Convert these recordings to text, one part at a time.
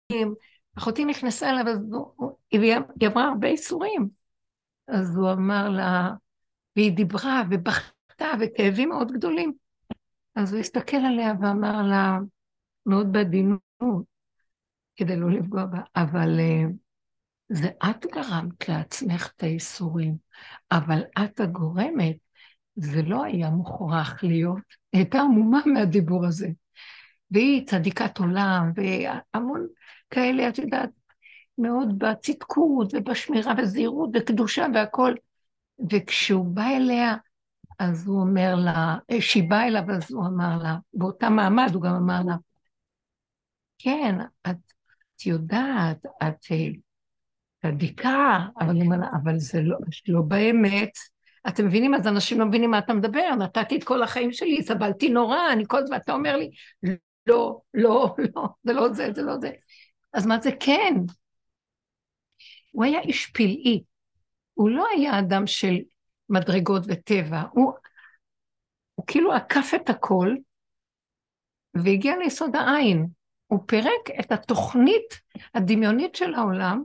אחותי נכנסה אליו, היא אמרה הרבה איסורים. אז הוא אמר לה, והיא דיברה ובכתה וכאבים מאוד גדולים. אז הוא הסתכל עליה ואמר לה, מאוד בעדינות, כדי לא לפגוע בה, אבל זה את גרמת לעצמך את האיסורים, אבל את הגורמת, זה לא היה מוכרח להיות, היא הייתה עמומה מהדיבור הזה. והיא צדיקת עולם, והמון כאלה, את יודעת, מאוד בצדקות ובשמירה וזהירות וקדושה והכל. וכשהוא בא אליה, אז הוא אומר לה, שהיא באה אליו, אז הוא אמר לה, באותה מעמד הוא גם אמר לה, כן, את יודעת, את צדיקה, אבל זה לא באמת. אתם מבינים? אז אנשים לא מבינים מה אתה מדבר, נתתי את כל החיים שלי, סבלתי נורא, אני כל זה, ואתה אומר לי, לא, לא, לא, זה לא זה, זה לא זה. אז מה זה כן? הוא היה איש פלאי, הוא לא היה אדם של מדרגות וטבע, הוא כאילו עקף את הכל, והגיע ליסוד העין. הוא פירק את התוכנית הדמיונית של העולם,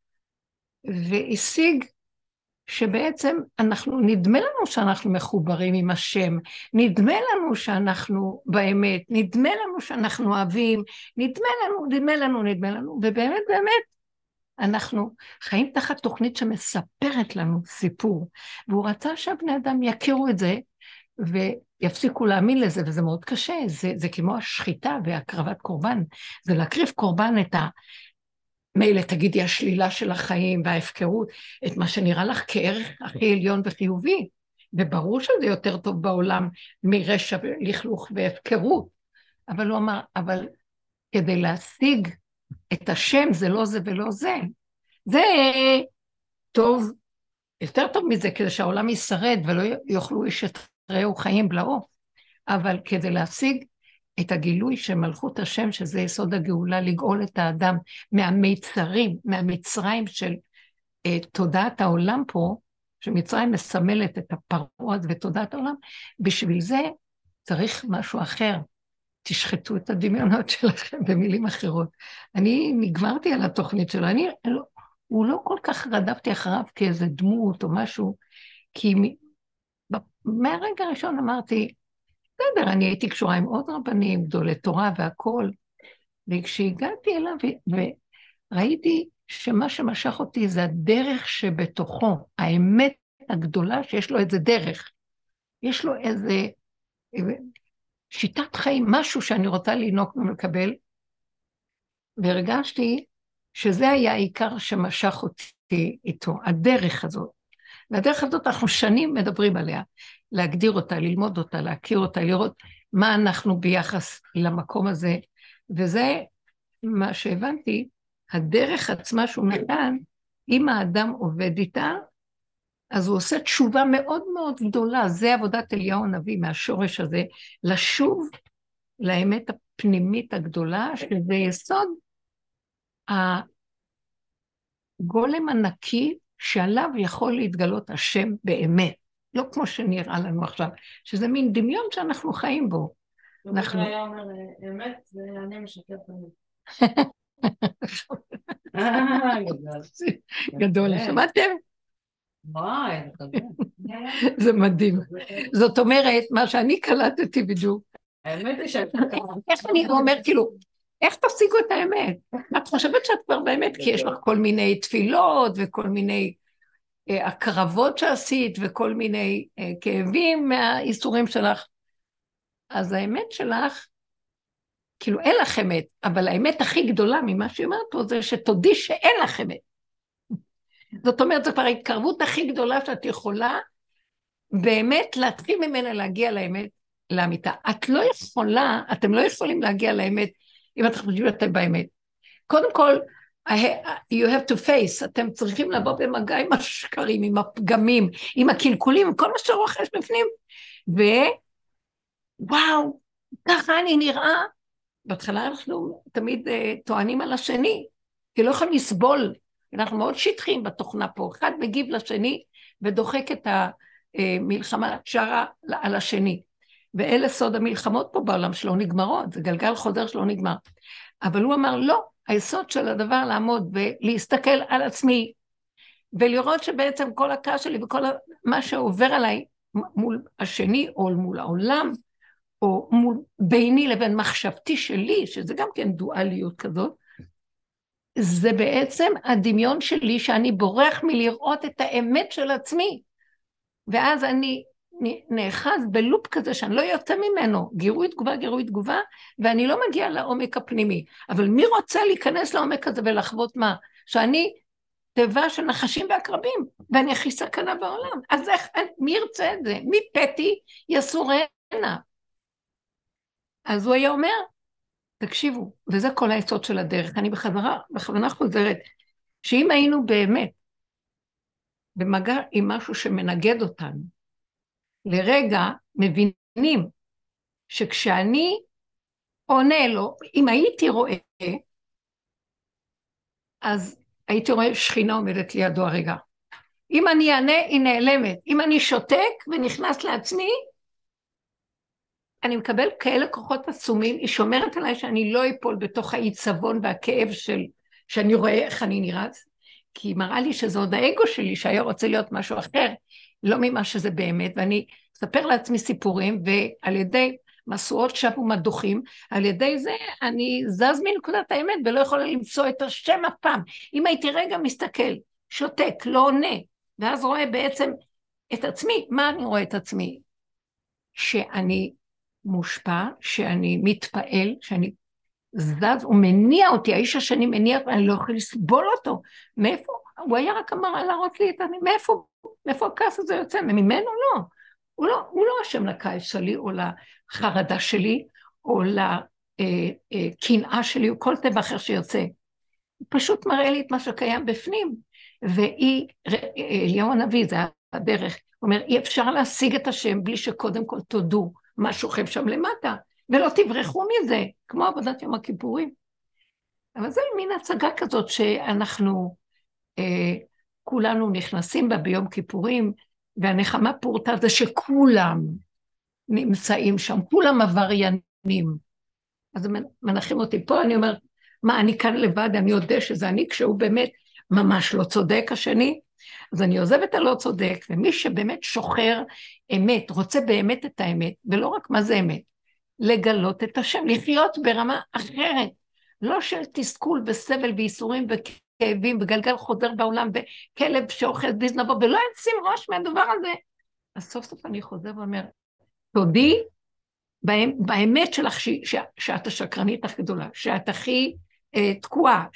והשיג שבעצם נדמה לנו שאנחנו מחוברים עם השם, נדמה לנו שאנחנו באמת, נדמה לנו שאנחנו אוהבים, נדמה לנו, ובאמת, באמת, אנחנו חיים תחת תוכנית שמספרת לנו סיפור, והוא רצה שהבני אדם יכירו את זה, ויפסיקו להאמין לזה, וזה מאוד קשה, זה כמו השחיטה והקרבת קורבן, זה להקריב קורבן את מילא תגידי השלילה של החיים וההפקרות, את מה שנראה לך כערך הכי עליון וחיובי, וברור שזה יותר טוב בעולם מרשע ולכלוך והפקרות, אבל הוא אמר, אבל כדי להשיג את השם זה לא זה ולא זה, זה טוב, יותר טוב מזה, כדי שהעולם ישרד ולא יאכלו איש את רעהו חיים בלעו, אבל כדי להשיג את הגילוי של מלכות השם, שזה יסוד הגאולה, לגאול את האדם מהמיצרים, מהמצרים של תודעת העולם פה, שמצרים מסמלת את הפרעה ותודעת העולם, בשביל זה צריך משהו אחר. תשחטו את הדמיונות שלכם במילים אחרות. אני נגמרתי על התוכנית שלו, הוא לא כל כך רדפתי אחריו כאיזה דמות או משהו, כי מהרגע הראשון אמרתי, בסדר, אני הייתי קשורה עם עוד רבנים, גדולי תורה והכל, וכשהגעתי אליו וראיתי שמה שמשך אותי זה הדרך שבתוכו, האמת הגדולה שיש לו איזה דרך, יש לו איזה שיטת חיים, משהו שאני רוצה לנהוג ולקבל, והרגשתי שזה היה העיקר שמשך אותי איתו, הדרך הזאת. והדרך הזאת אנחנו שנים מדברים עליה, להגדיר אותה, ללמוד אותה, להכיר אותה, לראות מה אנחנו ביחס למקום הזה, וזה מה שהבנתי, הדרך עצמה שהוא נתן, אם האדם עובד איתה, אז הוא עושה תשובה מאוד מאוד גדולה, זה עבודת אליהו הנביא מהשורש הזה, לשוב לאמת הפנימית הגדולה, שזה יסוד הגולם הנקי, שעליו יכול להתגלות השם באמת, לא כמו שנראה לנו עכשיו, שזה מין דמיון שאנחנו חיים בו. אנחנו... היה אומר, אמת, זה אני משקר תמיד. גדול, שמעתם? וואי, זה מדהים. זאת אומרת, מה שאני קלטתי בדיוק, האמת היא שאת... איך אני אומר, כאילו, איך תשיגו את האמת? את חושבת שאת כבר באמת, כי יש לך כל מיני תפילות וכל מיני הקרבות שעשית וכל מיני כאבים מהאיסורים שלך. אז האמת שלך, כאילו אין לך אמת, אבל האמת הכי גדולה ממה שהיא אומרת פה זה שתודי שאין לך אמת. זאת אומרת, זו כבר ההתקרבות הכי גדולה שאת יכולה באמת להתחיל ממנה להגיע לאמת, לאמיתה. את לא יכולה, אתם לא יכולים להגיע לאמת אם אתם חושבים שאתם באמת. קודם כל, you have to face, אתם צריכים לבוא במגע עם השקרים, עם הפגמים, עם הקלקולים, עם כל מה שרוכש בפנים, וואו, ככה אני נראה. בהתחלה אנחנו תמיד טוענים על השני, כי לא יכולים לסבול, אנחנו מאוד שטחים בתוכנה פה, אחד מגיב לשני ודוחק את המלחמה שרה על השני, ואלה סוד המלחמות פה בעולם שלא נגמרות, זה גלגל חוזר שלא נגמר, אבל הוא אמר לא, היסוד של הדבר לעמוד ולהסתכל על עצמי, ולראות שבעצם כל הכעס שלי וכל מה שעובר עליי מול השני, או מול העולם, או מול ביני לבין מחשבתי שלי, שזה גם כן דואליות כזאת, זה בעצם הדמיון שלי שאני בורח מלראות את האמת של עצמי, ואז אני נאחז בלופ כזה שאני לא יוצא ממנו, גירוי תגובה, גירוי תגובה, ואני לא מגיעה לעומק הפנימי. אבל מי רוצה להיכנס לעומק הזה ולחוות מה? שאני טבע של נחשים ועקרבים, ואני הכי סכנה בעולם. אז איך, מי ירצה את זה? מי פתי יסורנה? אז הוא היה אומר, תקשיבו, וזה כל היסוד של הדרך. אני בכוונה חוזרת, שאם היינו באמת במגע עם משהו שמנגד אותנו, לרגע מבינים שכשאני עונה לו, אם הייתי רואה, אז הייתי רואה שכינה עומדת לידו הרגע. אם אני אענה, היא נעלמת. אם אני שותק ונכנס לעצמי, אני מקבל כאלה כוחות עצומים, היא שומרת עליי שאני לא אפול בתוך העיצבון והכאב שאני רואה איך אני נראה, כי היא מראה לי שזה עוד האגו שלי, שהיה רוצה להיות משהו אחר, לא ממה שזה באמת, ואני אספר לעצמי סיפורים, ועל ידי מסורות שווא ומדוחים, על ידי זה אני זז מנקודת האמת, ולא יכולה למצוא את השם אף פעם. אם הייתי רגע מסתכל, שותק, לא עונה, ואז רואה בעצם את עצמי, מה אני רואה את עצמי? שאני מושפע, שאני מתפעל, שאני זז, הוא מניע אותי, האיש השני מניע, אני לא יכול לסבול אותו. מאיפה? הוא היה רק אמר להראות לי את אני, מאיפה הכעס הזה יוצא? ממנו לא. הוא לא אשם לכעס שלי, או לחרדה שלי, או לקנאה שלי, או כל טבע אחר שיוצא. הוא פשוט מראה לי את מה שקיים בפנים. אליהו הנביא, זה הדרך, הוא אומר, אי אפשר להשיג את השם בלי שקודם כל תודו מה שוכב שם למטה, ולא תברחו מזה, כמו עבודת יום הכיפורים. אבל זה מין הצגה כזאת שאנחנו כולנו נכנסים בה ביום כיפורים, והנחמה פורטה זה שכולם נמצאים שם, כולם עבריינים. אז מנחים אותי פה, אני אומרת, מה, אני כאן לבד, אני יודע שזה אני, כשהוא באמת ממש לא צודק השני, אז אני עוזב את הלא צודק, ומי שבאמת שוחר אמת, רוצה באמת את האמת, ולא רק מה זה אמת, לגלות את השם, לחיות ברמה אחרת, לא של תסכול וסבל וייסורים וכאבים, וגלגל חוזר בעולם, וכלב שאוחז בזנבו, ולא ישים ראש מהדבר הזה. אז סוף סוף אני חוזר ואומר, תודי באמת שלך שאת השקרנית הכי גדולה, שאת הכי תקועה,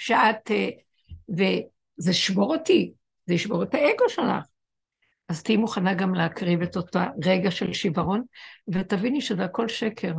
וזה שבור אותי, זה ישבור את האגו שלך. אז תהי מוכנה גם להקריב את אותה רגע של שברון, ותביני שזה הכל שקר.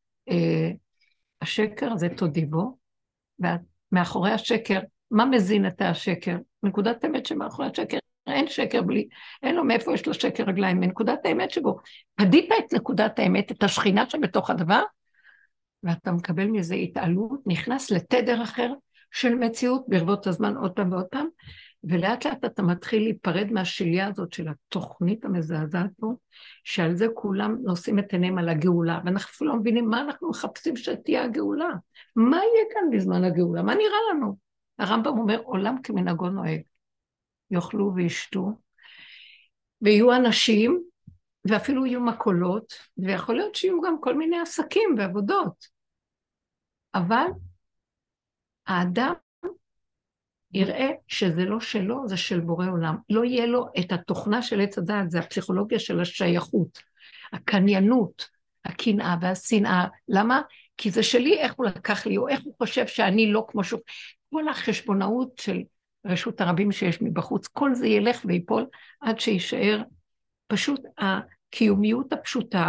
השקר הזה תודי בו, ומאחורי השקר, מה מזין את השקר? נקודת האמת שמאחורי השקר, אין שקר בלי, אין לו מאיפה יש לו שקר רגליים, מנקודת האמת שבו, פדית את נקודת האמת, את השכינה שבתוך הדבר, ואתה מקבל מזה התעלות, נכנס לתדר אחר של מציאות, ברבות הזמן עוד פעם ועוד פעם, ולאט לאט אתה מתחיל להיפרד מהשליה הזאת של התוכנית המזעזעת פה, שעל זה כולם נושאים את עיניהם על הגאולה, ואנחנו אפילו לא מבינים מה אנחנו מחפשים שתהיה הגאולה. מה יהיה כאן בזמן הגאולה? מה נראה לנו? הרמב"ם אומר, עולם כמנהגו נוהג. יאכלו וישתו, ויהיו אנשים, ואפילו יהיו מקולות, ויכול להיות שיהיו גם כל מיני עסקים ועבודות. אבל האדם יראה שזה לא שלו, זה של בורא עולם. לא יהיה לו את התוכנה של עץ הדעת, זה הפסיכולוגיה של השייכות, הקניינות, הקנאה והשנאה. למה? כי זה שלי, איך הוא לקח לי, או איך הוא חושב שאני לא כמו שהוא. כל החשבונאות של רשות הרבים שיש מבחוץ, כל זה ילך ויפול עד שישאר פשוט הקיומיות הפשוטה,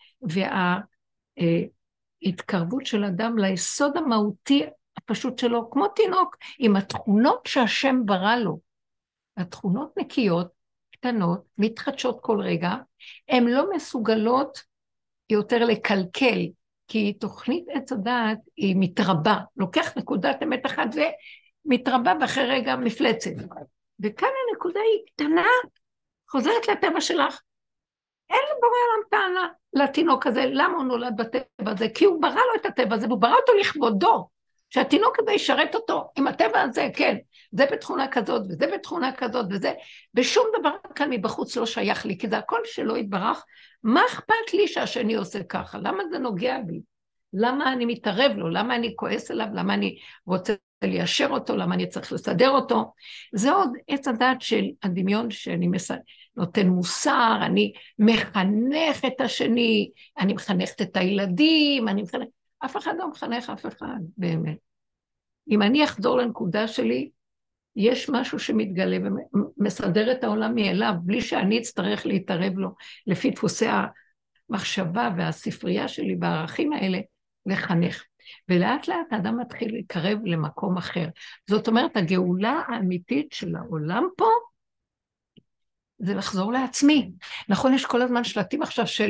וההתקרבות של אדם ליסוד המהותי הפשוט שלו, כמו תינוק, עם התכונות שהשם ברא לו. התכונות נקיות, קטנות, מתחדשות כל רגע, הן לא מסוגלות יותר לקלקל, כי תוכנית עץ הדעת היא מתרבה, לוקח נקודת אמת אחת ומתרבה ואחרי רגע מפלצת. וכאן הנקודה היא קטנה, חוזרת לטבע שלך. אין לבורא עולם טענה לתינוק הזה, למה הוא נולד בטבע הזה? כי הוא ברא לו את הטבע הזה, והוא ברא אותו לכבודו. שהתינוק הזה ישרת אותו עם הטבע הזה, כן, זה בתכונה כזאת, וזה בתכונה כזאת, וזה, בשום דבר כאן מבחוץ לא שייך לי, כי זה הכל שלא יתברך, מה אכפת לי שהשני עושה ככה? למה זה נוגע בי? למה אני מתערב לו? למה אני כועס עליו? למה אני רוצה ליישר אותו? למה אני צריך לסדר אותו? זה עוד עץ הדעת של הדמיון שאני נותן מוסר, אני מחנך את השני, אני מחנכת את הילדים, אף אחד לא מחנך אף אחד, באמת. אם אני אחזור לנקודה שלי, יש משהו שמתגלה ומסדר את העולם מאליו, בלי שאני אצטרך להתערב לו, לפי דפוסי המחשבה והספרייה שלי בערכים האלה, לחנך. ולאט לאט האדם מתחיל להתקרב למקום אחר. זאת אומרת, הגאולה האמיתית של העולם פה, זה לחזור לעצמי. נכון, יש כל הזמן שלטים עכשיו של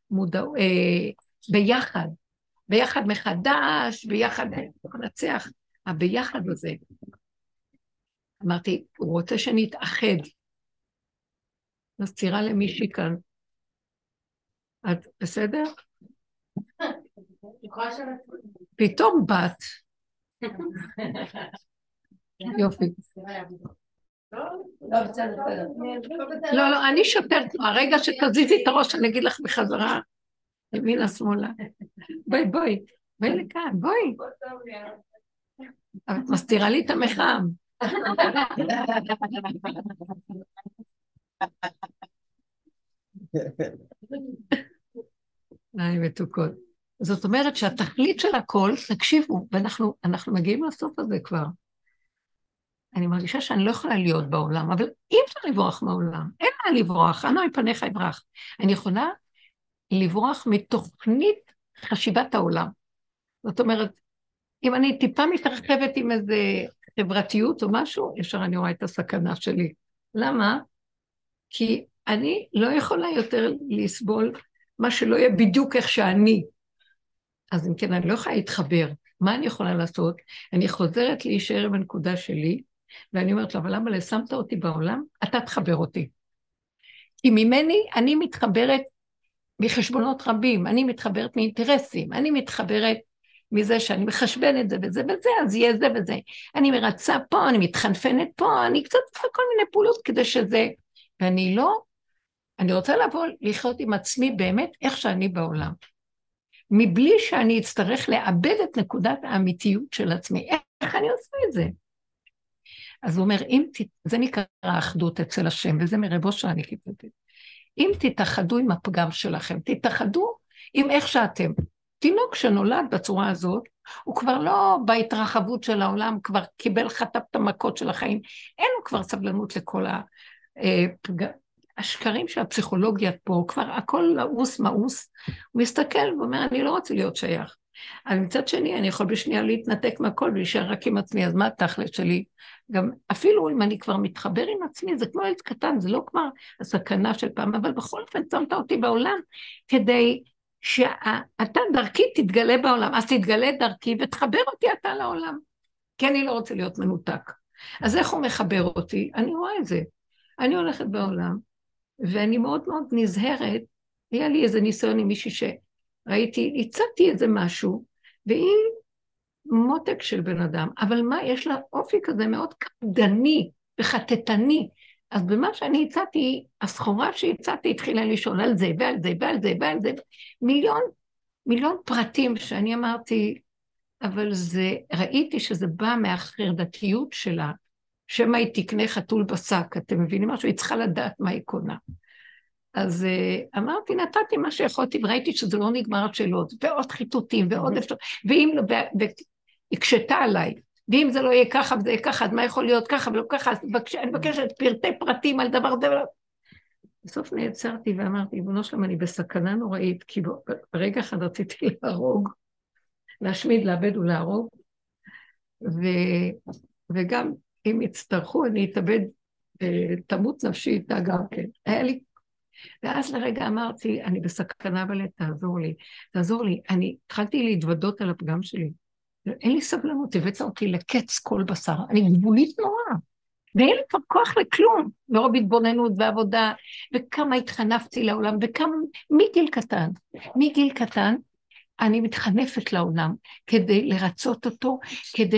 ביחד. ביחד מחדש, ביחד נצח, הביחד הזה. אמרתי, הוא רוצה שנתאחד. מזכירה למישהי כאן. את בסדר? פתאום בת. יופי. לא, אני שוטרת. הרגע שתזיזי את הראש, אני אגיד לך בחזרה, ימינה שמאלה. בואי לכאן, בואי. את מסתירה לי את המחם. מתוקות. זאת אומרת שהתכלית של הכל, תקשיבו, ואנחנו מגיעים לסוף הזה כבר. אני מרגישה שאני לא יכולה להיות בעולם, אבל אי אפשר לברוח מהעולם. אין מה לברוח, אנא מפניך יברח. אני יכולה לברוח מתוכנית חשיבת העולם. זאת אומרת, אם אני טיפה מתרחבת עם איזה חברתיות או משהו, אפשר אני רואה את הסכנה שלי. למה? כי אני לא יכולה יותר לסבול מה שלא יהיה בדיוק איך שאני. אז אם כן, אני לא יכולה להתחבר. מה אני יכולה לעשות? אני חוזרת להישאר בנקודה שלי, ואני אומרת לו, אבל למה שמת אותי בעולם? אתה תחבר אותי. כי ממני אני מתחברת מחשבונות רבים, אני מתחברת מאינטרסים, אני מתחברת מזה שאני מחשבן את זה וזה וזה, אז יהיה זה וזה. אני מרצה פה, אני מתחנפנת פה, אני קצת עושה כל מיני פעולות כדי שזה, ואני לא, אני רוצה לבוא לחיות עם עצמי באמת איך שאני בעולם. מבלי שאני אצטרך לאבד את נקודת האמיתיות של עצמי. איך אני עושה את זה? אז הוא אומר, זה נקרא האחדות אצל השם, וזה מרב אושר אני קיבלתי. אם תתאחדו עם הפגם שלכם, תתאחדו עם איך שאתם. תינוק שנולד בצורה הזאת, הוא כבר לא בהתרחבות של העולם, כבר קיבל חטף את המכות של החיים, אין לו כבר סבלנות לכל השקרים של הפסיכולוגיה פה, כבר הכל לעוס מאוס, הוא מסתכל ואומר, אני לא רוצה להיות שייך. אבל מצד שני, אני יכול בשנייה להתנתק מהכל ולהישאר רק עם עצמי, אז מה התכלת שלי? גם אפילו אם אני כבר מתחבר עם עצמי, זה כמו ילד קטן, זה לא כבר הסכנה של פעם, אבל בכל אופן שמת אותי בעולם, כדי שאתה דרכי תתגלה בעולם, אז תתגלה דרכי ותחבר אותי אתה לעולם, כי אני לא רוצה להיות מנותק. אז איך הוא מחבר אותי? אני רואה את זה. אני הולכת בעולם, ואני מאוד מאוד נזהרת, היה לי איזה ניסיון עם מישהי שראיתי, הצעתי איזה משהו, והיא מותק של בן אדם, אבל מה, יש לה אופי כזה מאוד קפדני וחטטני, אז במה שאני הצעתי, הסחורה שהצעתי התחילה לשאול על זה ועל זה ועל זה ועל זה, מיליון פרטים שאני אמרתי, אבל זה, ראיתי שזה בא מהחרדתיות שלה, שמה היא תקנה חתול בשק, אתם מבינים משהו? היא צריכה לדעת מה היא קונה. אז אמרתי, נתתי מה שיכולתי, וראיתי שזה לא נגמר השאלות, ועוד חיתותים, ועוד אפשר, והקשתה עליי, ואם זה לא יהיה ככה, וזה יהיה ככה, אז מה יכול להיות ככה ולא ככה, אז אני מבקשת פרטי פרטים על דבר זה ולא. בסוף נעצרתי ואמרתי, בנו שלם, אני בסכנה נוראית, כי ברגע אחד רציתי להרוג, להשמיד, לאבד ולהרוג, וגם אם יצטרכו, אני אתאבד, תמות נפשי איתה גם כן. היה לי, ואז לרגע אמרתי, אני בסכנה, אבל תעזור לי. אני התחלתי להתוודות על הפגם שלי. אין לי סבלנות, הבאת אותי לקץ כל בשר. אני גבולית נורא. ואין לי כבר כוח לכלום. מרוב התבוננות ועבודה, וכמה התחנפתי לעולם, וכמה, מגיל קטן, אני מתחנפת לעולם כדי לרצות אותו, כדי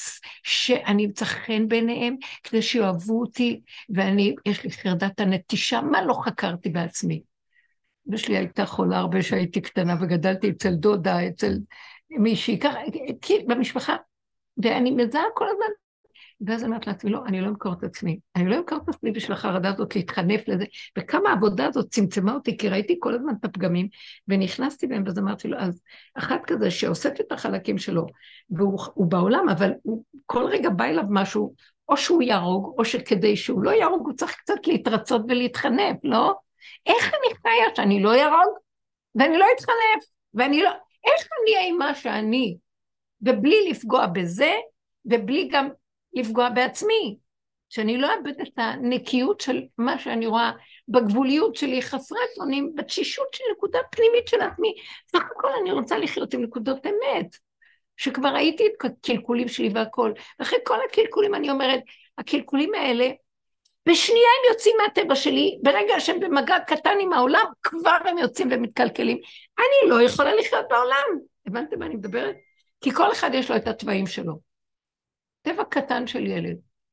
שאני אמצא חן ביניהם, כדי שיאהבו אותי, יש לי חרדת הנטישה, מה לא חקרתי בעצמי? אמא שלי הייתה חולה הרבה שהייתי קטנה, וגדלתי אצל דודה, אצל מישהי, ככה, במשפחה, ואני מזהה כל הזמן, ואז אמרת לעצמי, לא, אני לא אמכור את עצמי. אני לא אמכור את עצמי בשביל החרדה הזאת להתחנף לזה. וכמה העבודה הזאת צמצמה אותי, כי ראיתי כל הזמן את הפגמים, ונכנסתי בהם, ואז אמרתי לו, אז אחת כזה שאוסף את החלקים שלו, והוא בעולם, אבל כל רגע בא אליו משהו, או שהוא ירוג, או שכדי שהוא לא ירוג, הוא צריך קצת להתרצות ולהתחנף, לא? איך אני חיה שאני לא ירוג, ואני לא אתחנף, איך אני אהיה מה שאני, ובלי לפגוע בזה, ובלי גם לפגוע בעצמי, שאני לא אאבד את הנקיות של מה שאני רואה בגבוליות שלי, חסרת אונים, בתשישות של נקודה פנימית של עצמי. סך הכל אני רוצה לחיות עם נקודות אמת, שכבר ראיתי את הקלקולים שלי והכל, ואחרי כל הקלקולים אני אומרת, הקלקולים האלה, בשנייה הם יוצאים מהטבע שלי, ברגע שהם במגע קטן עם העולם, כבר הם יוצאים ומתקלקלים. אני לא יכולה לחיות בעולם. הבנתם מה אני מדברת? כי כל אחד יש לו את הטבעים שלו. טבע קטן של ילד.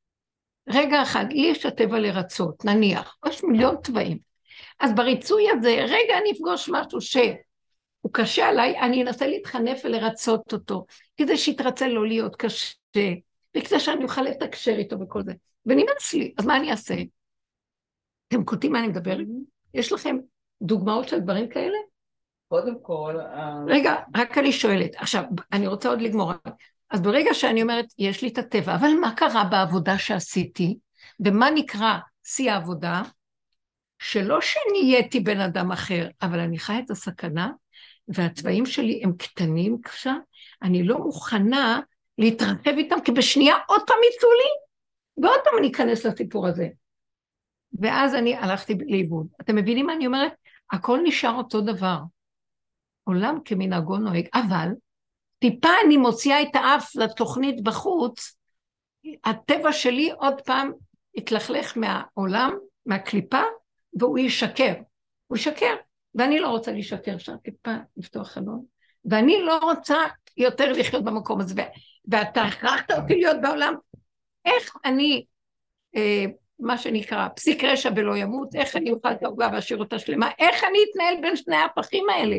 רגע אחד, לי יש הטבע לרצות, נניח, יש מיליון טבעים. אז בריצוי הזה, רגע אני אפגוש משהו שהוא קשה עליי, אני אנסה להתחנף ולרצות אותו, כדי שיתרצה לא להיות קשה, וכדי שאני אוכל לתקשר איתו וכל זה. ונמאס לי, אז מה אני אעשה? אתם קוטעים מה אני מדברת? יש לכם דוגמאות של דברים כאלה? קודם כל... רגע, רק אני שואלת. עכשיו, אני רוצה עוד לגמור. אז ברגע שאני אומרת, יש לי את הטבע, אבל מה קרה בעבודה שעשיתי? ומה נקרא שיא העבודה? שלא שנהייתי בן אדם אחר, אבל אני חי את הסכנה, והצבעים שלי הם קטנים קשה, אני לא מוכנה להתרחב איתם, כי בשנייה עוד פעם יצאו לי, ועוד פעם אני אכנס לסיפור הזה. ואז אני הלכתי לאיבוד. אתם מבינים מה אני אומרת? הכל נשאר אותו דבר. עולם כמנהגו נוהג, אבל טיפה אני מוציאה את האף לתוכנית בחוץ, הטבע שלי עוד פעם יתלכלך מהעולם, מהקליפה, והוא ישקר. הוא ישקר, ואני לא רוצה להישקר שם, טיפה לפתוח חלון, ואני לא רוצה יותר לחיות במקום הזה, ואתה הכרחת אותי להיות בעולם, איך אני, מה שנקרא, פסיק רשע ולא ימות, איך אני אוכל תעוגה והשאיר אותה שלמה, איך אני אתנהל בין שני הפכים האלה?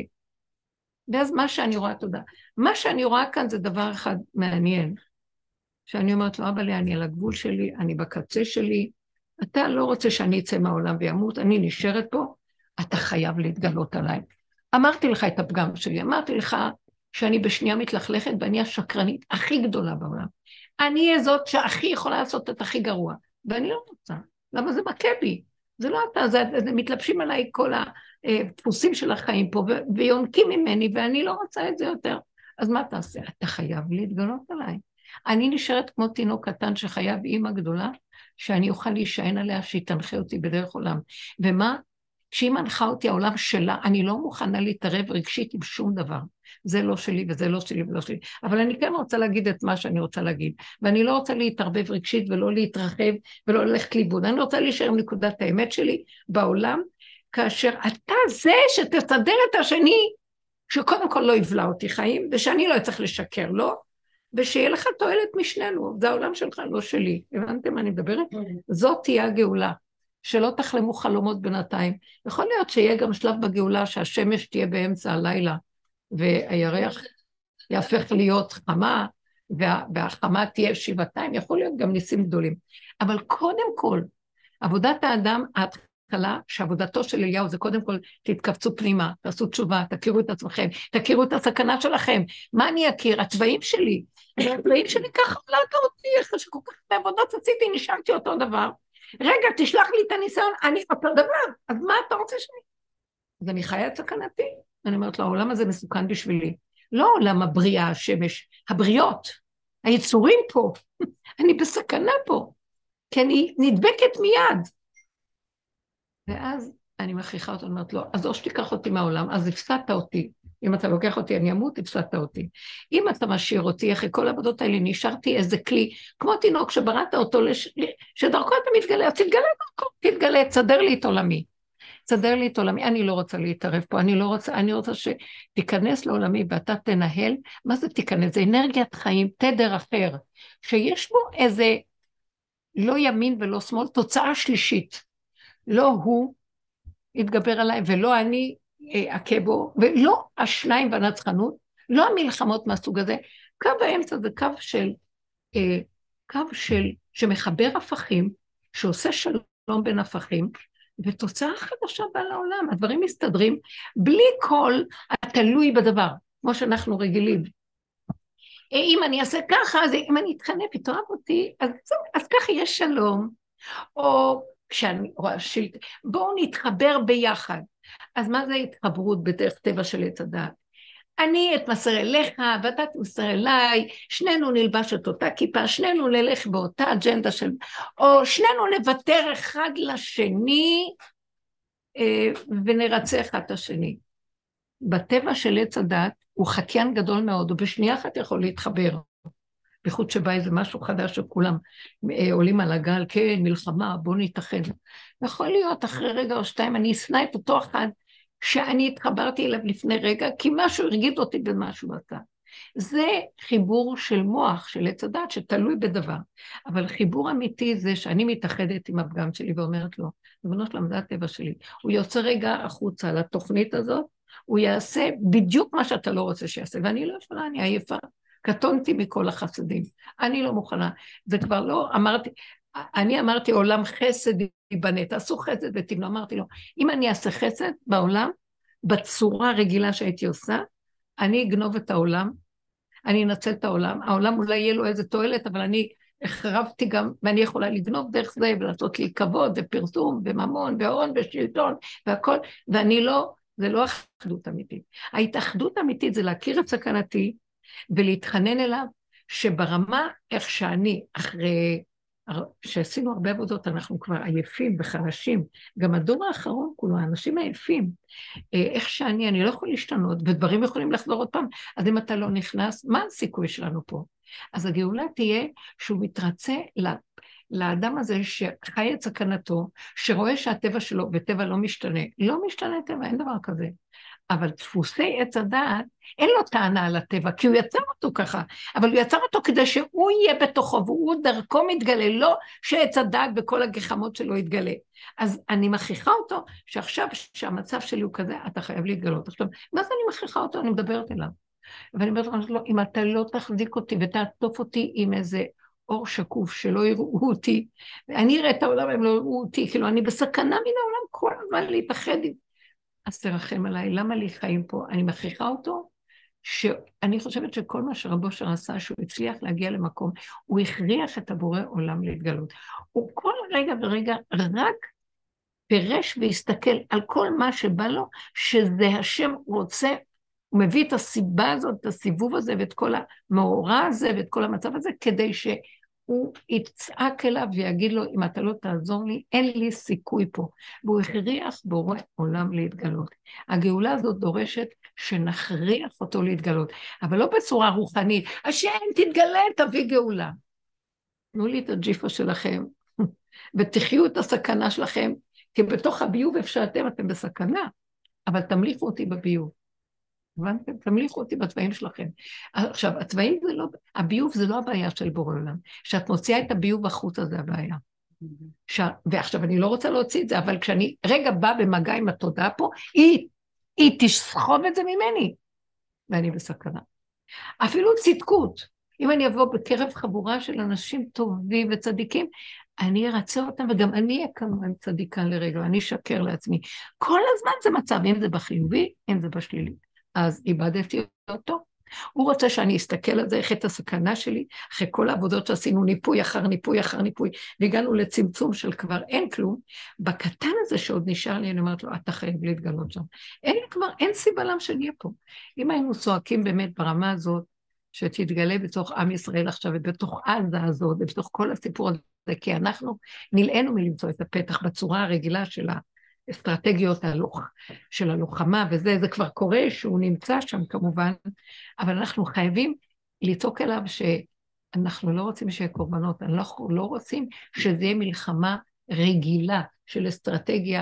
ואז מה שאני רואה, תודה. מה שאני רואה כאן זה דבר אחד מעניין, שאני אומרת לו, אבא לי, אני על הגבול שלי, אני בקצה שלי, אתה לא רוצה שאני אצא מהעולם וימות, אני נשארת פה, אתה חייב להתגלות עליי. אמרתי לך את הפגם שלי, אמרתי לך שאני בשנייה מתלכלכת, ואני השקרנית הכי גדולה בעולם. אני אהיה זאת שהכי יכולה לעשות את הכי גרוע, ואני לא רוצה. למה זה מכה בי? זה לא אתה, זה מתלבשים עליי כל הדפוסים של החיים פה, ויונקים ממני, ואני לא רוצה את זה יותר. אז מה תעשה? אתה חייב להתגלות עליי. אני נשארת כמו תינוק קטן שחייב אימא גדולה, שאני אוכל להישען עליה, שהיא תנחה אותי בדרך עולם. ומה? כשהיא מנחה אותי העולם שלה, אני לא מוכנה להתערב רגשית עם שום דבר. זה לא שלי וזה לא שלי ולא שלי. אבל אני כן רוצה להגיד את מה שאני רוצה להגיד. ואני לא רוצה להתערבב רגשית ולא להתרחב ולא ללכת לאיבוד. אני רוצה להישאר עם נקודת האמת שלי בעולם, כאשר אתה זה שתסדר את השני, שקודם כל לא יבלע אותי חיים, ושאני לא צריך לשקר לו, ושיהיה לך תועלת משננו. זה העולם שלך, לא שלי. הבנתם מה אני מדברת? זאת תהיה הגאולה. שלא תחלמו חלומות בינתיים. יכול להיות שיהיה גם שלב בגאולה שהשמש תהיה באמצע הלילה, והירח יהפך להיות חמה, והחמה תהיה שבעתיים, יכול להיות גם ניסים גדולים. אבל קודם כל, עבודת האדם, ההתחלה, שעבודתו של אליהו זה קודם כל, תתכווצו פנימה, תעשו תשובה, תכירו את עצמכם, תכירו את הסכנה שלכם. מה אני אכיר? הצבעים שלי. הצבעים שלי ככה הולדת אותי, אחרי שכל כך בעבודות עשיתי, נשארתי אותו דבר. רגע, תשלח לי את הניסיון, אני אותו דבר, אז מה אתה רוצה שלי? אז אני חיה את סכנתי. אני אומרת לו, העולם הזה מסוכן בשבילי. לא עולם הבריאה, השמש, הבריות, היצורים פה. אני בסכנה פה, כי אני נדבקת מיד. ואז אני מכריחה אותו, אני אומרת לו, אז או שתיקח אותי מהעולם, אז הפסדת אותי. אם אתה לוקח אותי, אני אמות, הפסדת אותי. אם אתה משאיר אותי, אחרי כל העבודות האלה, נשארתי איזה כלי, כמו תינוק שבראת אותו, שדרכו אתה מתגלה, אז תתגלה דרכו, תתגלה, תסדר לי את עולמי. תסדר לי את עולמי, אני לא רוצה להתערב פה, אני רוצה שתיכנס לעולמי ואתה תנהל, מה זה תיכנס? זה אנרגיית חיים, תדר אחר, שיש בו איזה לא ימין ולא שמאל, תוצאה שלישית, לא הוא יתגבר עליי ולא אני אכה בו, ולא השניים והנצחנות, לא המלחמות מהסוג הזה, קו האמצע זה קו שמחבר הפכים, שעושה שלום בין הפכים, ותוצאה חדשה באה לעולם, הדברים מסתדרים, בלי כל התלוי בדבר, כמו שאנחנו רגילים. אם אני אעשה ככה, אז אם אני אתחנף, היא תאהב אותי, אז ככה יש שלום, או כשאני רואה שלט, בואו נתחבר ביחד. אז מה זה התחברות בדרך טבע של עץ הדעת? אני אתמסר אליך, ואתה תמסר אליי, שנינו נלבש את אותה כיפה, שנינו נלך באותה אג'נדה של, או שנינו נוותר אחד לשני, ונרצה אחד את השני. בטבע של עץ הדת, הוא חקיין גדול מאוד, הוא בשנייה אחת יכול להתחבר. בייחוד שבא איזה משהו חדש שכולם עולים על הגל, כן, מלחמה, בואו נתאחד. יכול להיות אחרי רגע או שתיים, אני אסנה את אותו אחד, שאני התחברתי אליו לפני רגע, כי משהו הרגיד אותי במשהו עשה. זה חיבור של מוח, של עץ הדת, שתלוי בדבר. אבל חיבור אמיתי זה שאני מתאחדת עם הפגם שלי ואומרת לו, ריבונו שלום, זה הטבע שלי. הוא יוצא רגע החוצה לתוכנית הזאת, הוא יעשה בדיוק מה שאתה לא רוצה שיעשה, ואני לא יכולה, אני עייפה. קטונתי מכל החסדים. אני לא מוכנה. זה כבר לא, אני אמרתי, עולם חסד ייבנה, תעשו חסד ותבנו, אמרתי לו, אם אני אעשה חסד בעולם, בצורה רגילה שהייתי עושה, אני אגנוב את העולם, אני אנצל את העולם, העולם אולי יהיה לו איזה תועלת, אבל אני החרבתי גם, ואני יכולה לגנוב דרך זה, ולעשות לי כבוד, ופרסום, וממון, והון, ושלטון, והכל, ואני לא, זה לא אחדות אמיתית. ההתאחדות האמיתית זה להכיר את סכנתי, ולהתחנן אליו, שברמה איך שאני, אחרי שעשינו הרבה עבודות, אנחנו כבר עייפים וחלשים, גם הדור האחרון כולו, האנשים עייפים, איך שאני לא יכול להשתנות, ודברים יכולים לחזור עוד פעם, אז אם אתה לא נכנס, מה הסיכוי שלנו פה? אז הגאולה תהיה שהוא מתרצה לאדם הזה שחי את סכנתו, שרואה שהטבע שלו, וטבע לא משתנה, לא משתנה טבע, אין דבר כזה. אבל דפוסי עץ הדעת, אין לו טענה על הטבע, כי הוא יצר אותו ככה, אבל הוא יצר אותו כדי שהוא יהיה בתוכו, והוא דרכו מתגלה, לא שעץ הדעת וכל הגחמות שלו יתגלה. אז אני מכריחה אותו, שעכשיו שהמצב שלי הוא כזה, אתה חייב להתגלות. עכשיו, מה זה אני מכריחה אותו? אני מדברת אליו. ואני אומרת לו, אם אתה לא תחזיק אותי ותעטוף אותי עם איזה אור שקוף, שלא יראו אותי, ואני אראה את העולם, הם לא יראו אותי, כאילו אני בסכנה מן העולם כל הזמן להתאחד עם, אז תרחם עליי, למה לי חיים פה? אני מכריחה אותו, שאני חושבת שכל מה שרבו שר עשה, שהוא הצליח להגיע למקום, הוא הכריח את הבורא עולם להתגלות. הוא כל רגע ורגע רק פירש והסתכל על כל מה שבא לו, שזה השם רוצה, הוא מביא את הסיבה הזאת, את הסיבוב הזה, ואת כל המאורע הזה, ואת כל המצב הזה, כדי הוא יצעק אליו ויגיד לו, אם אתה לא תעזור לי, אין לי סיכוי פה. והוא הכריח בורא עולם להתגלות. הגאולה הזאת דורשת שנכריח אותו להתגלות, אבל לא בצורה רוחנית. השם תתגלה, תביא גאולה. תנו לי את הג'יפה שלכם, ותחיו את הסכנה שלכם, כי בתוך הביוב אפשר אתם בסכנה, אבל תמליכו אותי בביוב. הבנתם? תמליכו אותי בצבעים שלכם. עכשיו, הצבעים זה לא, הביוב זה לא הבעיה של בורא עולם. כשאת מוציאה את הביוב החוצה זה הבעיה. ועכשיו אני לא רוצה להוציא את זה, אבל כשאני רגע באה במגע עם התודעה פה, היא תסחוב את זה ממני, ואני בסכנה. אפילו צדקות. אם אני אבוא בקרב חבורה של אנשים טובים וצדיקים, אני ארצה אותם, וגם אני אהיה כמובן צדיקה לרגע, אני אשקר לעצמי. כל הזמן זה מצב, אם זה בחיובי, אם זה בשלילי. אז איבדתי אותו. הוא רוצה שאני אסתכל על זה, איך את הסכנה שלי, אחרי כל העבודות שעשינו, ניפוי אחר ניפוי אחר ניפוי, והגענו לצמצום של כבר אין כלום, בקטן הזה שעוד נשאר לי, אני אומרת לו, אתה חייב להתגלות שם. אין סיבה למה שנהיה פה. אם היינו צועקים באמת ברמה הזאת, שתתגלה בתוך עם ישראל עכשיו, ובתוך עזה הזאת, ובתוך כל הסיפור הזה, כי אנחנו נלאינו מלמצוא את הפתח בצורה הרגילה של האסטרטגיות של הלוחמה, וזה כבר קורה שהוא נמצא שם כמובן, אבל אנחנו חייבים לצעוק אליו שאנחנו לא רוצים שיהיה קורבנות, אנחנו לא רוצים שזה יהיה מלחמה רגילה של אסטרטגיה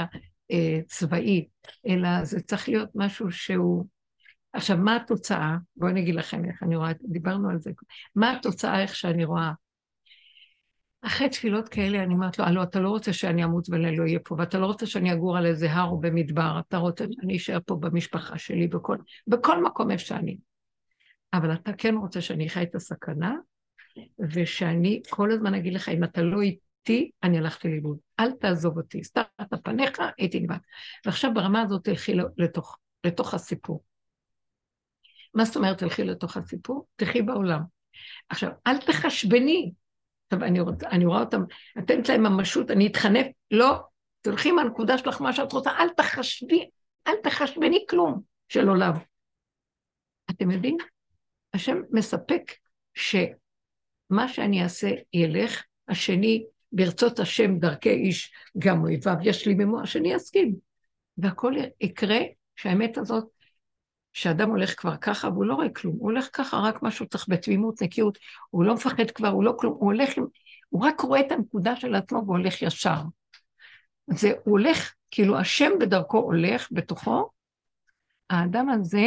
צבאי, אלא זה צריך להיות משהו שהוא... עכשיו, מה התוצאה? בואו אני אגיד לכם איך אני רואה, דיברנו על זה. מה התוצאה, איך שאני רואה? אחרי תפילות כאלה, אני אומרת לו, אתה לא רוצה שאני אמות ולא אהיה פה, ואתה לא רוצה שאני אגור על איזה הר או במדבר, אתה רוצה שאני אשאר פה במשפחה שלי, בכל מקום איפה שאני. אבל אתה כן רוצה שאני אחי את הסכנה, ושאני כל הזמן אגיד לך, אם אתה לא איתי, אני הלכתי לאיבוד. אל תעזוב אותי, סתרת פניך, הייתי נבד. ועכשיו ברמה הזאת תלכי לתוך הסיפור. מה זאת אומרת תלכי לתוך הסיפור? תלכי בעולם. עכשיו, אל תחשבני. טוב, אני רואה אותם, נתנת להם ממשות, אני אתחנף, לא, תלכי מהנקודה שלך מה שאת רוצה, אל תחשבני כלום של עולם. אתם יודעים? השם מספק שמה שאני אעשה ילך, השני ברצות השם דרכי איש גם אויביו ישלימו, השני יסכים. והכל יקרה שהאמת הזאת, שאדם הולך כבר ככה, והוא לא רואה כלום, הוא הולך ככה, רק משהו צריך בתמימות, נקיות, הוא לא מפחד כבר, הוא לא כלום, הוא רק רואה את הנקודה של עצמו והולך ישר. הוא הולך, כאילו השם בדרכו הולך בתוכו, האדם הזה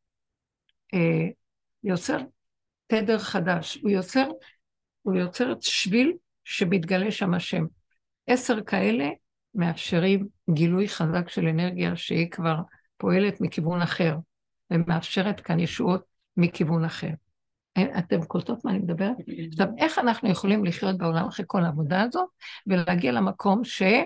יוצר תדר חדש, הוא יוצר את שביל שמתגלה שם השם. 10 כאלה מאפשרים גילוי חזק של אנרגיה שהיא כבר פועלת מכיוון אחר, ומאפשרת כאן ישועות מכיוון אחר. אתם קולטות מה אני מדברת? עכשיו, איך אנחנו יכולים לחיות בעולם אחרי כל העבודה הזאת, ולהגיע למקום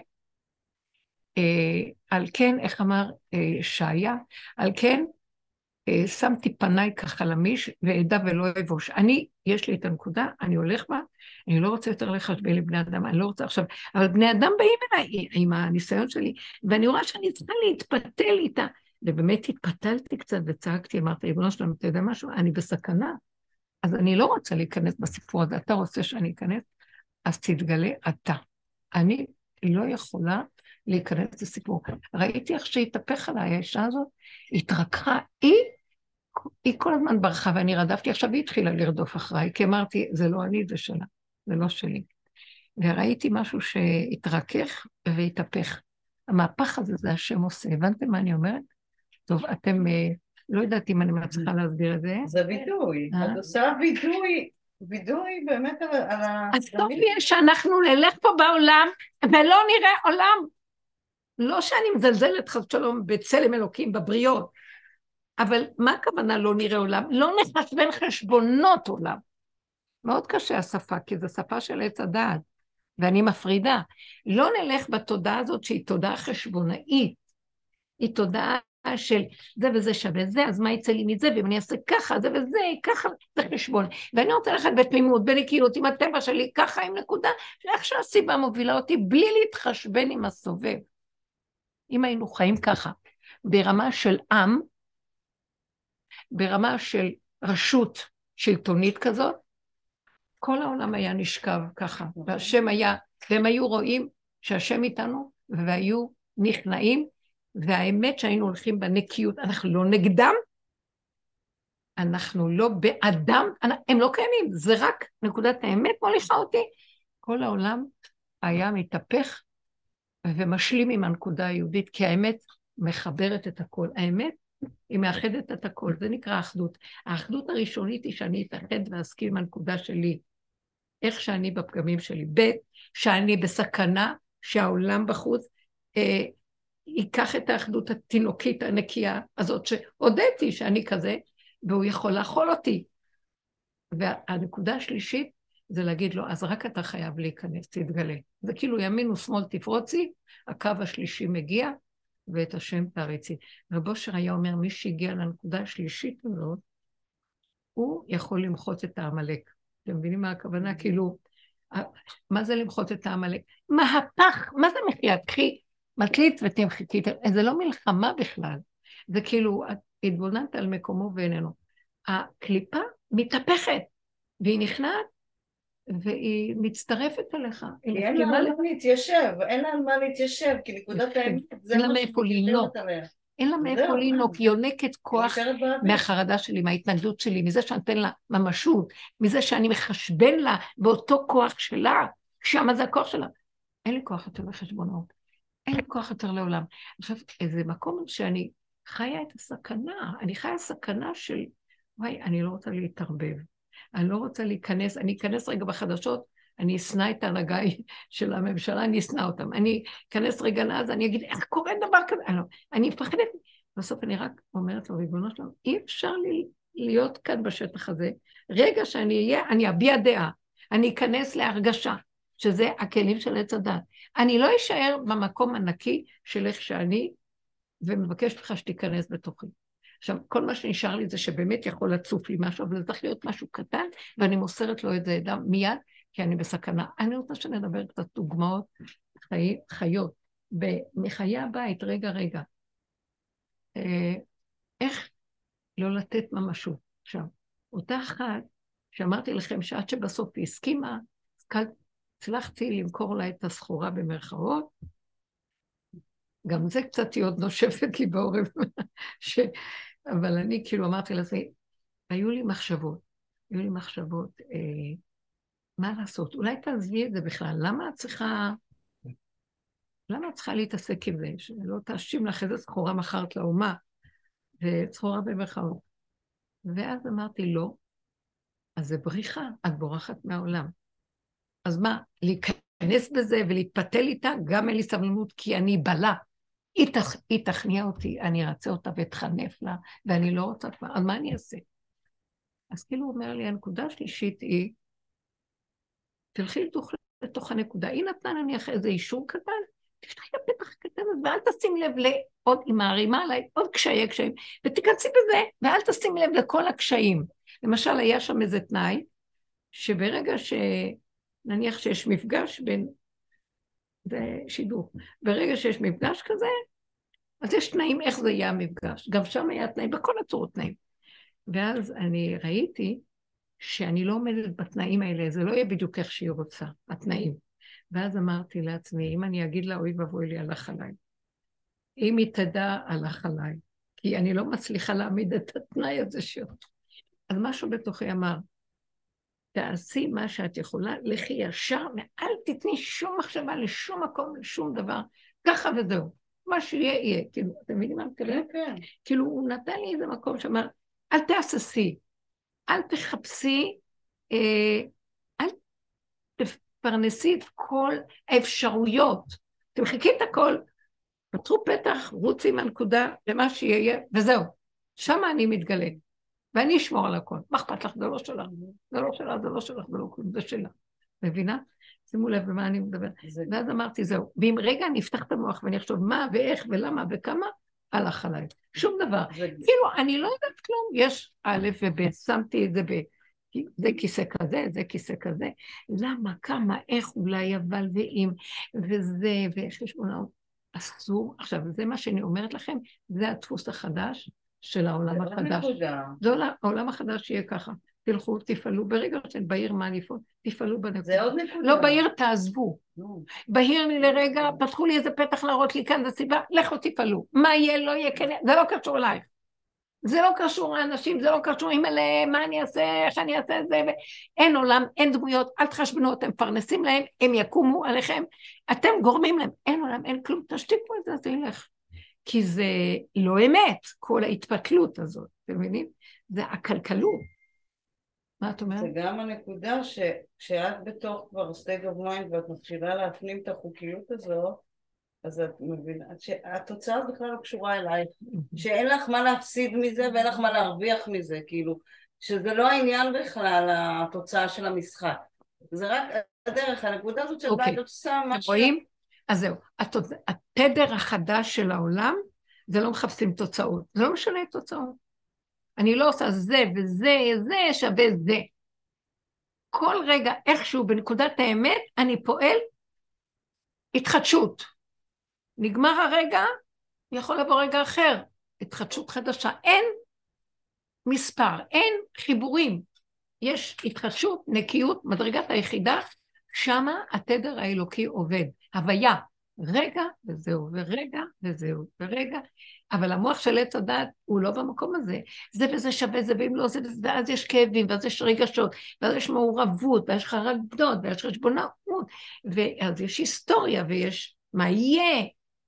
על כן, איך אמר שעיה, על כן, שמתי פניי ככה למיש, ועדה ולא אבוש. יש לי את הנקודה, אני הולך בה, אני לא רוצה יותר לחשבן לבני אדם, אני לא רוצה עכשיו, אבל בני אדם באים אליי עם הניסיון שלי, ואני רואה שאני צריכה להתפתל איתה, ובאמת התפתלתי קצת וצעקתי, אמרתי, ריבונו שלנו, אתה יודע משהו? אני בסכנה, אז אני לא רוצה להיכנס בסיפור הזה, אתה רוצה שאני אכנס? אז תתגלה אתה. אני לא יכולה להיכנס לסיפור. ראיתי איך שהתהפך עליי, האישה הזאת, התרככה, היא כל הזמן ברחה, ואני רדפתי, עכשיו היא התחילה לרדוף אחריי, כי אמרתי, זה לא אני, זה שלה, זה לא שלי. וראיתי משהו שהתרכך והתהפך. המהפך הזה זה השם עושה, הבנתם מה אני אומרת? טוב, אתם, לא יודעת אם אני מצליחה להסביר את זה. זה וידוי, את עושה וידוי באמת על ה... אז טוב יהיה שאנחנו נלך פה בעולם, ולא נראה עולם. לא שאני מזלזלת חס שלום בצלם אלוקים, בבריות, אבל מה הכוונה לא נראה עולם? לא נחשבן חשבונות עולם. מאוד קשה השפה, כי זו שפה של עץ הדעת, ואני מפרידה. לא נלך בתודעה הזאת שהיא תודעה חשבונאית, היא תודעה של זה וזה שווה זה, אז מה יצא לי מזה, ואם אני אעשה ככה, זה וזה, ככה, זה חשבון. ואני רוצה ללכת בתמימות, בנקיות, עם הטבע שלי, ככה, עם נקודה, שאיך שהסיבה מובילה אותי, בלי להתחשבן עם הסובב. אם היינו חיים ככה, ברמה של עם, ברמה של רשות שלטונית כזאת, כל העולם היה נשכב ככה, והשם היה, והם היו רואים שהשם איתנו, והיו נכנעים, והאמת שהיינו הולכים בנקיות, אנחנו לא נגדם, אנחנו לא באדם, הם לא קיימים, זה רק נקודת האמת מוליכה אותי, כל העולם היה מתהפך, ומשלים עם הנקודה היהודית, כי האמת מחברת את הכל, האמת היא מאחדת את הכל, זה נקרא אחדות. האחדות הראשונית היא שאני אתאחד ואסכים עם הנקודה שלי, איך שאני בפגמים שלי, שאני בסכנה, שהעולם בחוץ ייקח את האחדות התינוקית הנקייה הזאת, שהודיתי שאני כזה, והוא יכול לאכול אותי. והנקודה השלישית זה להגיד לו, אז רק אתה חייב להיכנס, תתגלה. זה כאילו ימין ושמאל תפרוצי, הקו השלישי מגיע, ואת השם תריצי. רב אושר היה אומר, מי שהגיע לנקודה השלישית הזאת, הוא יכול למחות את העמלק. אתם מבינים מה הכוונה? כאילו, מה זה למחות את העמלק? מהפך, מה זה מחיית? קחי מטלית ותמחקי, זה לא מלחמה בכלל. זה כאילו, את התבוננת על מקומו ואיננו. הקליפה מתהפכת, והיא נכנעת, והיא מצטרפת אליך. אין לה על מה להתיישב, כי נקודת האמת, זה מה שמתיישבת עליה. אין לה מאיפה לינוק, היא יונקת כוח מהחרדה שלי, מההתנגדות שלי, מזה שאני נותן לה ממשות, מזה שאני מחשבן לה באותו כוח שלה, שמה זה הכוח שלה. אין לי כוח יותר לחשבונות. אין לי כוח יותר לעולם. עכשיו, איזה מקום שאני חיה את הסכנה, אני חיה סכנה של, וואי, אני לא רוצה להתערבב, אני לא רוצה להיכנס, אני אכנס רגע בחדשות, אני אסנע את ההנהגה של הממשלה, אני אסנע אותם, אני אכנס רגע לעזה, אני אגיד, איך קורה דבר כזה? אני מפחדת, בסוף אני רק אומרת לו, ריבונו שלנו, אי אפשר לי להיות כאן בשטח הזה, רגע שאני אהיה, אני אביע דעה, אני אכנס להרגשה, שזה הכלים של עץ הדת. אני לא אשאר במקום הנקי של איך שאני, ומבקש לך שתיכנס בתוכי. עכשיו, כל מה שנשאר לי זה שבאמת יכול לצוף לי משהו, אבל זה צריך להיות משהו קטן, ואני מוסרת לו את זה מיד, כי אני בסכנה. אני רוצה שנדבר קצת דוגמאות חיות, מחיי הבית, רגע. איך לא לתת ממשות. עכשיו, אותה אחת, שאמרתי לכם שעד שבסוף היא הסכימה, הצלחתי למכור לה את הסחורה במרכאות, גם זה קצת היא עוד נושפת לי בעורף, אבל אני כאילו אמרתי לזה, היו לי מחשבות, מה לעשות? אולי תעזבי את זה בכלל, למה את צריכה להתעסק עם זה, שלא תאשים לך איזה סחורה מכרת לאומה, וסחורה במרכאות. ואז אמרתי, לא, אז זה בריחה, את בורחת מהעולם. אז מה, להיכנס בזה ולהתפתל איתה, גם אין לי סבלנות, כי אני בלה. היא תכניע אותי, אני ארצה אותה ואתחנף לה, ואני לא רוצה כבר, אז מה אני אעשה? אז כאילו הוא אומר לי, הנקודה השלישית היא, תלכי לתוך הנקודה, היא נתנה נניח איזה אישור קטן, תפתחי לפתח קטן, ואל תשים לב לעוד, היא מערימה עליי עוד קשיים, ותיכנסי בזה, ואל תשים לב לכל הקשיים. למשל, היה שם איזה תנאי, שברגע נניח שיש מפגש בין, זה שידור, ברגע שיש מפגש כזה, אז יש תנאים איך זה יהיה המפגש. גם שם היה תנאים, בכל הצורות תנאים. ואז אני ראיתי שאני לא עומדת בתנאים האלה, זה לא יהיה בדיוק איך שהיא רוצה, התנאים. ואז אמרתי לעצמי, אם אני אגיד לה, אוי ואבוי לי, הלך עליי. אם היא תדע, הלך עליי. כי אני לא מצליחה להעמיד את התנאי הזה שלו. אז משהו בתוכי אמר, תעשי מה שאת יכולה, לכי ישר, ואל תתני שום מחשבה לשום מקום, לשום דבר, ככה וזהו. מה שיהיה, יהיה. כאילו, אתם מבינים מה מתכוון? כן. כאילו, הוא נתן לי איזה מקום שאמר, אל תעשי, אל תחפשי, אל תפרנסי את כל האפשרויות. תמחקי את הכל, פתחו פתח, רוצי מהנקודה למה שיהיה, וזהו. שם אני מתגלה. ואני אשמור על הכל. מה אכפת לך? זה לא שלך. זה לא שלך, זה לא שלך, זה לא כלום, זה שלה. מבינה? שימו לב במה אני מדבר. ואז אמרתי, זהו. ואם רגע אני אפתח את המוח ואני אחשוב מה ואיך ולמה וכמה, הלך עליי. שום דבר. כאילו, אני לא יודעת כלום. יש א' וב', שמתי את זה זה כיסא כזה, זה כיסא כזה. למה, כמה, איך, אולי, אבל ואם, וזה, וחשבונאות. אסור. עכשיו, זה מה שאני אומרת לכם, זה הדפוס החדש, של העולם החדש. זה העולם החדש שיהיה ככה. תלכו, תפעלו, ברגע שאתם בעיר מה לפעול, תפעלו בנקודה. זה עוד נקודה. לא בעיר תעזבו. בעיר לי לרגע, פתחו לי איזה פתח להראות לי כאן, זה סיבה, לכו תפעלו. מה יהיה, לא יהיה, כן, זה לא קשור אלייך. זה לא קשור לאנשים, זה לא קשור עם אלה, מה אני אעשה, איך אני אעשה את זה, אין עולם, אין דמויות, אל תחשבנו, אתם פרנסים להם, הם יקומו עליכם, אתם גורמים להם, אין עולם, אין כלום, תשתיקו את זה, זה ילך. כי זה לא אמת, כל ההתפתלות הזאת, אתם מבינים? זה הכלכלות. מה את אומרת? זה גם הנקודה שאת בתוך כבר state of mind ואת מתחילה להפנים את החוקיות הזאת, אז את מבינה שהתוצאה בכלל לא קשורה אלייך, שאין לך מה להפסיד מזה ואין לך מה להרוויח מזה, כאילו, שזה לא העניין בכלל התוצאה של המשחק. זה רק הדרך, הנקודה הזאת של בית עושה מה ש... רואים? אז זהו, התדר החדש של העולם, זה לא מחפשים תוצאות, זה לא משנה תוצאות. אני לא עושה זה וזה, זה שווה זה. כל רגע, איכשהו בנקודת האמת, אני פועל התחדשות. נגמר הרגע, יכול לבוא רגע אחר, התחדשות חדשה. אין מספר, אין חיבורים. יש התחדשות, נקיות, מדרגת היחידה, שמה התדר האלוקי עובד. הוויה, רגע וזהו, ורגע וזהו, ורגע. אבל המוח של עץ הדת הוא לא במקום הזה. זה וזה שווה זה, ואם לא זה, ואז יש כאבים, ואז יש רגשות, ואז יש מעורבות, ואז יש חרדות, ואז יש חשבונאות, ואז יש היסטוריה, ויש מה יהיה.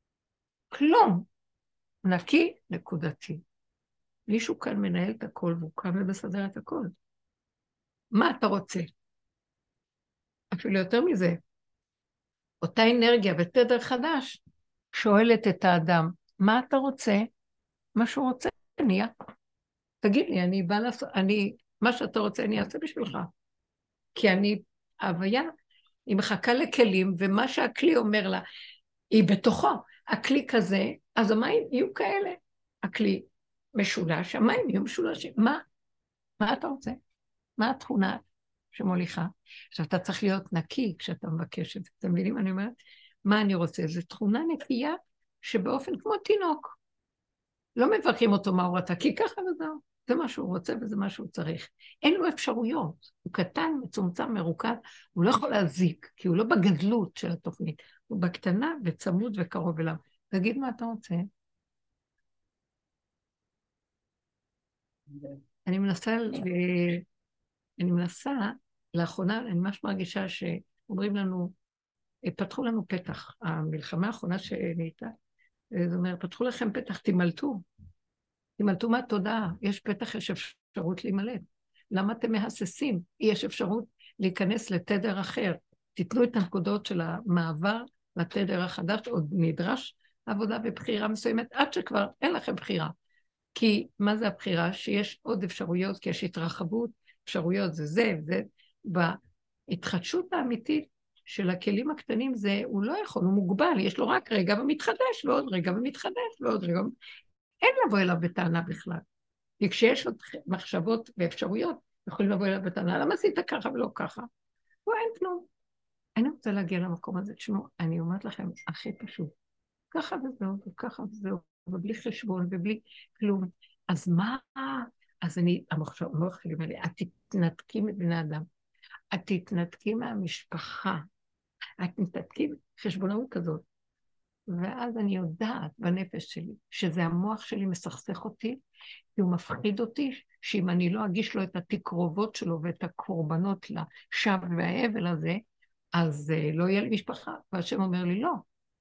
כלום. נקי, נקודתי. מישהו כאן מנהל את הכל, והוא כאן ומסדר את הכל. מה אתה רוצה? אפילו יותר מזה. אותה אנרגיה בתדר חדש שואלת את האדם, מה אתה רוצה? מה שהוא רוצה, נהיה. תגיד לי, אני באה לעשות, מה שאתה רוצה, אני אעשה בשבילך. כי ההוויה, היא מחכה לכלים, ומה שהכלי אומר לה, היא בתוכו. הכלי כזה, אז המים יהיו כאלה. הכלי משולש, המים יהיו משולשים. מה אתה רוצה? מה התכונה שמוליכה? עכשיו, אתה צריך להיות נקי כשאתה מבקש את זה. אתם מבינים? אני אומרת, מה אני רוצה? זו תכונה נקייה שבאופן כמו תינוק. לא מברכים אותו מה הוא רצה, כי ככה וזהו. זה מה שהוא רוצה וזה מה שהוא צריך. אין לו אפשרויות. הוא קטן, מצומצם, מרוכז, הוא לא יכול להזיק, כי הוא לא בגדלות של התוכנית. הוא בקטנה וצמוד וקרוב אליו. תגיד מה אתה רוצה. אני מנסה, לאחרונה, אני ממש מרגישה שאומרים לנו, פתחו לנו פתח, המלחמה האחרונה שנהייתה, זאת אומרת, פתחו לכם פתח, תמלטו מהתודעה, יש פתח, יש אפשרות להימלט. למה אתם מהססים? יש אפשרות להיכנס לתדר אחר. תיתנו את הנקודות של המעבר לתדר החדש, עוד נדרש עבודה בבחירה מסוימת, עד שכבר אין לכם בחירה. כי מה זה הבחירה? שיש עוד אפשרויות, כי יש התרחבות, אפשרויות זה. בהתחדשות האמיתית של הכלים הקטנים זה, הוא לא יכול, הוא מוגבל, יש לו רק רגע ומתחדש, ועוד רגע ומתחדש, ועוד רגע. אין לבוא אליו בטענה בכלל. כי כשיש עוד מחשבות ואפשרויות, יכולים לבוא אליו בטענה, למה עשית ככה ולא ככה? לא, אין כלום. אני רוצה להגיע למקום הזה, תשמעו, אני אומרת לכם, הכי פשוט. ככה וזהו, וככה וזהו, ובלי חשבון, ובלי כלום. אז מה? אז המוח שלי אומר לי, את תתנתקי מבני אדם, את תתנתקי מהמשפחה, את תתנתקי חשבונאות כזאת. ואז אני יודעת בנפש שלי, שזה המוח שלי מסכסך אותי, כי הוא מפחיד אותי, שאם אני לא אגיש לו את התקרובות שלו ואת הקורבנות לשווא והאבל הזה, אז לא יהיה לי משפחה. והשם אומר לי, לא.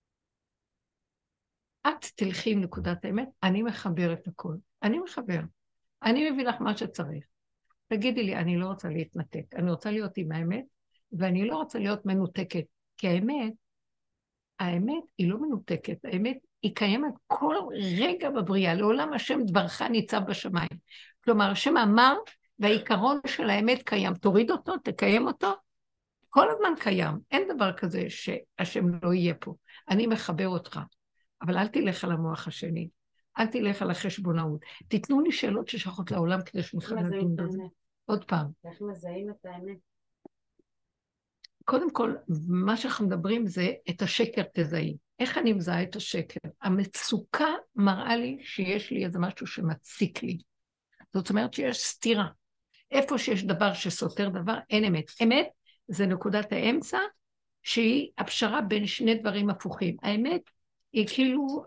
את תלכי עם נקודת האמת, אני מחבר את הכל. אני מחבר. אני מביא לך מה שצריך. תגידי לי, אני לא רוצה להתנתק. אני רוצה להיות עם האמת, ואני לא רוצה להיות מנותקת. כי האמת היא לא מנותקת. האמת היא קיימת כל רגע בבריאה. לעולם השם דברך ניצב בשמיים. כלומר, השם אמר, והעיקרון של האמת קיים. תוריד אותו, תקיים אותו. כל הזמן קיים. אין דבר כזה שהשם לא יהיה פה. אני מחבר אותך. אבל אל תלך על המוח השני, אל תלך על החשבונאות. תיתנו לי שאלות ששייכות לעולם כדי שנוכל לדון בזה. עוד פעם. איך מזהים את האמת? קודם כל, מה שאנחנו מדברים זה את השקר תזהי. איך אני מזהה את השקר? המצוקה מראה לי שיש לי איזה משהו שמציק לי. זאת אומרת שיש סתירה. איפה שיש דבר שסותר דבר, אין אמת. אמת זה נקודת האמצע, שהיא הפשרה בין שני דברים הפוכים. האמת היא כאילו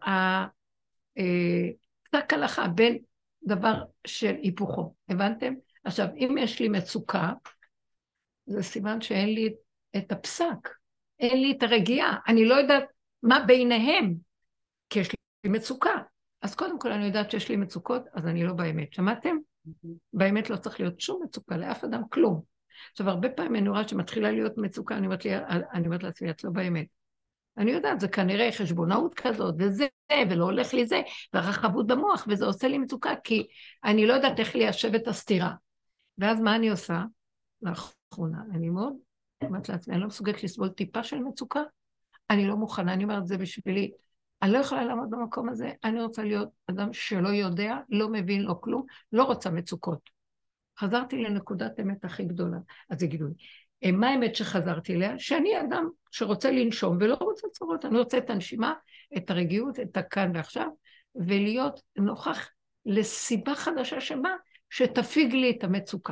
פסק הלכה בין דבר של היפוכו. הבנתם? עכשיו, אם יש לי מצוקה, זה סימן שאין לי את הפסק, אין לי את הרגיעה, אני לא יודעת מה ביניהם, כי יש לי מצוקה. אז קודם כל אני יודעת שיש לי מצוקות, אז אני לא באמת. שמעתם? באמת לא צריך להיות שום מצוקה, לאף אדם כלום. עכשיו, הרבה פעמים אני רואה שמתחילה להיות מצוקה, אני אומרת לעצמי, את לא באמת. אני יודעת, זה כנראה חשבונאות כזאת, וזה, ולא הולך לי זה, והרחבות במוח, וזה עושה לי מצוקה, כי אני לא יודעת איך ליישב את הסתירה. ואז מה אני עושה? לאחרונה, אני מאוד אומרת לעצמי, אני לא מסוגלת לסבול טיפה של מצוקה, אני לא מוכנה, אני אומרת, זה בשבילי, אני לא יכולה לעמוד במקום הזה, אני רוצה להיות אדם שלא יודע, לא מבין, לא כלום, לא רוצה מצוקות. חזרתי לנקודת האמת הכי גדולה, אז יגידו לי, מה האמת שחזרתי אליה? שאני אדם שרוצה לנשום ולא רוצה צרות, אני רוצה את הנשימה, את הרגיעות, את הכאן ועכשיו, ולהיות נוכח לסיבה חדשה שבה, שתפיג לי את המצוקה.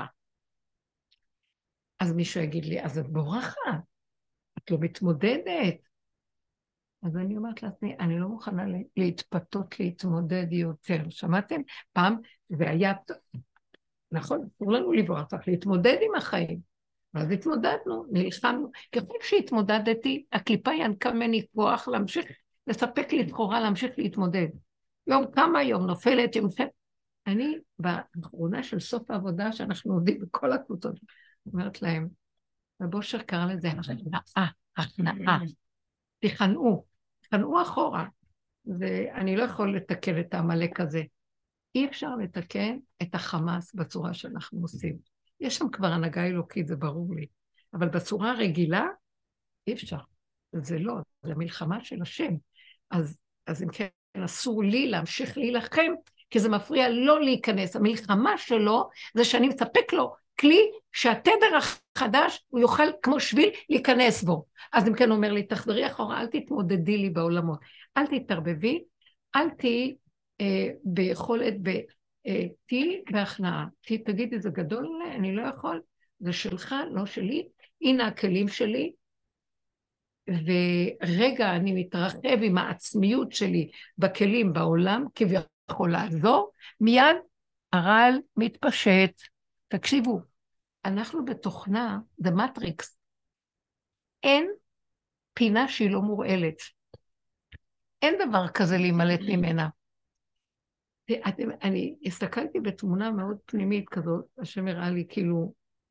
אז מישהו יגיד לי, אז את בורחת, את לא מתמודדת. אז אני אומרת לעצמי, אני לא מוכנה להתפתות, להתמודד יותר. שמעתם? פעם זה היה, נכון, אסור לנו לברוח, צריך להתמודד עם החיים. ואז התמודדנו, נלחמנו. ככל שהתמודדתי, הקליפה ינקה ממני כוח להמשיך לספק לי סחורה, להמשיך להתמודד. יום כמה, יום נופלת, יום נופלת. אני, באחרונה של סוף העבודה, שאנחנו עובדים בכל הקבוצות, אומרת להם, ובושר קרא לזה הכנעה. תכנעו אחורה. ואני לא יכול לתקן את העמלק הזה. אי אפשר לתקן את החמאס בצורה שאנחנו עושים. יש שם כבר הנהגה אלוקית, זה ברור לי. אבל בצורה הרגילה, אי אפשר. זה לא, זה מלחמה של השם. אז אם כן, אסור לי להמשיך להילחם, כי זה מפריע לא להיכנס. המלחמה שלו זה שאני מספק לו כלי שהתדר החדש הוא יוכל כמו שביל להיכנס בו. אז אם כן אומר לי, תחזרי אחורה, אל תתמודדי לי בעולמות. אל תתערבבי, אל תהי ביכולת, תהי בהכנעה. תגידי, זה גדול, אני לא יכול, זה שלך, לא שלי, הנה הכלים שלי, ורגע אני מתרחב עם העצמיות שלי בכלים בעולם, כביכול לעזור, מיד הרעל מתפשט. תקשיבו, אנחנו בתוכנה, זה מטריקס, אין פינה שהיא לא מורעלת. אין דבר כזה להימלט ממנה. אני הסתכלתי בתמונה מאוד פנימית כזאת, השם הראה לי כאילו,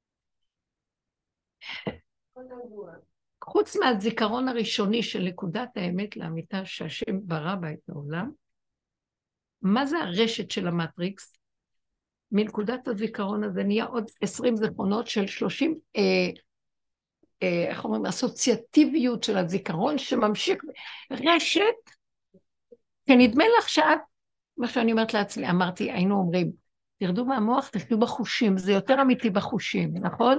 חוץ מהזיכרון הראשוני של נקודת האמת לאמיתה שהשם ברא בה את העולם, מה זה הרשת של המטריקס? מנקודת הזיכרון הזה נהיה עוד 20 זיכרונות של 30, איך אומרים, אסוציאטיביות של הזיכרון שממשיך רשת, כנדמה לך שאת, מה שאני אומרת לעצמי, אמרתי, היינו אומרים, תרדו מהמוח, תחדו בחושים, זה יותר אמיתי בחושים, נכון?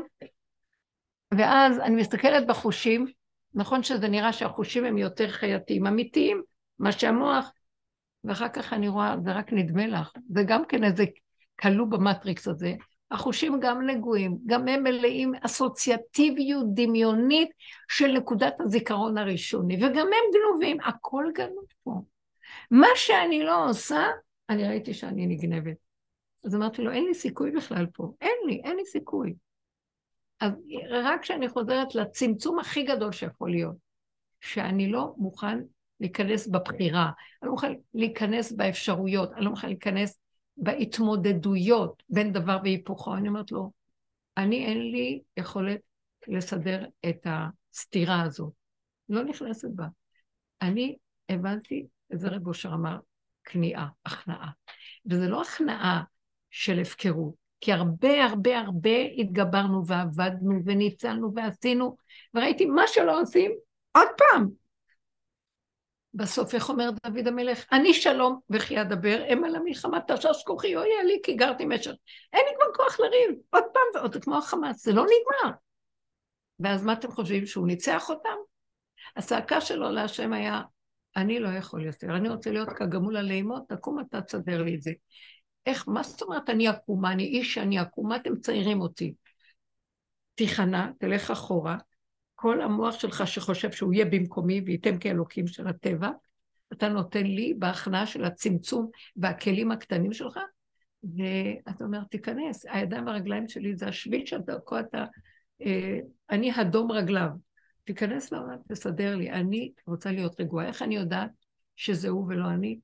ואז אני מסתכלת בחושים, נכון שזה נראה שהחושים הם יותר חייתיים, אמיתיים, מה שהמוח, ואחר כך אני רואה, זה רק נדמה לך, זה גם כן איזה קלו במטריקס הזה, החושים גם נגועים, גם הם מלאים אסוציאטיביות דמיונית של נקודת הזיכרון הראשוני, וגם הם גנובים, הכל גנוב פה. מה שאני לא עושה, אני ראיתי שאני נגנבת. אז אמרתי לו, אין לי סיכוי בכלל פה, אין לי סיכוי. אז רק כשאני חוזרת לצמצום הכי גדול שיכול להיות, שאני לא מוכן להיכנס בבחירה, אני לא מוכן להיכנס באפשרויות, אני לא מוכן להיכנס בהתמודדויות בין דבר והיפוכו, אני אומרת לו, אין לי יכולת לסדר את הסתירה הזאת, לא נכנסת בה. אני הבנתי, זה רב אושר אמר, כניעה, הכנעה. וזה לא הכנעה של הפקרות, כי הרבה התגברנו ועבדנו וניצלנו ועשינו, וראיתי מה שלא עושים, עוד פעם. בסוף, איך אומר דוד המלך, אני שלום וכי אדבר, הם על המלחמה תשש כוחי, אוי לי כי גרתי משך. אין לי כבר כוח לריב, עוד פעם ועוד, כמו החמאס, זה לא נגמר. ואז מה אתם חושבים, שהוא ניצח אותם? הצעקה שלו להשם היה, אני לא יכול יותר, אני רוצה להיות כגמול הלימות, תקום אתה תסדר לי את זה. איך, מה זאת אומרת אני עקומה, אני איש אני עקומה, אתם ציירים אותי. תיכנע, תלך אחורה, כל המוח שלך שחושב שהוא יהיה במקומי וייתם כאלוקים של הטבע, אתה נותן לי בהכנעה של הצמצום והכלים הקטנים שלך, ואתה אומר, תיכנס, הידיים והרגליים שלי זה השביל שדרכו אתה, אני הדום רגליו, תיכנס לעולם, תסדר לי, אני רוצה להיות רגועה, איך אני יודעת שזה הוא ולא אני?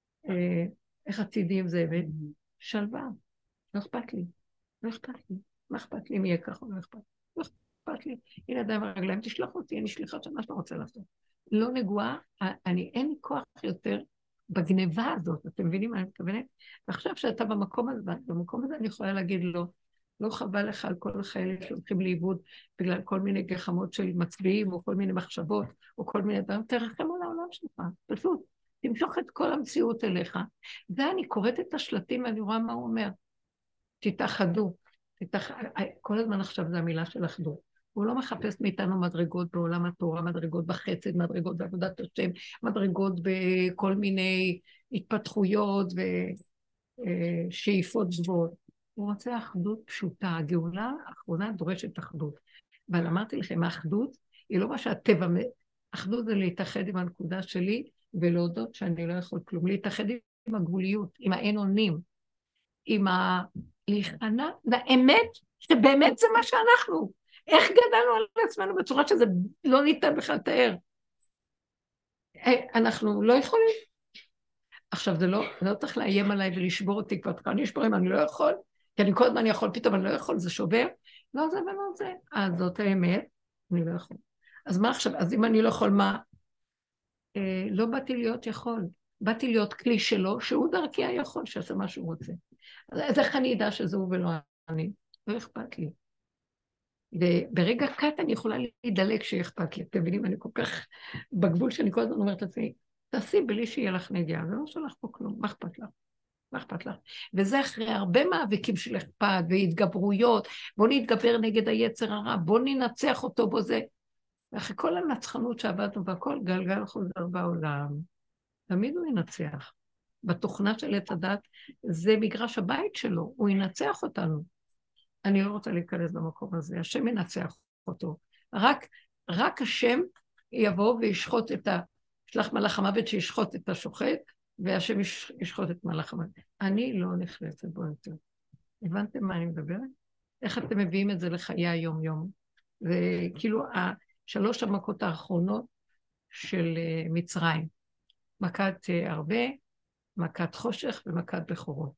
איך עתידי עם זה? שלווה, לא אכפת לי, לא אכפת לי, מה אכפת לי אם יהיה ככה, לא אכפת לי, לא אכפת לי, הנה ידיים ורגליים, תשלח אותי, אני שליחה של מה שאתה רוצה לעשות. לא נגועה, אין לי כוח יותר בגניבה הזאת, אתם מבינים מה אני מתכוונת? ועכשיו שאתה במקום הזה אני יכולה להגיד לו, לא חבל לך על כל החיילים שהולכים לאיבוד בגלל כל מיני גחמות של מצביעים, או כל מיני מחשבות, או כל מיני דברים, תרחם על העולם שלך, פשוט. תמשוך את כל המציאות אליך. ואני קוראת את השלטים ואני רואה מה הוא אומר. תתאחדו. כל הזמן עכשיו זה המילה של אחדות. הוא לא מחפש מאיתנו מדרגות בעולם התורה, מדרגות בחסד, מדרגות בעבודת השם, מדרגות בכל מיני התפתחויות ושאיפות גבוהות. הוא רוצה אחדות פשוטה. הגאולה האחרונה דורשת אחדות. אבל אמרתי לכם, האחדות היא לא מה שהטבע, אחדות זה להתאחד עם הנקודה שלי, ולהודות שאני לא יכול כלום, להתאחד עם הגבוליות, עם האין אונים, עם להיכנע לאמת, שבאמת זה מה שאנחנו. איך גדלנו על עצמנו בצורה שזה לא ניתן בכלל לתאר. אנחנו לא יכולים. עכשיו, זה לא צריך לאיים עליי ולשבור אותי, כבר אני אשבור אם אני לא יכול, כי אני כל הזמן יכול, פתאום אני לא יכול, זה שובר. לא זה ולא זה. אז זאת האמת, אני לא יכול. אז מה עכשיו? אז אם אני לא יכול, מה? לא באתי להיות יכול. באתי להיות כלי שלו, שהוא דרכי היכול, שעשה מה שהוא רוצה. אז איך אני אדע שזה הוא ולא אני? לא אכפת לי. וברגע קט אני יכולה להידלק שאכפת לי. אתם מבינים, אני כל כך בגבול שאני כל הזמן אומרת לעצמי, תעשי בלי שיהיה לך נגיעה, ולא שלך פה כלום, מה אכפת לך? מה אכפת לך? וזה אחרי הרבה מאבקים של אכפת והתגברויות, בוא נתגבר נגד היצר הרע, בוא ננצח אותו בו זה. ואחרי כל הנצחנות שעבדנו והכל, גלגל חוזר בעולם. תמיד הוא ינצח. בתוכנה של עץ הדת, זה מגרש הבית שלו, הוא ינצח אותנו. אני לא רוצה להיכנס במקום הזה, השם ינצח אותו. רק השם יבוא וישחוט שלח מלאך המוות שישחוט את השוחט, והשם ישחוט את מלאך המוות. אני לא נכנסת בו יותר. הבנתם מה אני מדברת? איך אתם מביאים את זה לחיי היום-יום? זה כאילו השלוש המכות האחרונות של מצרים. מכת הרבה, מכת חושך ומכת בכורות.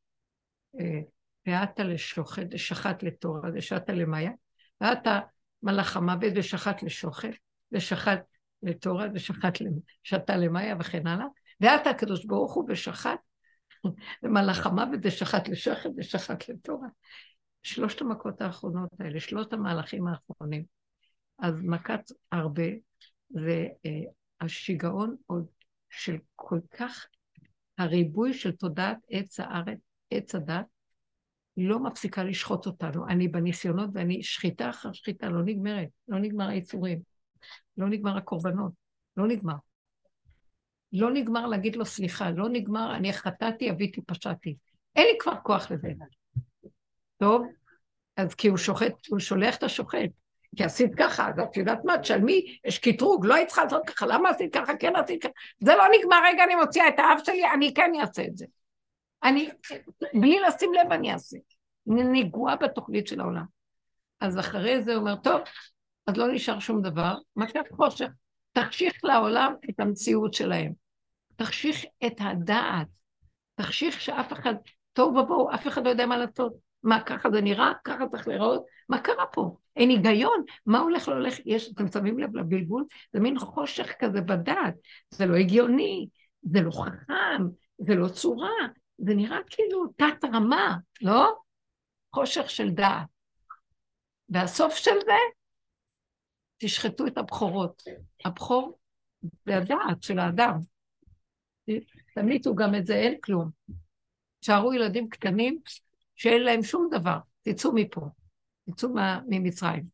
ואת לשוחט, ושחט לתורה, ושחט למאיה, ואת מלאך המוות ושחט לשוחט, ושחט לתורה, ושחט למאיה וכן הלאה, ואת הקדוש ברוך הוא ושחט, ומלאך המוות ושחט לשוחט ושחט לתורה. שלושת המכות האחרונות האלה, שלושת המהלכים האחרונים. אז מכת הרבה זה השיגעון עוד של כל כך הריבוי של תודעת עץ הארץ, עץ הדת, לא מפסיקה לשחוט אותנו. אני בניסיונות ואני שחיטה אחר שחיטה, לא נגמרת, לא נגמר היצורים, לא נגמר הקורבנות, לא נגמר. לא נגמר להגיד לו סליחה, לא נגמר, אני חטאתי, אביתי, פשעתי. אין לי כבר כוח לזה. טוב? אז כי הוא שוחט, הוא שולח את השוחט. כי עשית ככה, אז את יודעת מה, תשלמי, יש קטרוג, לא היית צריכה לעשות ככה, למה עשית ככה, כן עשית ככה. זה לא נגמר, רגע, אני מוציאה את האף שלי, אני כן אעשה את זה. אני, בלי לשים לב אני אעשה. נגועה בתוכנית של העולם. אז אחרי זה הוא אומר, טוב, אז לא נשאר שום דבר, מכת חושך, תחשיך לעולם את המציאות שלהם. תחשיך את הדעת. תחשיך שאף אחד, טוב ובואו, אף אחד לא יודע מה לעשות. מה, ככה זה נראה? ככה צריך לראות? מה קרה פה? אין היגיון. מה הולך לא הולך? אתם שמים לב לבלבול? זה מין חושך כזה בדעת. זה לא הגיוני, זה לא חכם, זה לא צורה. זה נראה כאילו תת רמה, לא? חושך של דעת. והסוף של זה, תשחטו את הבחורות. הבחור זה הדעת של האדם. תמיתו גם את זה, אין כלום. שערו ילדים קטנים שאין להם שום דבר. תצאו מפה. תצאו ממצרים.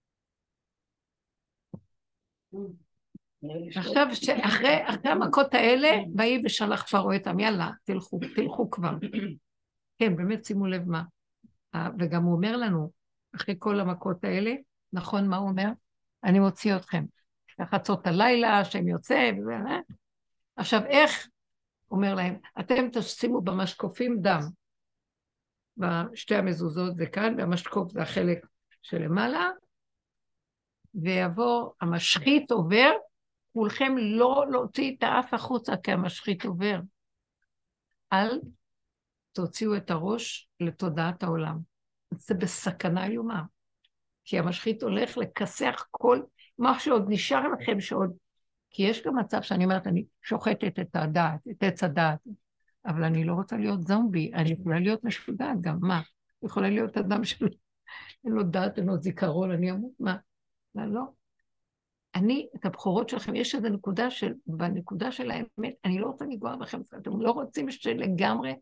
עכשיו, אחרי המכות האלה, באי ושלח פרעה אותם, יאללה, תלכו כבר. כן, באמת שימו לב מה. וגם הוא אומר לנו, אחרי כל המכות האלה, נכון מה הוא אומר? אני מוציא אתכם. לחצות הלילה, שהם יוצא, וזה, עכשיו, איך? אומר להם, אתם תשימו במשקופים דם. בשתי המזוזות זה כאן, והמשקוף זה החלק שלמעלה, ויבוא, המשחית עובר, כולכם לא להוציא את האף החוצה, כי המשחית עובר. אל תוציאו את הראש לתודעת העולם. זה בסכנה איומה, כי המשחית הולך לכסח כל, מה שעוד נשאר לכם שעוד, כי יש גם מצב שאני אומרת, אני שוחטת את הדעת, את עץ הדעת, אבל אני לא רוצה להיות זומבי, אני יכולה להיות משוגעת גם, מה? יכולה להיות אדם שלא, אין לו דעת, אין לו זיכרון, אני אמות, מה? לא. אני, את הבחורות שלכם, יש איזו נקודה בנקודה של האמת, אני לא רוצה לגוע בכם, אתם לא רוצים שלגמרי,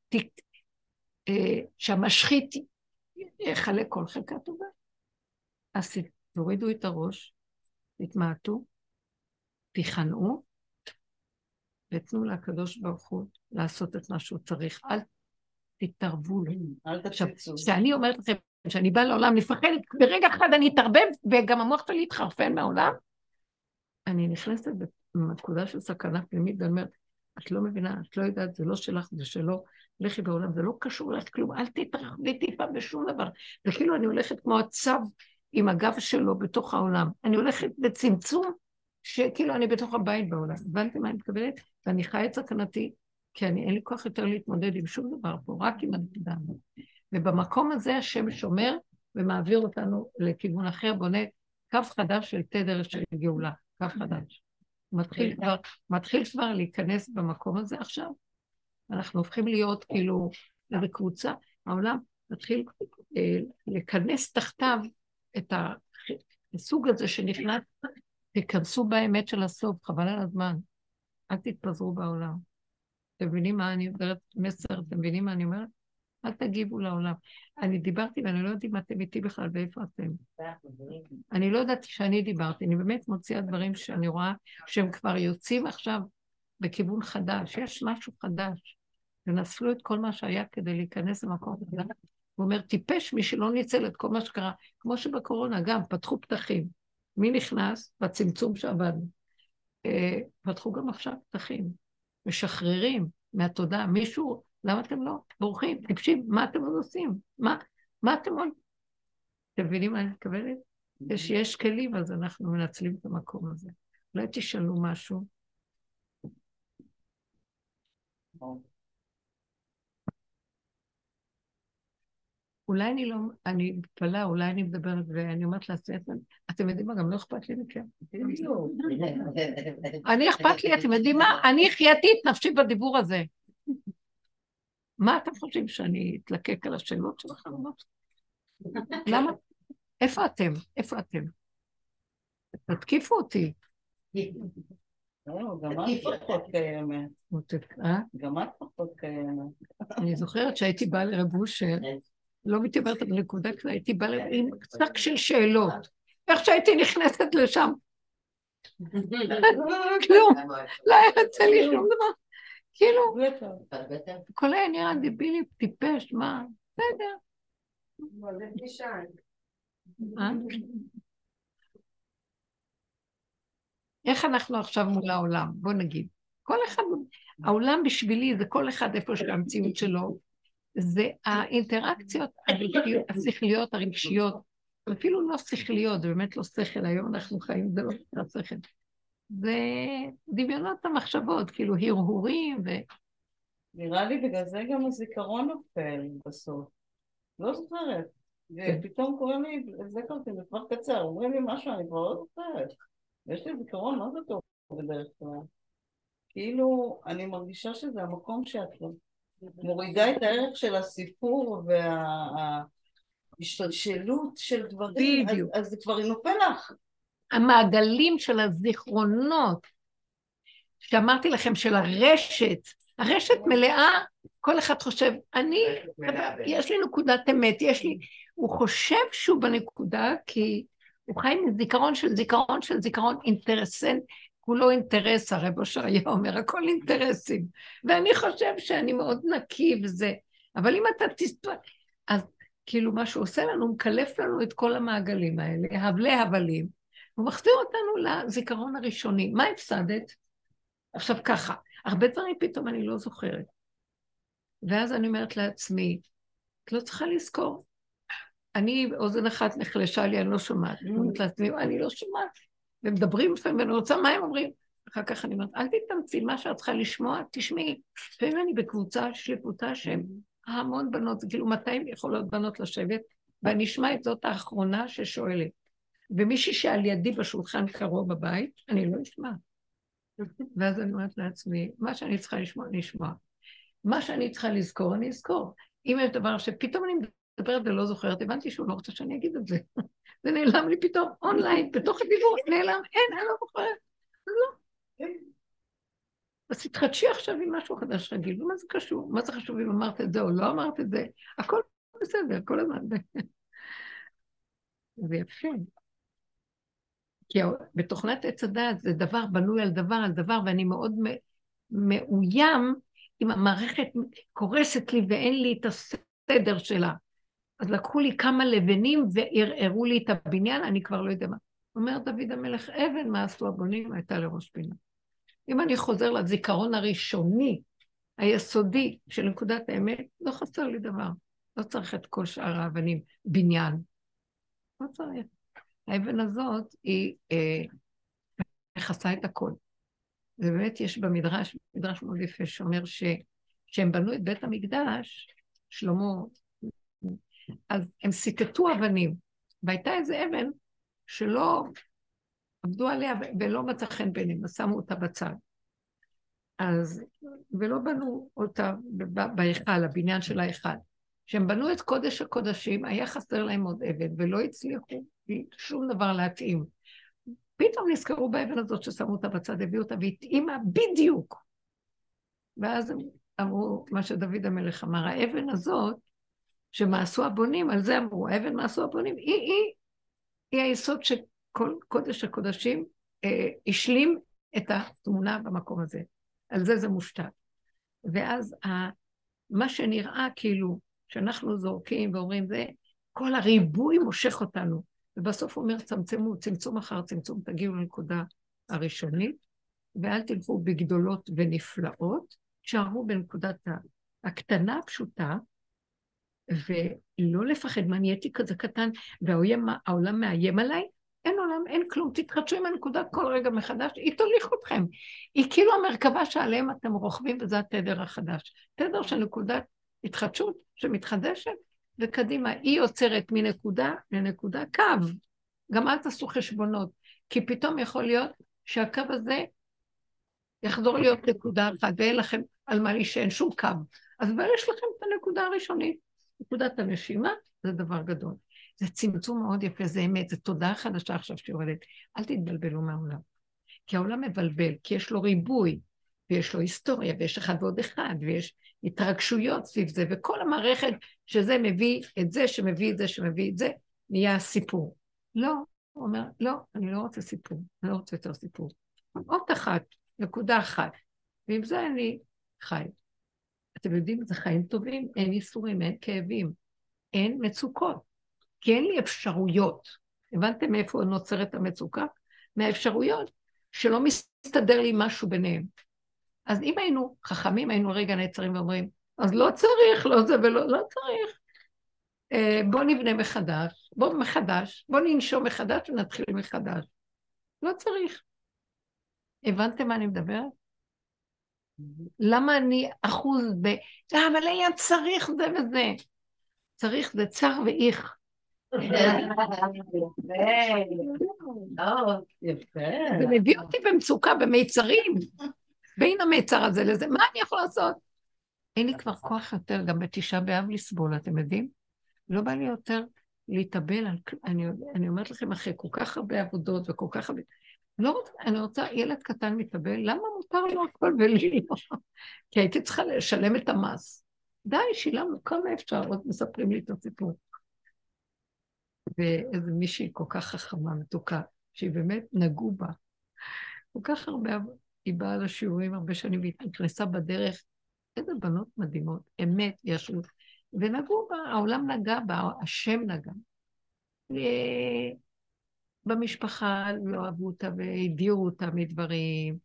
שהמשחית יחלק כל חלקה טובה. אז תורידו את הראש, תתמעטו, תיכנעו, ותנו לקדוש ברוך הוא לעשות את מה שהוא צריך. אל תתערבו לו. אל תפציצו. כשאני אומרת לכם, כשאני באה לעולם, לפחד, ברגע אחד אני אתערבב, וגם המוח שלי יתחרפן מהעולם, אני נכנסת בנקודה של סכנה פנימית, ואני אומרת, את לא מבינה, את לא יודעת, זה לא שלך, זה שלא, לכי בעולם, זה לא קשור לך כלום, אל תתרחבי טיפה בשום דבר. וכאילו אני הולכת כמו הצב עם הגב שלו בתוך העולם. אני הולכת בצמצום שכאילו אני בתוך הבית בעולם. הבנתי מה אני מתכוונת? ואני חי את סכנתי, כי אין לי כוח יותר להתמודד עם שום דבר פה, רק עם הנקודה הזאת. ובמקום הזה השם שומר ומעביר אותנו לכיוון אחר, בונה קו חדש של תדר של גאולה, קו חדש. מתחיל כבר להיכנס במקום הזה עכשיו. אנחנו הופכים להיות כאילו איזו קבוצה, העולם מתחיל לכנס תחתיו את הסוג הזה שנכנס, תיכנסו באמת של הסוף, חבל על הזמן, אל תתפזרו בעולם. אתם מבינים מה אני אומרת? מסר, אתם מבינים מה אני אומרת? אל תגיבו לעולם. אני דיברתי ואני לא יודעת אם אתם איתי בכלל ואיפה אתם. אני לא ידעתי שאני דיברתי, אני באמת מוציאה דברים שאני רואה שהם כבר יוצאים עכשיו בכיוון חדש, יש משהו חדש. ונסלו את כל מה שהיה כדי להיכנס למקום חדש. הוא אומר, טיפש מי שלא ניצל את כל מה שקרה, כמו שבקורונה גם פתחו פתחים. מי נכנס? בצמצום שעבדנו. פתחו גם עכשיו פתחים. משחררים מהתודעה. מישהו, למה אתם לא בורחים? טיפשים, מה אתם עוד עושים? מה אתם עוד? אתם מבינים מה אני מתכוונת? שיש כלים, אז אנחנו מנצלים את המקום הזה. אולי תשאלו משהו. אולי אני לא, אני מתפלאה, אולי אני מדברת ואני אומרת לעצמי, אתם יודעים מה, גם לא אכפת לי מכם. אני אכפת לי, אתם יודעים מה? אני חייתי את נפשי בדיבור הזה. מה אתם חושבים, שאני אתלקק על השאלות שלכם? למה? איפה אתם? איפה אתם? תתקיפו אותי. גם את פחות קיימת. גם את פחות קיימת. אני זוכרת שהייתי באה לרב אושר, לא מתיימרת בנקודה כזה, הייתי באה עם קצת של שאלות. איך שהייתי נכנסת לשם? כלום, לא היה יוצא לי שום דבר. כאילו, כל היה נראה דיבילי, טיפש, מה? בסדר. זה פגישה. איך אנחנו עכשיו מול העולם? בוא נגיד. כל אחד, העולם בשבילי זה כל אחד איפה שהמציאות שלו, זה האינטראקציות השכליות, הרגשיות, אפילו לא שכליות, זה באמת לא שכל, היום אנחנו חיים, זה לא שכל. זה דמיונות המחשבות, כאילו הרהורים ו... נראה לי בגלל זה גם הזיכרון נופל בסוף. לא זוכרת. ופתאום קוראים לי, זה קראתי, זה כבר קצר, אומרים לי משהו, אני כבר לא זוכרת. ויש לי זיכרון לא זה טוב בדרך כלל. כאילו, אני מרגישה שזה המקום שאת מורידה את הערך של הסיפור וההשתלשלות של דברים, אז זה כבר נופל לך. המעגלים של הזיכרונות, שאמרתי לכם, של הרשת, הרשת מלאה, כל אחד חושב, יש לי נקודת אמת, הוא חושב שהוא בנקודה, כי הוא חי מזיכרון של זיכרון של זיכרון אינטרסנט, כולו אינטרס, הרב אושר היה אומר, הכל אינטרסים, ואני חושב שאני מאוד נקי וזה, אבל אם אתה אז כאילו מה שהוא עושה לנו, הוא מקלף לנו את כל המעגלים האלה, הבלי הבלים, הוא מחזיר אותנו לזיכרון הראשוני. מה הפסדת? עכשיו ככה, הרבה דברים פתאום אני לא זוכרת. ואז אני אומרת לעצמי, את לא צריכה לזכור. אני, אוזן אחת נחלשה לי, אני לא שומעת. אני אומרת לעצמי, אני לא שומעת. ומדברים לפעמים, ואני רוצה מה הם אומרים. אחר כך אני אומרת, אל תתאמצי, מה שאת צריכה לשמוע, תשמעי. לפעמים אני בקבוצה שפותה שהם המון בנות, כאילו 200 יכולות בנות לשבת, ואני אשמע את זאת האחרונה ששואלת. ומישהי שעל ידי בשולחן קרוב בבית, אני לא אשמע. ואז אני אומרת לעצמי, מה שאני צריכה לשמוע, אני אשמע. מה שאני צריכה לזכור, אני אזכור. אם יש דבר שפתאום אני מדברת ולא זוכרת, הבנתי שהוא לא רוצה שאני אגיד את זה. זה נעלם לי פתאום אונליין, בתוך הדיבור, נעלם, אין, אני לא זוכרת. לא. אז תתחדשי עכשיו עם משהו חדש רגיל, ומה זה קשור? מה זה חשוב אם אמרת את זה או לא אמרת את זה? הכל בסדר, כל הזמן. זה יפה. כי בתוכנת עץ הדעת זה דבר בנוי על דבר, ואני מאוד מאוים אם המערכת קורסת לי ואין לי את הסדר שלה. אז לקחו לי כמה לבנים וערערו לי את הבניין, אני כבר לא יודע מה. אומר דוד המלך, אבן מה עשו הבונים הייתה לראש פינה. אם אני חוזר לזיכרון הראשוני, היסודי של נקודת האמת, לא חסר לי דבר. לא צריך את כל שאר האבנים, בניין. לא צריך. האבן הזאת היא מכסה את הכל. ובאמת יש במדרש, מדרש מאוד יפה, שאומר שהם בנו את בית המקדש, שלמה, אז הם סיטטו אבנים, והייתה איזה אבן שלא עבדו עליה ולא מצא חן בעיניהם, אז שמו אותה בצד. אז, ולא בנו אותה בהיכל, הבניין של ההיכל. כשהם בנו את קודש הקודשים, היה חסר להם עוד אבן, ולא הצליחו שום דבר להתאים. פתאום נזכרו באבן הזאת ששמו אותה בצד, הביאו אותה והתאימה בדיוק. ואז הם אמרו, מה שדוד המלך אמר, האבן הזאת, שמעשו הבונים, על זה אמרו, האבן מעשו הבונים, היא היסוד שכל קודש הקודשים השלים את התמונה במקום הזה. על זה מושתת. ואז מה שנראה כאילו, שאנחנו זורקים ואומרים, זה כל הריבוי מושך אותנו. ובסוף הוא אומר, צמצמו, צמצום אחר צמצום, תגיעו לנקודה הראשונית, ואל תלכו בגדולות ונפלאות, שערו בנקודת הקטנה הפשוטה, ולא לפחד, מה נהייתי כזה קטן, והעולם מאיים עליי, אין עולם, אין כלום, תתחדשו עם הנקודה כל רגע מחדש, היא תוליך אתכם. היא כאילו המרכבה שעליהם אתם רוכבים, וזה התדר החדש. תדר של נקודת התחדשות שמתחדשת, וקדימה, היא יוצרת מנקודה לנקודה קו. גם אל תעשו חשבונות, כי פתאום יכול להיות שהקו הזה יחזור להיות נקודה אחת, ואין לכם על מה להישען שום קו. אז כבר יש לכם את הנקודה הראשונית. נקודת הנשימה זה דבר גדול. זה צמצום מאוד יפה, זה אמת, זה תודעה חדשה עכשיו שיורדת. אל תתבלבלו מהעולם. כי העולם מבלבל, כי יש לו ריבוי, ויש לו היסטוריה, ויש אחד ועוד אחד, ויש התרגשויות סביב זה, וכל המערכת שזה מביא את זה, שמביא את זה, שמביא את זה, נהיה סיפור. לא, הוא אומר, לא, אני לא רוצה סיפור, אני לא רוצה יותר סיפור. עוד אחת, נקודה אחת, ועם זה אני חי. אתם יודעים, זה חיים טובים, אין ייסורים, אין כאבים, אין מצוקות, כי אין לי אפשרויות. הבנתם מאיפה נוצרת המצוקה? מהאפשרויות שלא מסתדר לי משהו ביניהם. אז אם היינו חכמים, היינו רגע נעצרים ואומרים, אז לא צריך, לא זה ולא, לא צריך. בוא נבנה מחדש, בוא ננשום מחדש ונתחיל מחדש. לא צריך. הבנתם מה אני מדברת? למה אני אחוז אבל היה צריך זה וזה. צריך זה צר ואיך. זה מביא אותי במצוקה, במיצרים. בין המיצר הזה לזה, מה אני יכול לעשות? אין לי כבר כוח יותר, גם בתשעה באב לסבול, אתם יודעים? לא בא לי יותר להתאבל, אני אומרת לכם, אחרי כל כך הרבה עבודות וכל כך הרבה... לא רוצה, אני רוצה, ילד קטן מתאבל, למה מותר לו הכל ולי לא? כי הייתי צריכה לשלם את המס. די, שילמנו, כמה אפשר, עוד מספרים לי את הסיפור. ואיזה מישהי כל כך חכמה, מתוקה, שהיא באמת נגעו בה. כל כך הרבה, היא באה לשיעורים הרבה שנים, והיא נכנסה בדרך, איזה בנות מדהימות, אמת, ישו, ונגעו בה, העולם נגע בה, השם נגע. במשפחה לא אהבו אותה והדירו אותה מדברים.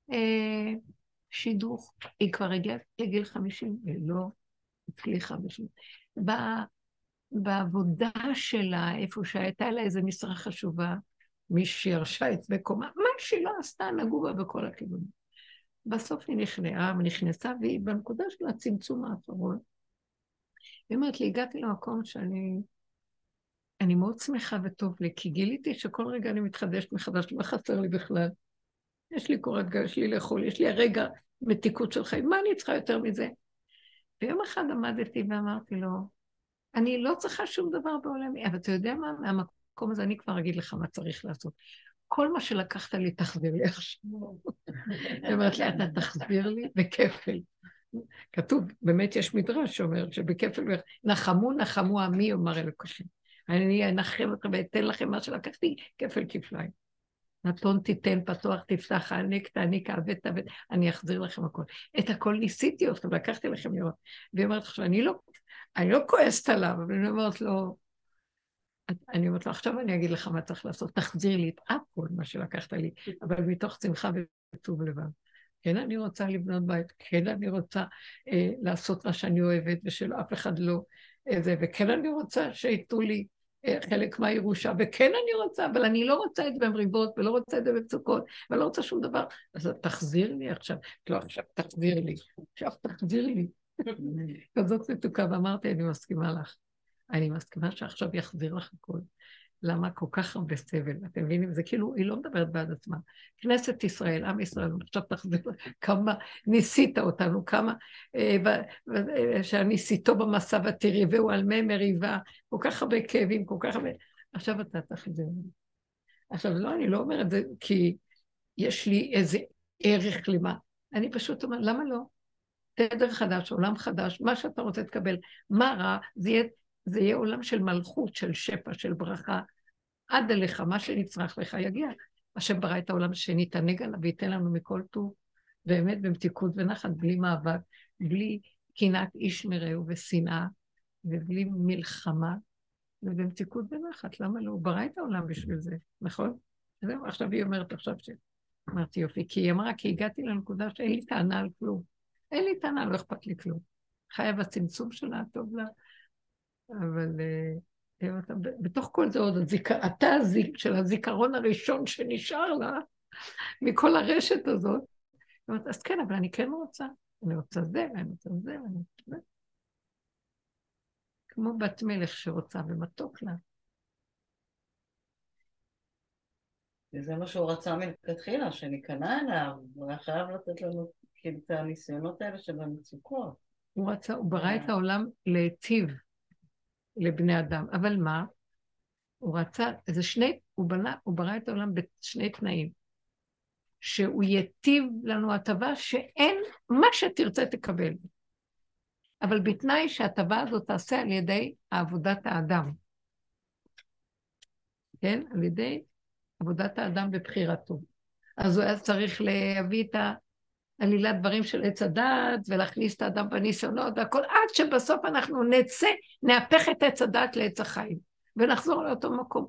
שידוך, היא כבר הגיעה לגיל 50, ולא הצליחה בשביל. בעבודה שלה, איפה שהייתה לה איזו משרה חשובה, מישהי הרשה את מקומה, מה שהיא לא עשתה, נגעו בה בכל הכיוונים. בסוף היא נכנסה, והיא בנקודה של הצמצום האחרון. היא אומרת לי, הגעתי למקום אני מאוד שמחה וטוב לי, כי גיליתי שכל רגע אני מתחדשת מחדש, לא חסר לי בכלל. יש לי קורת גג, יש לי לאכול, יש לי הרגע מתיקות של חיים, מה אני צריכה יותר מזה? ויום אחד עמדתי ואמרתי לו, אני לא צריכה שום דבר בעולמי, אבל אתה יודע מה? מהמקום הזה אני כבר אגיד לך מה צריך לעשות. כל מה שלקחת לי, תחזיר לי עכשיו. היא אומרת לי, אתה תחזיר לי בכפל. כתוב, באמת יש מדרש שאומר שבכפל, נחמו עמי, אומר אלוקיכם. אני אנחם אתכם ואתן לכם מה שלקחתי, כפל כפליים. נתון תיתן, פתוח תפתח, העניק תעניק, עבד תעבד, אני אחזיר לכם הכל. את הכל ניסיתי אתכם, לקחתי לכם לראות. והיא אומרת עכשיו, אני לא כועסת עליו, אבל אני אומרת לו, עכשיו אני אגיד לך מה צריך לעשות, תחזיר לי את הכל מה שלקחת לי, אבל מתוך שמחה וטוב לבב. כן, אני רוצה לבנות בית, כן, אני רוצה לעשות מה שאני אוהבת, ושלא אף אחד לא, וכן, אני רוצה שיתנו לי חלק מהירושה, וכן אני רוצה, אבל אני לא רוצה את זה במריבות, ולא רוצה את זה במצוקות, ולא רוצה שום דבר. אז תחזיר לי עכשיו. לא, עכשיו תחזיר לי. עכשיו תחזיר לי. כזאת מתוקה, ואמרתי, אני מסכימה לך. אני מסכימה שעכשיו יחזיר לך הכל. למה כל כך הרבה סבל? אתם מבינים? זה כאילו, היא לא מדברת בעד עצמה. כנסת ישראל, עם ישראל, עכשיו תחזיר כמה ניסית אותנו, כמה שניסיתו במסע ותראי, והוא על מי מריבה, כל כך הרבה כאבים, כל כך הרבה... עכשיו אתה תחזיר. עכשיו, לא, אני לא אומרת זה כי יש לי איזה ערך למה. אני פשוט אומרת, למה לא? תדר חדש, עולם חדש, מה שאתה רוצה תקבל. מה רע? זה יהיה עולם של מלכות, של שפע, של ברכה. עד אליך, מה שנצרך לך יגיע. השם ברא את העולם השני, תענג עליו וייתן לנו מכל טוב, באמת במתיקות ונחת, בלי מאבק, בלי קנאת איש מרעהו ושנאה, ובלי מלחמה, ובמתיקות ונחת. למה לא? הוא ברא את העולם בשביל זה, נכון? זהו, עכשיו היא אומרת עכשיו אמרתי יופי, כי היא אמרה, כי הגעתי לנקודה שאין לי טענה על כלום. אין לי טענה, לא אכפת לי כלום. חיה בצמצום שלה, טוב לה, אבל... בתוך כל זה עוד אתה של הזיכרון הראשון שנשאר לה מכל הרשת הזאת. אז כן, אבל אני כן רוצה. אני רוצה זה, ואני רוצה זה, ואני רוצה זה. כמו בת מלך שרוצה ומתוק לה. וזה מה שהוא רצה מלכתחילה, שניכנע אליו. הוא היה חייב לתת לנו כאילו את הניסיונות האלה של המצוקות. הוא ברא את העולם להיטיב לבני אדם. אבל מה? הוא רצה, הוא ברא את העולם בשני תנאים. שהוא יטיב לנו הטבה שאין, מה שתרצה תקבל. אבל בתנאי שההטבה הזאת תעשה על ידי עבודת האדם. כן? על ידי עבודת האדם בבחירתו. אז הוא היה צריך להביא את העלילת דברים של עץ הדעת, ולהכניס את האדם בניסיונות, והכל, עד שבסוף אנחנו נהפך את עץ הדעת לעץ החיים, ונחזור לאותו מקום.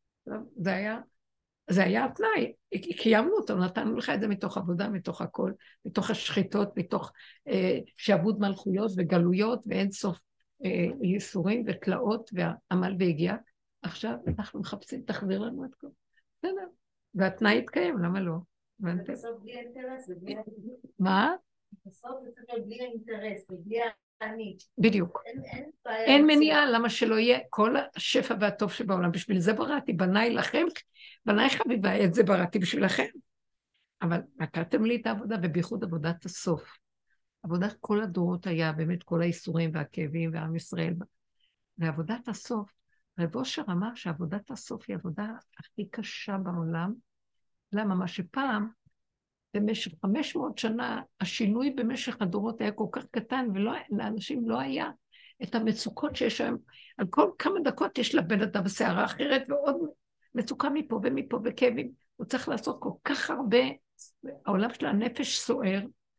זה היה התנאי, קיימנו אותו, נתנו לך את זה מתוך עבודה, מתוך הכל, מתוך השחיתות, מתוך שעבוד מלכויות וגלויות, ואין סוף ייסורים ותלאות והעמל והגיע. עכשיו אנחנו מחפשים, תחזיר לנו את כל. בסדר, והתנאי יתקיים, למה לא? בסוף בלי אינטרס, ובלי... מה? בסוף זה צריך להיות בלי אינטרס, ובלי אני. בדיוק. אין מניעה, למה שלא יהיה כל השפע והטוב שבעולם. בשביל זה בראתי, בניי לכם, בניי חביבה, את זה בראתי בשבילכם. אבל נתתם לי את העבודה, ובייחוד עבודת הסוף. עבודת כל הדורות היה באמת כל האיסורים והכאבים והעם ישראל. ועבודת הסוף, רב אושר אמר שעבודת הסוף היא העבודה הכי קשה בעולם. למה? מה שפעם, במשך 500 שנה, השינוי במשך הדורות היה כל כך קטן, ולאנשים לא היה את המצוקות שיש היום. על כל כמה דקות יש לבן אדם בסערה אחרת, ועוד מצוקה מפה ומפה וכאבים. הוא צריך לעשות כל כך הרבה, העולם של הנפש סוער,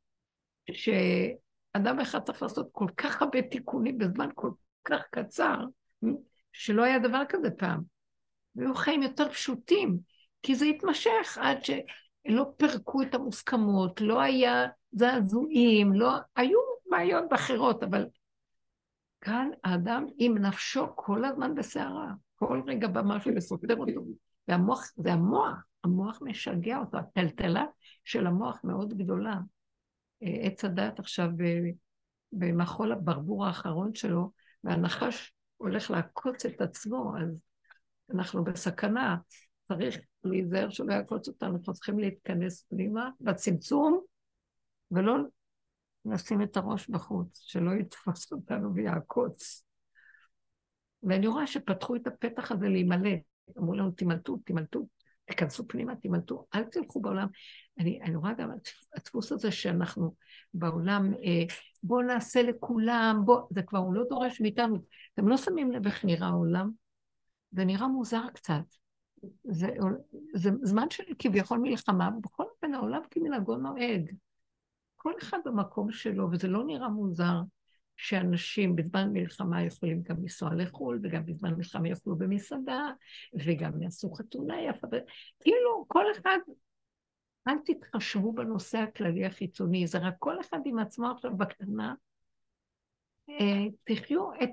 שאדם אחד צריך לעשות כל כך הרבה תיקונים בזמן כל כך קצר, שלא היה דבר כזה פעם. והיו חיים יותר פשוטים, כי זה התמשך עד שלא פרקו את המוסכמות, לא היה זעזועים, לא, היו בעיות באחרות, אבל כאן האדם עם נפשו כל הזמן בסערה, כל רגע במשהו לסותר אותו. והמוח, זה המוח משגע אותו, הטלטלה של המוח מאוד גדולה. עץ הדעת עכשיו במחול הברבור האחרון שלו, והנחש הולך לעקוץ את עצמו, אז אנחנו בסכנה, צריך להיזהר שלא יעקוץ אותנו, אנחנו צריכים להתכנס פנימה בצמצום, ולא נשים את הראש בחוץ, שלא יתפוס אותנו ויעקוץ. ואני רואה שפתחו את הפתח הזה להימלט, אמרו לנו תימלטו, תכנסו פנימה, תימלטו, אל תלכו בעולם. אני רואה גם הדפוס הזה שאנחנו בעולם, בוא נעשה לכולם, זה כבר הוא לא דורש מאיתנו. אתם לא שמים לב איך נראה העולם? זה נראה מוזר קצת. זה זמן של כביכול מלחמה, ובכל אופן העולם כמנהגו נוהג. כל אחד במקום שלו, וזה לא נראה מוזר שאנשים בזמן מלחמה יכולים גם לנסוע לחו"ל, וגם בזמן מלחמה יוכלו במסעדה, וגם יעשו חתונה יפה. כאילו כל אחד, אל תתחשבו בנושא הכללי החיצוני, זה רק כל אחד עם עצמו עכשיו בקטנה, תחיו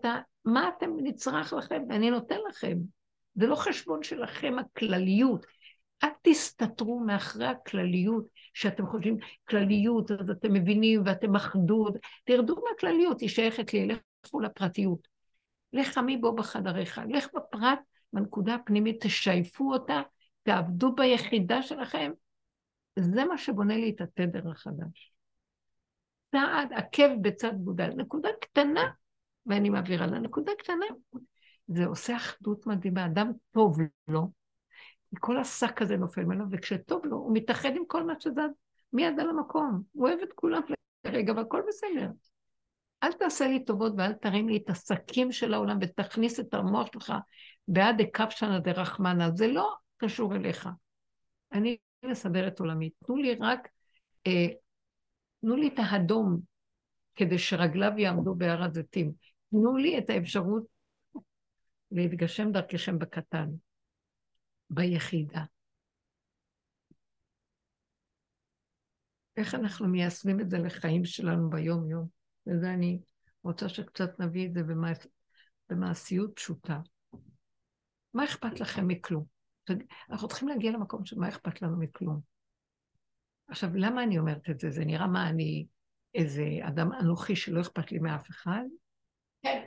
מה אתם נצרך לכם? ואני נותן לכם. זה לא חשבון שלכם הכלליות. אל תסתתרו מאחרי הכלליות, שאתם חושבים כלליות, אז אתם מבינים ואתם אחדות. תרדו מהכלליות, היא שייכת לי, לכו לפרטיות. לך עמי בו בחדריך, לך בפרט, בנקודה הפנימית, תשייפו אותה, תעבדו ביחידה שלכם. זה מה שבונה לי את התדר החדש. צעד עקב בצד גודל, נקודה קטנה, ואני מעבירה לה נקודה קטנה. זה עושה אחדות מדהימה, אדם טוב לו, כל השק הזה נופל ממנו, וכשטוב לו, הוא מתאחד עם כל מה שזז מיד על המקום. הוא אוהב את כולם לרגע, והכל בסדר. אל תעשה לי טובות ואל תרים לי את השקים של העולם, ותכניס את המוח שלך בעד הקפשנה דרחמנה. זה לא קשור אליך. אני מסדר את עולמי. תנו לי רק, תנו לי את האדום, כדי שרגליו יעמדו בהר הזיתים. תנו לי את האפשרות להתגשם דרככם בקטן, ביחידה. איך אנחנו מיישמים את זה לחיים שלנו ביום יום? וזה אני רוצה שקצת נביא את זה במעשיות פשוטה. מה אכפת לכם מכלום? אנחנו צריכים להגיע למקום של מה אכפת לנו מכלום. עכשיו, למה אני אומרת את זה? זה נראה מה אני, איזה אדם אנוכי שלא אכפת לי מאף אחד? כן.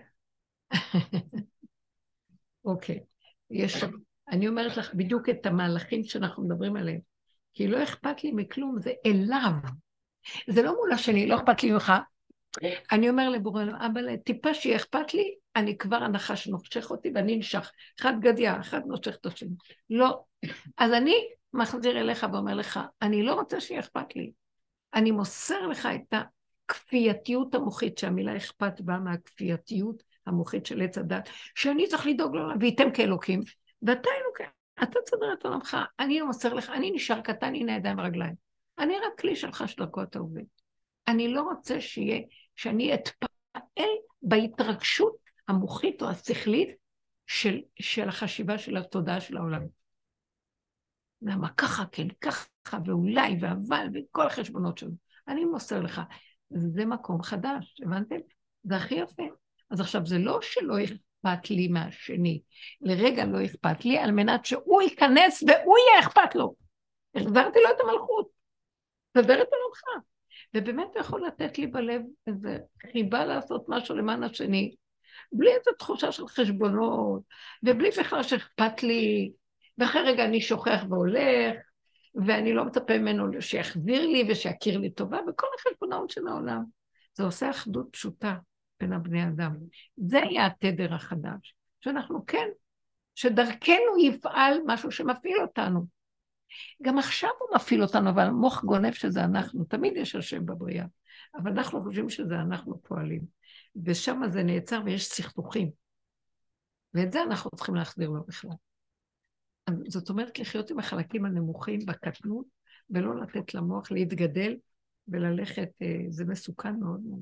אוקיי. אני אומרת לך בדיוק את המהלכים שאנחנו מדברים עליהם. כי לא אכפת לי מכלום, זה אליו. זה לא מול השני, לא אכפת לי ממך. אני אומר לבורא, אבל טיפה שיהיה אכפת לי, אני כבר הנחש נושך אותי ואני נשך. אחד גדיה, אחד נושך את השני. לא. אז אני מחזיר אליך ואומר לך, אני לא רוצה שיהיה אכפת לי. אני מוסר לך את הכפייתיות המוחית, שהמילה אכפת באה מהכפייתיות המוחית של עץ הדת, שאני צריך לדאוג לו, וייתם כאלוקים, ואתה אלוקים, אתה תסדר את עולמך, אני לא מוסר לך, אני נשאר קטן, הנה ידיים ורגליים. אני רק כלי שלך שדרכו אתה עובד. אני לא רוצה שיהיה, שאני אתפעל בהתרגשות המוחית או השכלית של החשיבה של התודעה של העולם. למה ככה, כן, ככה, ואולי, ואבל, וכל החשבונות שלנו. אני מוסר לך. זה מקום חדש, הבנתם? זה הכי יפה. אז עכשיו, זה לא שלא אכפת לי מהשני. לרגע לא אכפת לי, על מנת שהוא ייכנס והוא יהיה אכפת לו. החזרתי לו את המלכות. תסדר את עולמך. ובאמת הוא יכול לתת לי בלב איזו חיבה לעשות משהו למען השני, בלי איזו תחושה של חשבונות, ובלי בכלל שאכפת לי, ואחרי רגע אני שוכח והולך, ואני לא מצפה ממנו שיחזיר לי ושיכיר לי טובה, וכל החשבונות של העולם. זה עושה אחדות פשוטה בין הבני אדם. זה יהיה התדר החדש, שאנחנו כן, שדרכנו יפעל משהו שמפעיל אותנו. גם עכשיו הוא מפעיל אותנו, אבל מוח גונב שזה אנחנו, תמיד יש השם בבריאה, אבל אנחנו חושבים שזה אנחנו פועלים, ושם זה נעצר ויש סכסוכים, ואת זה אנחנו צריכים להחזיר לו בכלל. זאת אומרת, לחיות עם החלקים הנמוכים בקטנות, ולא לתת למוח להתגדל וללכת, זה מסוכן מאוד מאוד.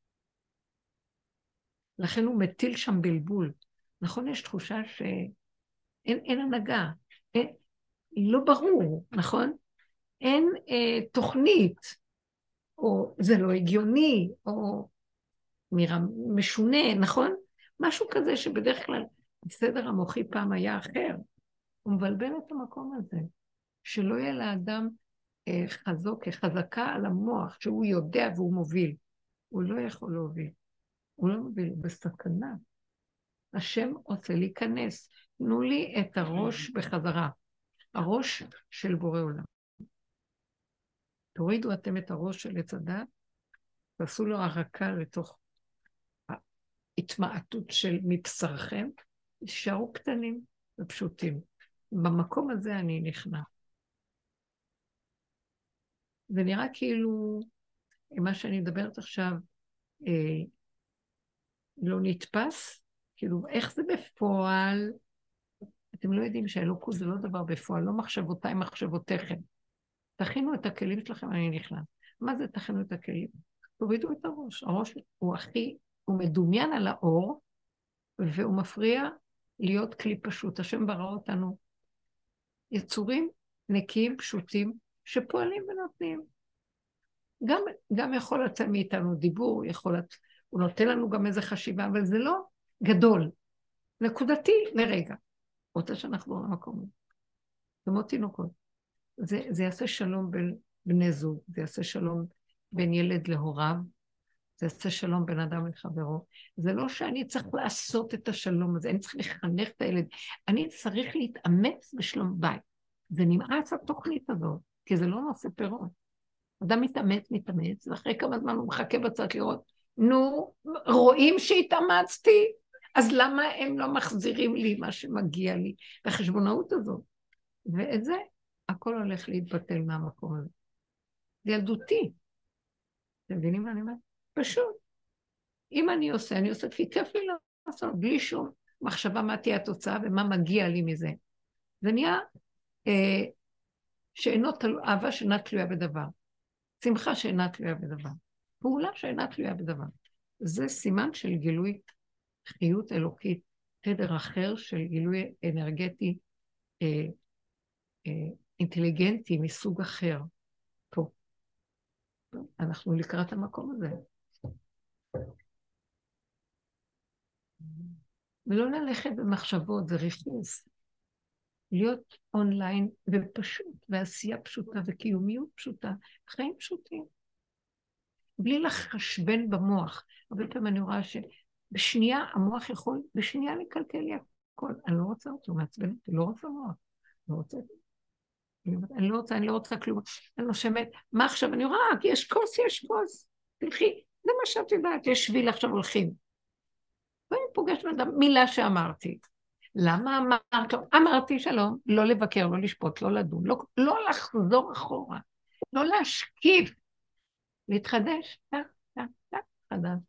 לכן הוא מטיל שם בלבול. נכון, יש תחושה שאין הנהגה, לא ברור, נכון? אין תוכנית, או זה לא הגיוני, או משונה, נכון? משהו כזה שבדרך כלל בסדר המוחי פעם היה אחר. הוא מבלבל את המקום הזה, שלא יהיה לאדם חזקה על המוח, שהוא יודע והוא מוביל. הוא לא יכול להוביל. הוא לא מוביל, הוא בסכנה. השם רוצה להיכנס. תנו לי את הראש בחזרה. הראש של בורא עולם. תורידו אתם את הראש של עץ הדת, תעשו לו הרקה לתוך ההתמעטות של מבשרכם, תישארו קטנים ופשוטים. במקום הזה אני נכנע. זה נראה כאילו, מה שאני מדברת עכשיו, לא נתפס, כאילו איך זה בפועל, אתם לא יודעים שהאלוקות זה לא דבר בפועל, לא מחשבותיי, מחשבותיכם. תכינו את הכלים שלכם, אני נכנס. מה זה תכינו את הכלים? תורידו את הראש. הראש הוא מדומיין על האור, והוא מפריע להיות כלי פשוט. השם ברא אותנו יצורים נקיים, פשוטים, שפועלים ונותנים. גם יכול לצאת מאיתנו דיבור, הוא נותן לנו גם איזו חשיבה, אבל זה לא גדול, נקודתי לרגע. רוצה שנחזור למקום הזה. כמו תינוקות. זה יעשה שלום בין בני זוג, זה יעשה שלום בין ילד להוריו, זה יעשה שלום בין אדם לחברו. זה לא שאני צריך לעשות את השלום הזה, אני צריך לחנך את הילד, אני צריך להתאמץ בשלום בית. זה נמאס התוכנית הזאת, כי זה לא נושא פירות. אדם מתאמץ, ואחרי כמה זמן הוא מחכה בצד לראות, נו, רואים שהתאמצתי, אז למה הם לא מחזירים לי מה שמגיע לי? בחשבונאות הזאת. ואת זה, הכל הולך להתבטל מהמקום הזה. זה ילדותי. אתם מבינים מה אני אומרת? פשוט. אם אני עושה כי כיף לי לעשות, בלי שום מחשבה מה תהיה התוצאה ומה מגיע לי מזה. זה נהיה אהבה שאינה תלויה בדבר. שמחה שאינה תלויה בדבר. פעולה שאינה תלויה בדבר. זה סימן של גילוי חיות אלוקית, תדר אחר של גילוי אנרגטי, אינטליגנטי מסוג אחר. פה. אנחנו לקראת המקום הזה. ולא ללכת במחשבות, זה ריכוז. להיות אונליין ופשוט, ועשייה פשוטה וקיומיות פשוטה, חיים פשוטים. בלי לחשבן במוח. הרבה פעמים אני רואה שבשנייה המוח יכול, בשנייה לקלקל לי הכל. אני לא רוצה אותו, מעצבן אותי, לא רוצה מוח. לא רוצה. אני לא רוצה כלום. אני נושמת. מה עכשיו? אני רואה, יש כוס. תלכי, זה מה שאת יודעת, יש שביל עכשיו הולכים. ואני פוגשת מילה שאמרתי. למה אמרת לו? אמרתי שלום, לא לבקר, לא לשפוט, לא לדון, לא לחזור אחורה, לא להשקיף, להתחדש, חדש,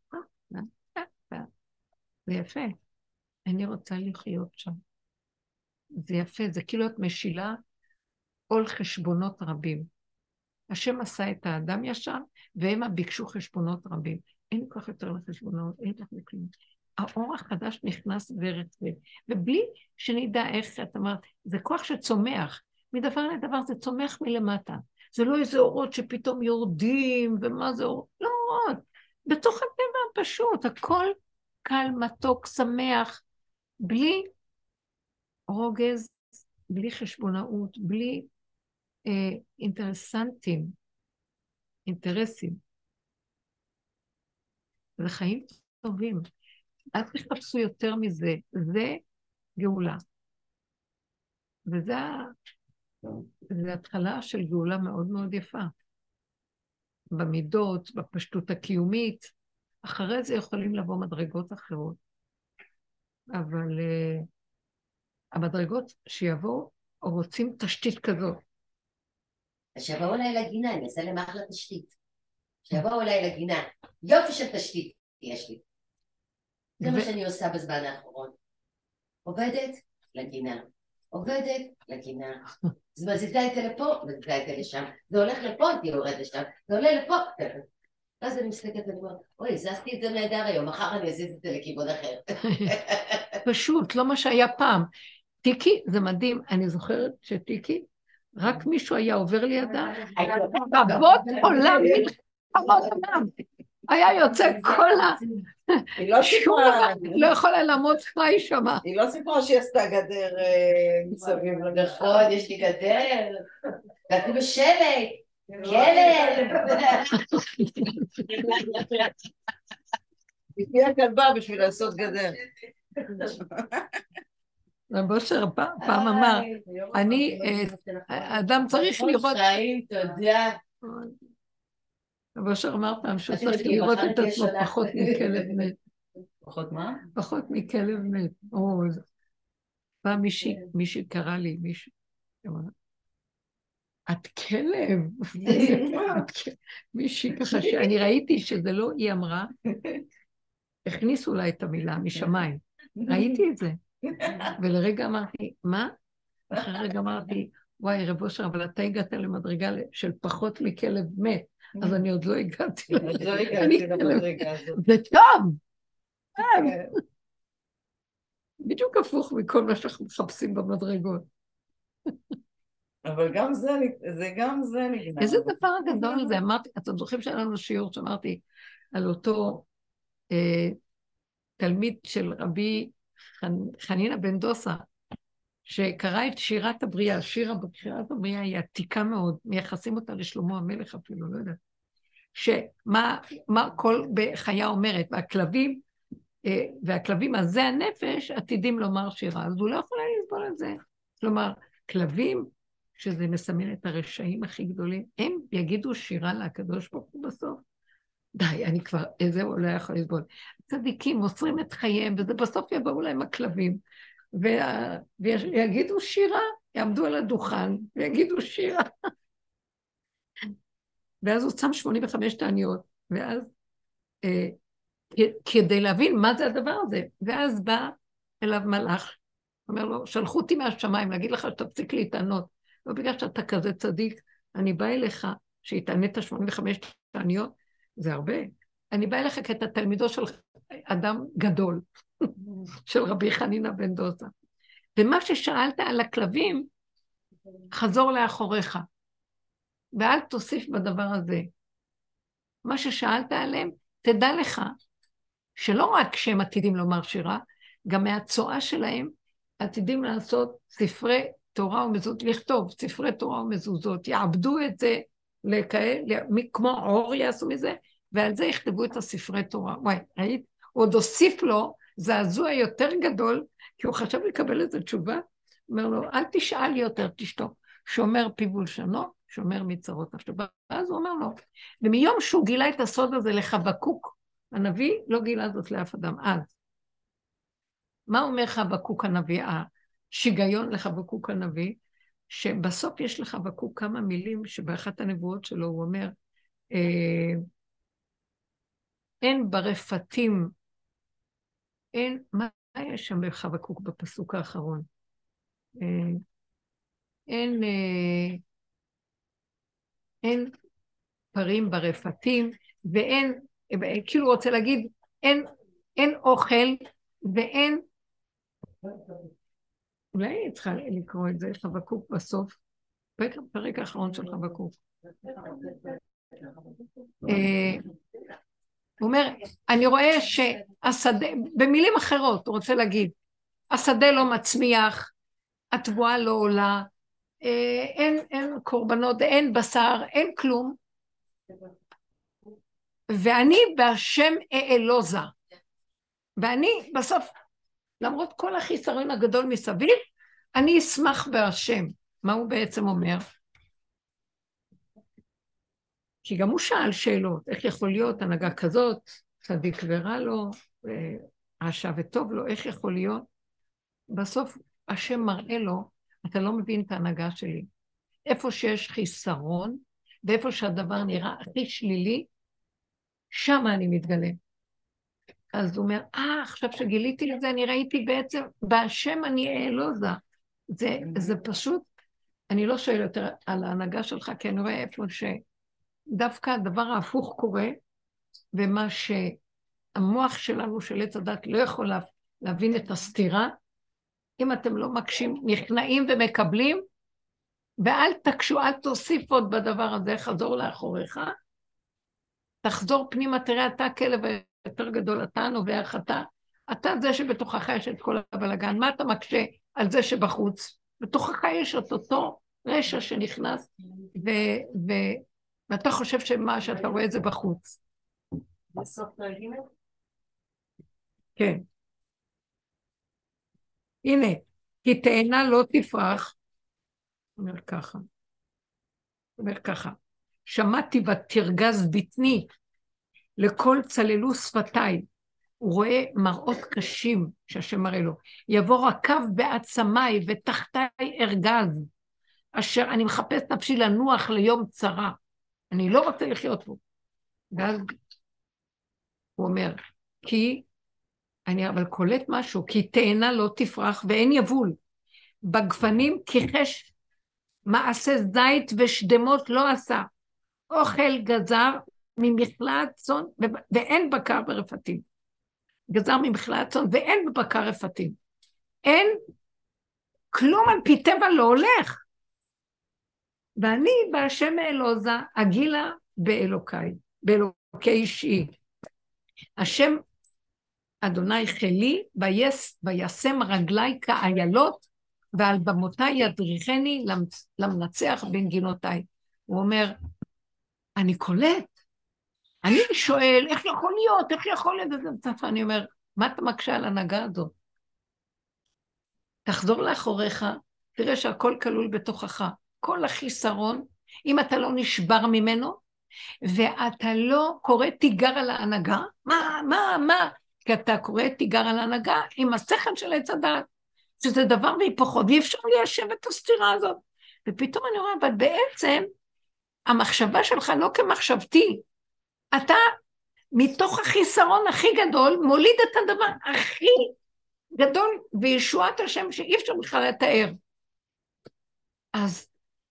זה יפה. אני רוצה לחיות שם. זה יפה, זה כאילו את משילה עול חשבונות רבים. השם עשה את האדם ישר, והם ביקשו חשבונות רבים. אין כך יותר לחשבונות, אין כך לכלום. האור החדש נכנס ורצה, ובלי שנדע איך את אמרת, זה כוח שצומח, מדבר לדבר זה צומח מלמטה. זה לא איזה אורות שפתאום יורדים, ומה זה אורות, לא אורות. בתוך הטבע פשוט, הכל קל, מתוק, שמח, בלי רוגז, בלי חשבונאות, בלי אינטרסים. זה חיים טובים. אל תחפשו יותר מזה, זה גאולה. וזה התחלה של גאולה מאוד מאוד יפה. במידות, בפשטות הקיומית, אחרי זה יכולים לבוא מדרגות אחרות. אבל המדרגות שיבואו רוצים תשתית כזאת. שיבואו אליי לגינה, אני אעשה להם אחלה תשתית. שיבואו אליי לגינה, יופי של תשתית יש לי. זה מה שאני עושה בזמן האחרון. עובדת לגינה. זה מזיזה את זה לפה, מזיזה את זה לשם. זה הולך לפה, זה יורד לשם. זה עולה לפה. אז אני מסתכלת ואני אומרת, אוי, זזתי את זה נהדר היום, מחר אני אזיז את זה לכיוון אחר. פשוט, לא מה שהיה פעם. טיקי, זה מדהים, אני זוכרת שטיקי, רק מישהו היה עובר לידה, רבות עולם, היה יוצא כל ה... לא יכולה לעמוד חי שמה. היא לא סיפרה שהיא עשתה גדר מסביב לגדר. נכון, יש לי גדר, ואתה בשלט, כלב. היא הכלבה בשביל לעשות גדר. רבושר פעם אמר, אדם צריך לראות... תודה. רבושר אמר פעם שהוא צריך לראות את עצמו פחות מכלב מת. פחות מה? פחות מכלב מת. פעם מישהי קרא לי, את כלב. מישהי ככה שאני ראיתי שזה לא היא אמרה, הכניסו לה את המילה משמיים. ראיתי את זה. ולרגע אמרתי, מה? אחרי רגע אמרתי, וואי, רב אושר, אבל אתה הגעת למדרגה של פחות מכלב מת, אז אני עוד לא הגעתי. לא הגעתי למדרגה הזאת. זה טוב! בדיוק הפוך מכל מה שאנחנו מחפשים במדרגות. אבל גם זה נגנב. איזה דבר גדול זה, אמרתי, אתם זוכרים שהיה לנו שיעור שאמרתי על אותו תלמיד של רבי חנינא בן דוסה, שקרא את שירת הבריאה. שירת הבריאה היא עתיקה מאוד, מייחסים אותה לשלמה המלך אפילו, לא יודעת. שמה כל בחיה אומרת, והכלבים, אז זה הנפש, עתידים לומר שירה, אז הוא לא יכול לסבול את זה. כלומר, כלבים, שזה מסמן את הרשעים הכי גדולים, הם יגידו שירה לקדוש ברוך הוא בסוף. די, אני כבר, זהו, לא יכול לסבול. צדיקים מוסרים את חייהם, וזה בסוף יבואו להם הכלבים, ויגידו שירה, יעמדו על הדוכן, ויגידו שירה. ואז הוא שם 85 תעניות, ואז, כדי להבין מה זה הדבר הזה, ואז בא אליו מלאך, אומר לו, שלחו אותי מהשמיים, להגיד לך שתפסיק להתענות, לא בגלל שאתה כזה צדיק, אני בא אליך, שהתענית 85 תעניות, זה הרבה, אני בא אליך כי אתה תלמידו של אדם גדול, של רבי חנינא בן דוסה, ומה ששאלת על הכלבים, חזור לאחוריך, ואל תוסיף בדבר הזה. מה ששאלת עליהם, תדע לך, שלא רק שהם עתידים לומר שירה, גם מהצועה שלהם עתידים לעשות ספרי תורה ומזוזות, לכתוב ספרי תורה ומזוזות, יעבדו את זה כמו עור יעשו מזה, ועל זה יכתבו את הספרי תורה. וואי, ראית? הוא עוד הוסיף לו זעזוע יותר גדול, כי הוא חשב לקבל איזו תשובה, אומר לו, אל תשאל יותר, תשתוק, שומר פיו ולשונו, שומר מצרות נפשו. ואז הוא אומר לו, ומיום שהוא גילה את הסוד הזה לחבקוק, הנביא לא גילה זאת לאף אדם, אז. מה אומר חבקוק הנביא? השיגיון לחבקוק הנביא, שבסוף יש לחבקוק כמה מילים שבאחת הנבואות שלו הוא אומר, אין ברפתים, אין, מה יש שם בחבקוק בפסוק האחרון? אין פרים ברפתים, ואין, כאילו רוצה להגיד, אין אוכל, ואין, אולי צריכה לקרוא את זה, חבקוק בסוף, פרק האחרון של חבקוק. הוא אומר, אני רואה שהשדה, במילים אחרות, הוא רוצה להגיד, השדה לא מצמיח, התבואה לא עולה, אין קורבנות, אין בשר, אין כלום, ואני בהשם אעלוזה, ואני בסוף, למרות כל החיסרון הגדול מסביב, אני אשמח בהשם. מה הוא בעצם אומר? כי גם הוא שאל שאלות, איך יכול להיות הנהגה כזאת, צדיק ורע לו, רשע וטוב לו, איך יכול להיות? בסוף השם מראה לו, אתה לא מבין את ההנהגה שלי. איפה שיש חיסרון, ואיפה שהדבר נראה הכי שלילי, שם אני מתגלה. אז הוא אומר, עכשיו שגיליתי לזה, אני ראיתי בעצם, בהשם אני אעלוזה. זה פשוט, אני לא שואל יותר על ההנהגה שלך, כי אני רואה איפה שדווקא הדבר ההפוך קורה, ומה שהמוח שלנו של עץ הדת לא יכול להבין את הסתירה, אם אתם לא מקשים, נכנעים ומקבלים, ואל תקשו, אל תוסיף עוד בדבר הזה, חזור לאחוריך, תחזור פנימה, תראה אתה כלב יותר גדול, אתה נובח, אתה זה שבתוכך יש את כל הבלגן, מה אתה מקשה על זה שבחוץ? בתוכך יש את אותו רשע שנכנס, ואתה חושב שמה שאתה רואה זה בחוץ. בסוף תרגיל? כן. הנה, כי תאנה לא תפרח, אומר ככה, שמעתי ותרגז בטני, לכל צללו שפתיי, הוא רואה מראות קשים שהשם מראה לו, יבוא רקב בעצמיי ותחתיי ארגז, אשר אני מחפש נפשי לנוח ליום צרה, אני לא רוצה לחיות פה. ואז הוא אומר, כי אני אבל קולט משהו, כי תאנה לא תפרח ואין יבול, בגפנים כחש מעשה זית ושדמות לא עשה, אוכל גזר ממכלה צאן, ואין בקר ברפתים. גזר ממכלה צאן, ואין בבקר רפתים. אין, כלום על פי טבע לא הולך. ואני בהשם אעלוזה, אגילה באלוקי אישי. השם אדוני חלי, וישם רגלי כאיילות, ועל במותיי ידריכני למנצח בנגינותיי. הוא אומר, אני קולט, אני שואל, איך יכול להיות, איך יכול להיות, אני אומר, מה אתה מקשה על הנהגה הזאת? תחזור לאחוריך, תראה שהכל כלול בתוכך, כל החיסרון, אם אתה לא נשבר ממנו, ואתה לא קורא תיגר על ההנהגה, מה? כי אתה קורא תיגר על ההנהגה עם השכל של עץ הדעת, שזה דבר והיפוכו, ואי אפשר ליישב את הסתירה הזאת. ופתאום אני רואה, אבל בעצם, המחשבה שלך לא כמחשבתי, אתה מתוך החיסרון הכי גדול, מוליד את הדבר הכי גדול, וישועת השם שאי אפשר בכלל לתאר. אז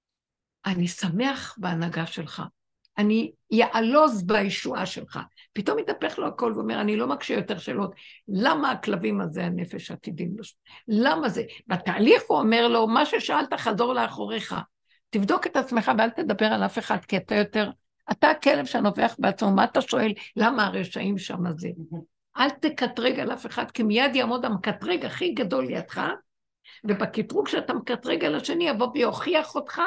אני שמח בהנהגה שלך, אני יעלוז בישועה שלך. פתאום מתהפך לו הכל ואומר, אני לא מקשה יותר שאלות, למה הכלבים הזה הנפש עתידים לו? למה זה? בתהליך הוא אומר לו, מה ששאלת חזור לאחוריך, תבדוק את עצמך ואל תדבר על אף אחד, כי אתה יותר, אתה הכלב שנובח בעצמו, מה אתה שואל? למה הרשעים שם הזה? אל תקטרג על אף אחד, כי מיד יעמוד המקטרג הכי גדול לידך, ובקטרוג שאתה מקטרג על השני, יבוא ויוכיח אותך,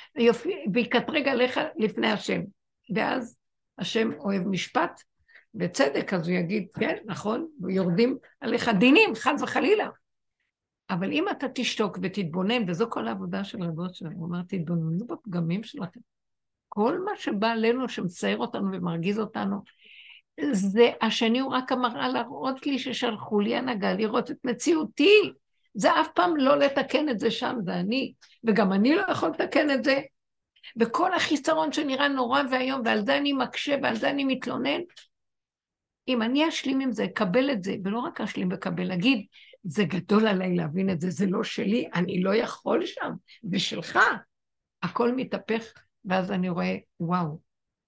ויקטרג עליך לפני השם. ואז השם אוהב משפט, בצדק, אז הוא יגיד, כן, נכון, ויורדים עליך דינים, חד וחלילה. אבל אם אתה תשתוק ותתבונן, וזו כל העבודה של רבות שלנו, הוא אומר, תתבוננו בפגמים שלכם. כל מה שבא עלינו, שמצייר אותנו ומרגיז אותנו, זה השני הוא רק המראה להראות לי ששלחו לי הנהגה, לראות את מציאותי. זה אף פעם לא לתקן את זה שם, זה אני, וגם אני לא יכול לתקן את זה. וכל החיסרון שנראה נורא והיום, ועל זה אני מקשה, ועל זה אני מתלונן, אם אני אשלים עם זה, אקבל את זה, ולא רק אשלים וקבל, להגיד, זה גדול עליי להבין את זה, זה לא שלי, אני לא יכול שם, ושלך, הכל מתהפך, ואז אני רואה, וואו,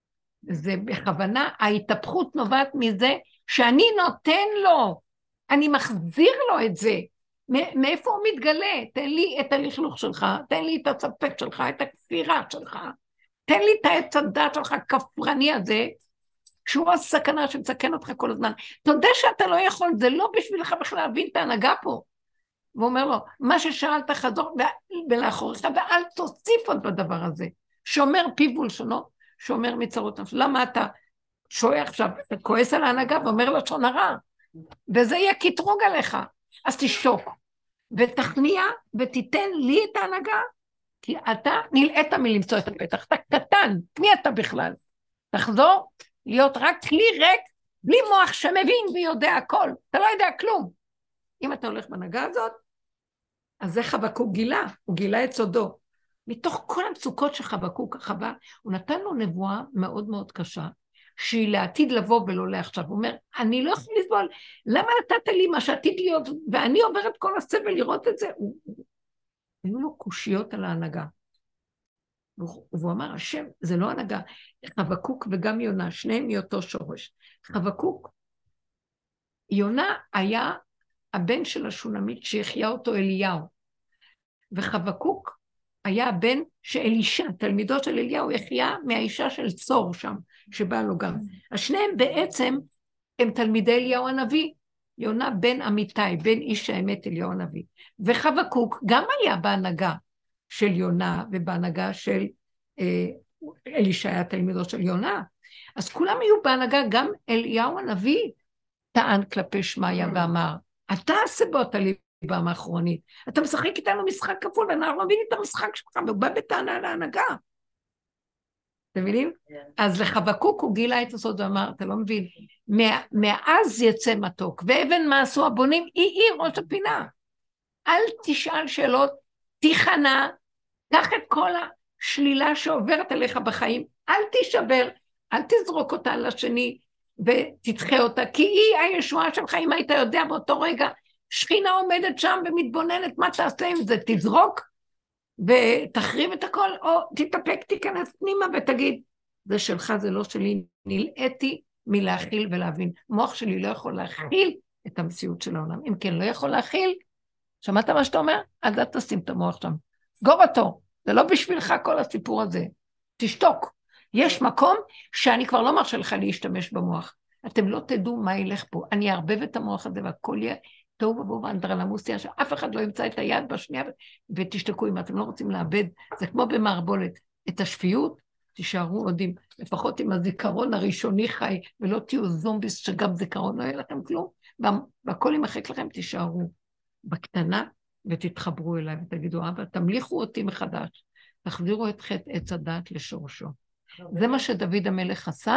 זה בכוונה, ההתהפכות נובעת מזה, שאני נותן לו, אני מחזיר לו את זה, מאיפה הוא מתגלה? תן לי את הלכלוך שלך, תן לי את הספק שלך, את הכפירה שלך, תן לי את העץ הדת שלך, הכפרני הזה, שהוא הסכנה שמסכן אותך כל הזמן. אתה יודע שאתה לא יכול, זה לא בשבילך בכלל להבין את ההנהגה פה. והוא אומר לו, מה ששאלת חזור ולאחוריך, ואל תוסיף עוד בדבר הזה. שומר פיו ולשונו, שומר מצרות נפשו. למה אתה שואל עכשיו, אתה כועס על ההנהגה ואומר לשון הרע, וזה יהיה קטרוג עליך. אז תשתוק, ותכניע, ותיתן לי את ההנהגה, כי אתה נלאית מלמצוא את הפתח, אתה קטן, מי אתה בכלל? תחזור להיות רק כלי ריק, בלי מוח שמבין ויודע הכל, אתה לא יודע כלום. אם אתה הולך בהנהגה הזאת, אז זה חבקוק גילה, הוא גילה את סודו. מתוך כל המצוקות שחבקוק חווה, הוא נתן לו נבואה מאוד מאוד קשה, שהיא לעתיד לבוא ולא לעכשיו. הוא אומר, אני לא יכול לסבול, למה נתת לי מה שעתיד להיות, ואני עוברת כל הסבל לראות את זה? היו לו קושיות על ההנהגה. והוא אמר, השם, זה לא הנהגה, חבקוק וגם יונה, שניהם מאותו שורש. חבקוק, יונה היה הבן של השונמית שהחיה אותו אליהו, וחבקוק היה הבן שאלישע, תלמידו של אליהו, החיה מהאישה של צור שם, שבא לו גם. השניהם בעצם הם תלמידי אליהו הנביא, יונה בן אמיתי, בן איש האמת אליהו הנביא. וחבקוק גם היה בהנהגה של יונה, ובהנהגה של אלישע היה תלמידו של יונה. אז כולם היו בהנהגה, גם אליהו הנביא טען כלפי שמעיה ואמר, אתה עשה באות הליבה האחרונית, אתה משחק איתנו משחק כפול, ואנחנו לא מבינים את המשחק שלך, והוא בא בטענה להנהגה. אתם מבינים? אז לחבקוק הוא גילה את הסוד ואמר, אתה לא מבין, מאז יצא מתוק, ואבן מה עשו הבונים, היא ראש הפינה. אל תשאל שאלות, תיכנע, קח את כל השלילה שעוברת עליך בחיים, אל תשבר, אל תזרוק אותה לשני, ותדחה אותה, כי היא הישועה שלך, אם היית יודע באותו רגע, שכינה עומדת שם ומתבוננת, מה תעשה עם זה? תזרוק ותחריב את הכל, או תתאפק, תיכנס פנימה ותגיד, זה שלך, זה לא שלי, נלאיתי מלהכיל ולהבין. מוח שלי לא יכול להכיל את המציאות של העולם. אם כן, לא יכול להכיל, שמעת מה שאתה אומר? אז אל תשים את המוח שם. סגור אותו, זה לא בשבילך כל הסיפור הזה. תשתוק. יש מקום שאני כבר לא מרשה לך להשתמש במוח. אתם לא תדעו מה ילך פה. אני אערבב את המוח הזה והכל יהיה תוהו ובוהו ואנדרלמוסיה, שאף אחד לא ימצא את היד בשנייה ותשתקו. אם אתם לא רוצים לאבד, זה כמו במערבולת. את השפיות, תישארו עוד עם, לפחות עם הזיכרון הראשוני חי, ולא תהיו זומביס שגם זיכרון לא יהיה לכם כלום, והכל ימחק לכם, תישארו בקטנה ותתחברו אליי ותגידו, אבא, תמליכו אותי מחדש, תחזירו את חטא עץ הדעת לשורשו. זה מה שדוד המלך עשה,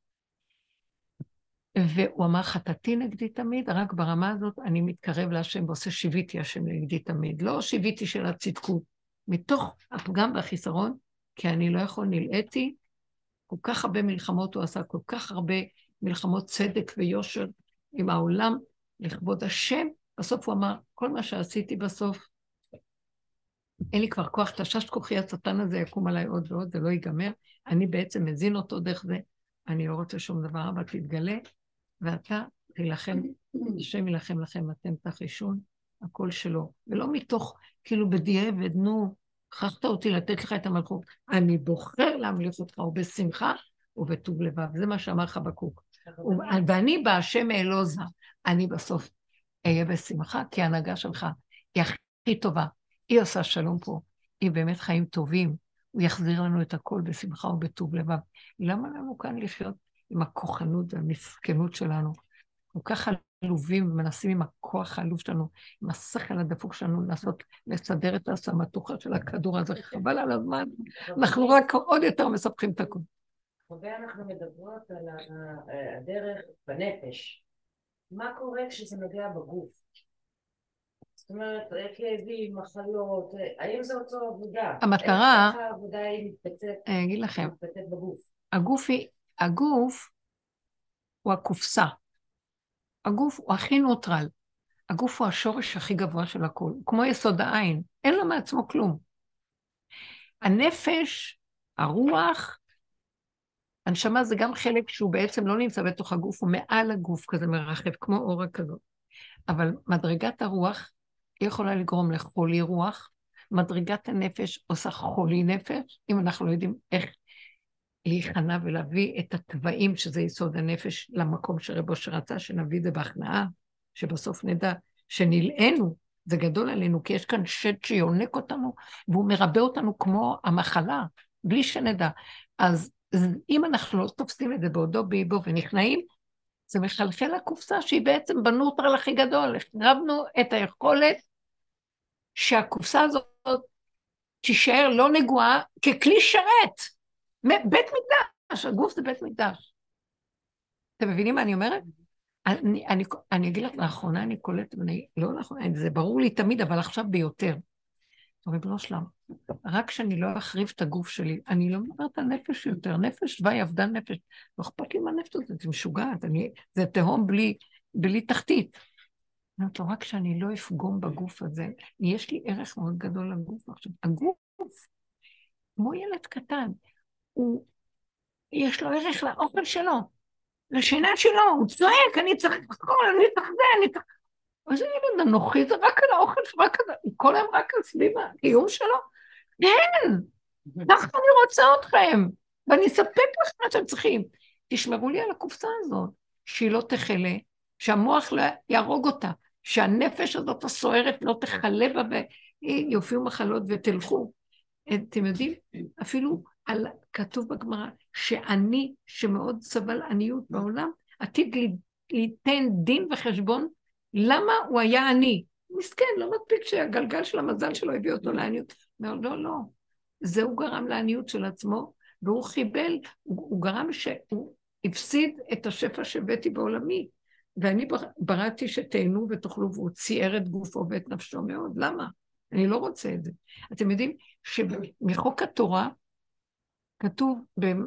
והוא אמר, חטאתי נגדי תמיד, רק ברמה הזאת אני מתקרב להשם ועושה שיוויתי השם נגדי תמיד, לא שיוויתי של הצדקות, מתוך הפגם והחיסרון, כי אני לא יכול, נלאיתי, כל כך הרבה מלחמות הוא עשה, כל כך הרבה מלחמות צדק ויושר עם העולם, לכבוד השם, בסוף הוא אמר, כל מה שעשיתי בסוף, אין לי כבר כוח, תשש כוחי השטן הזה יקום עליי עוד ועוד, זה לא ייגמר, אני בעצם מזין אותו דרך זה, אני לא רוצה שום דבר, אבל תתגלה, ואתה תילחם, השם ילחם לכם, אתם תחישון, הכל שלו, ולא מתוך, כאילו בדיעבד, נו, הכרחת אותי לתת לך את המלכות, אני בוחר להמליך אותך, ובשמחה ובטוב לבב, זה מה שאמר חבקוק, ואני בהשם האלוזה, אני בסוף אהיה בשמחה, כי ההנהגה שלך היא הכי טובה, היא עושה שלום פה, היא באמת חיים טובים, הוא יחזיר לנו את הכל בשמחה ובטוב לבב. למה לנו כאן לחיות עם הכוחנות והמסכנות שלנו? כל כך עלובים ומנסים עם הכוח העלוב שלנו, עם השכל הדפוק שלנו, לנסות לסדר את הסמטוחה של הכדור הזה, חבל על הזמן, אנחנו רק עוד יותר מספחים את הכל. הרבה אנחנו מדברות על הדרך בנפש. מה קורה כשזה נוגע בגוף? זאת אומרת, כאבים, מחלות, האם זה אותו עבודה? המטרה, איך העבודה היא מתבצעת אגיד לכם, בגוף? הגוף הוא הקופסה. הגוף הוא הכי נוטרל. הגוף הוא השורש הכי גבוה של הכל. כמו יסוד העין. אין לו מעצמו כלום. הנפש, הרוח, הנשמה זה גם חלק שהוא בעצם לא נמצא בתוך הגוף, הוא מעל הגוף כזה מרחב, כמו אורה כזאת. אבל מדרגת הרוח היא יכולה לגרום לחולי רוח, מדרגת הנפש עושה חולי נפש, אם אנחנו לא יודעים איך להיכנע ולהביא את הטבעים, שזה יסוד הנפש, למקום שרבו שרצה, שנביא את זה בהכנעה, שבסוף נדע שנלאינו, זה גדול עלינו, כי יש כאן שד שיונק אותנו, והוא מרבה אותנו כמו המחלה, בלי שנדע. אז אם אנחנו לא תופסים את זה בעודו באיבו ונכנעים, זה מחלחל לקופסה שהיא בעצם בנוטרל הכי גדול. החרבנו את היכולת שהקופסה הזאת תישאר לא נגועה ככלי שרת. בית מקדש, הגוף זה בית מקדש. אתם מבינים מה אני אומרת? אני אגיד לך, לאחרונה אני קולטת, לא לאחרונה, זה ברור לי תמיד, אבל עכשיו ביותר. ריבונו שלם, רק שאני לא אחריב את הגוף שלי, אני לא מדברת על נפש יותר, נפש שווה אבדן נפש, לא אכפת לי מהנפש הזאת, זה משוגעת, זה תהום בלי תחתית. אני אומרת לו, רק שאני לא אפגום בגוף הזה, יש לי ערך מאוד גדול לגוף עכשיו. הגוף, כמו ילד קטן, יש לו ערך לאוכל שלו, לשינה שלו, הוא צועק, אני צריך הכל, אני צריך זה, אני צריך... אז אני לא נוחי, זה רק על האוכל, רק על... כל היום רק על סביב הקיום שלו? כן, ככה אני רוצה אתכם, ואני אספק לך מה שאתם צריכים. תשמרו לי על הקופסה הזאת, שהיא לא תחלה, שהמוח לא יהרוג אותה, שהנפש הזאת הסוערת לא תחלה בה, ויופיעו מחלות ותלכו. אתם יודעים, אפילו כתוב בגמרא, שאני, שמאוד סבל עניות בעולם, עתיד ליתן דין וחשבון, למה הוא היה עני? מסכן, לא מספיק שהגלגל של המזל שלו הביא אותו לעניות. לא, לא. זה הוא גרם לעניות של עצמו, והוא חיבל, הוא גרם שהוא הפסיד את השפע שהבאתי בעולמי, ואני בראתי שתהנו ותאכלו, והוא צייר את גופו ואת נפשו מאוד. למה? אני לא רוצה את זה. אתם יודעים שמחוק התורה, כתוב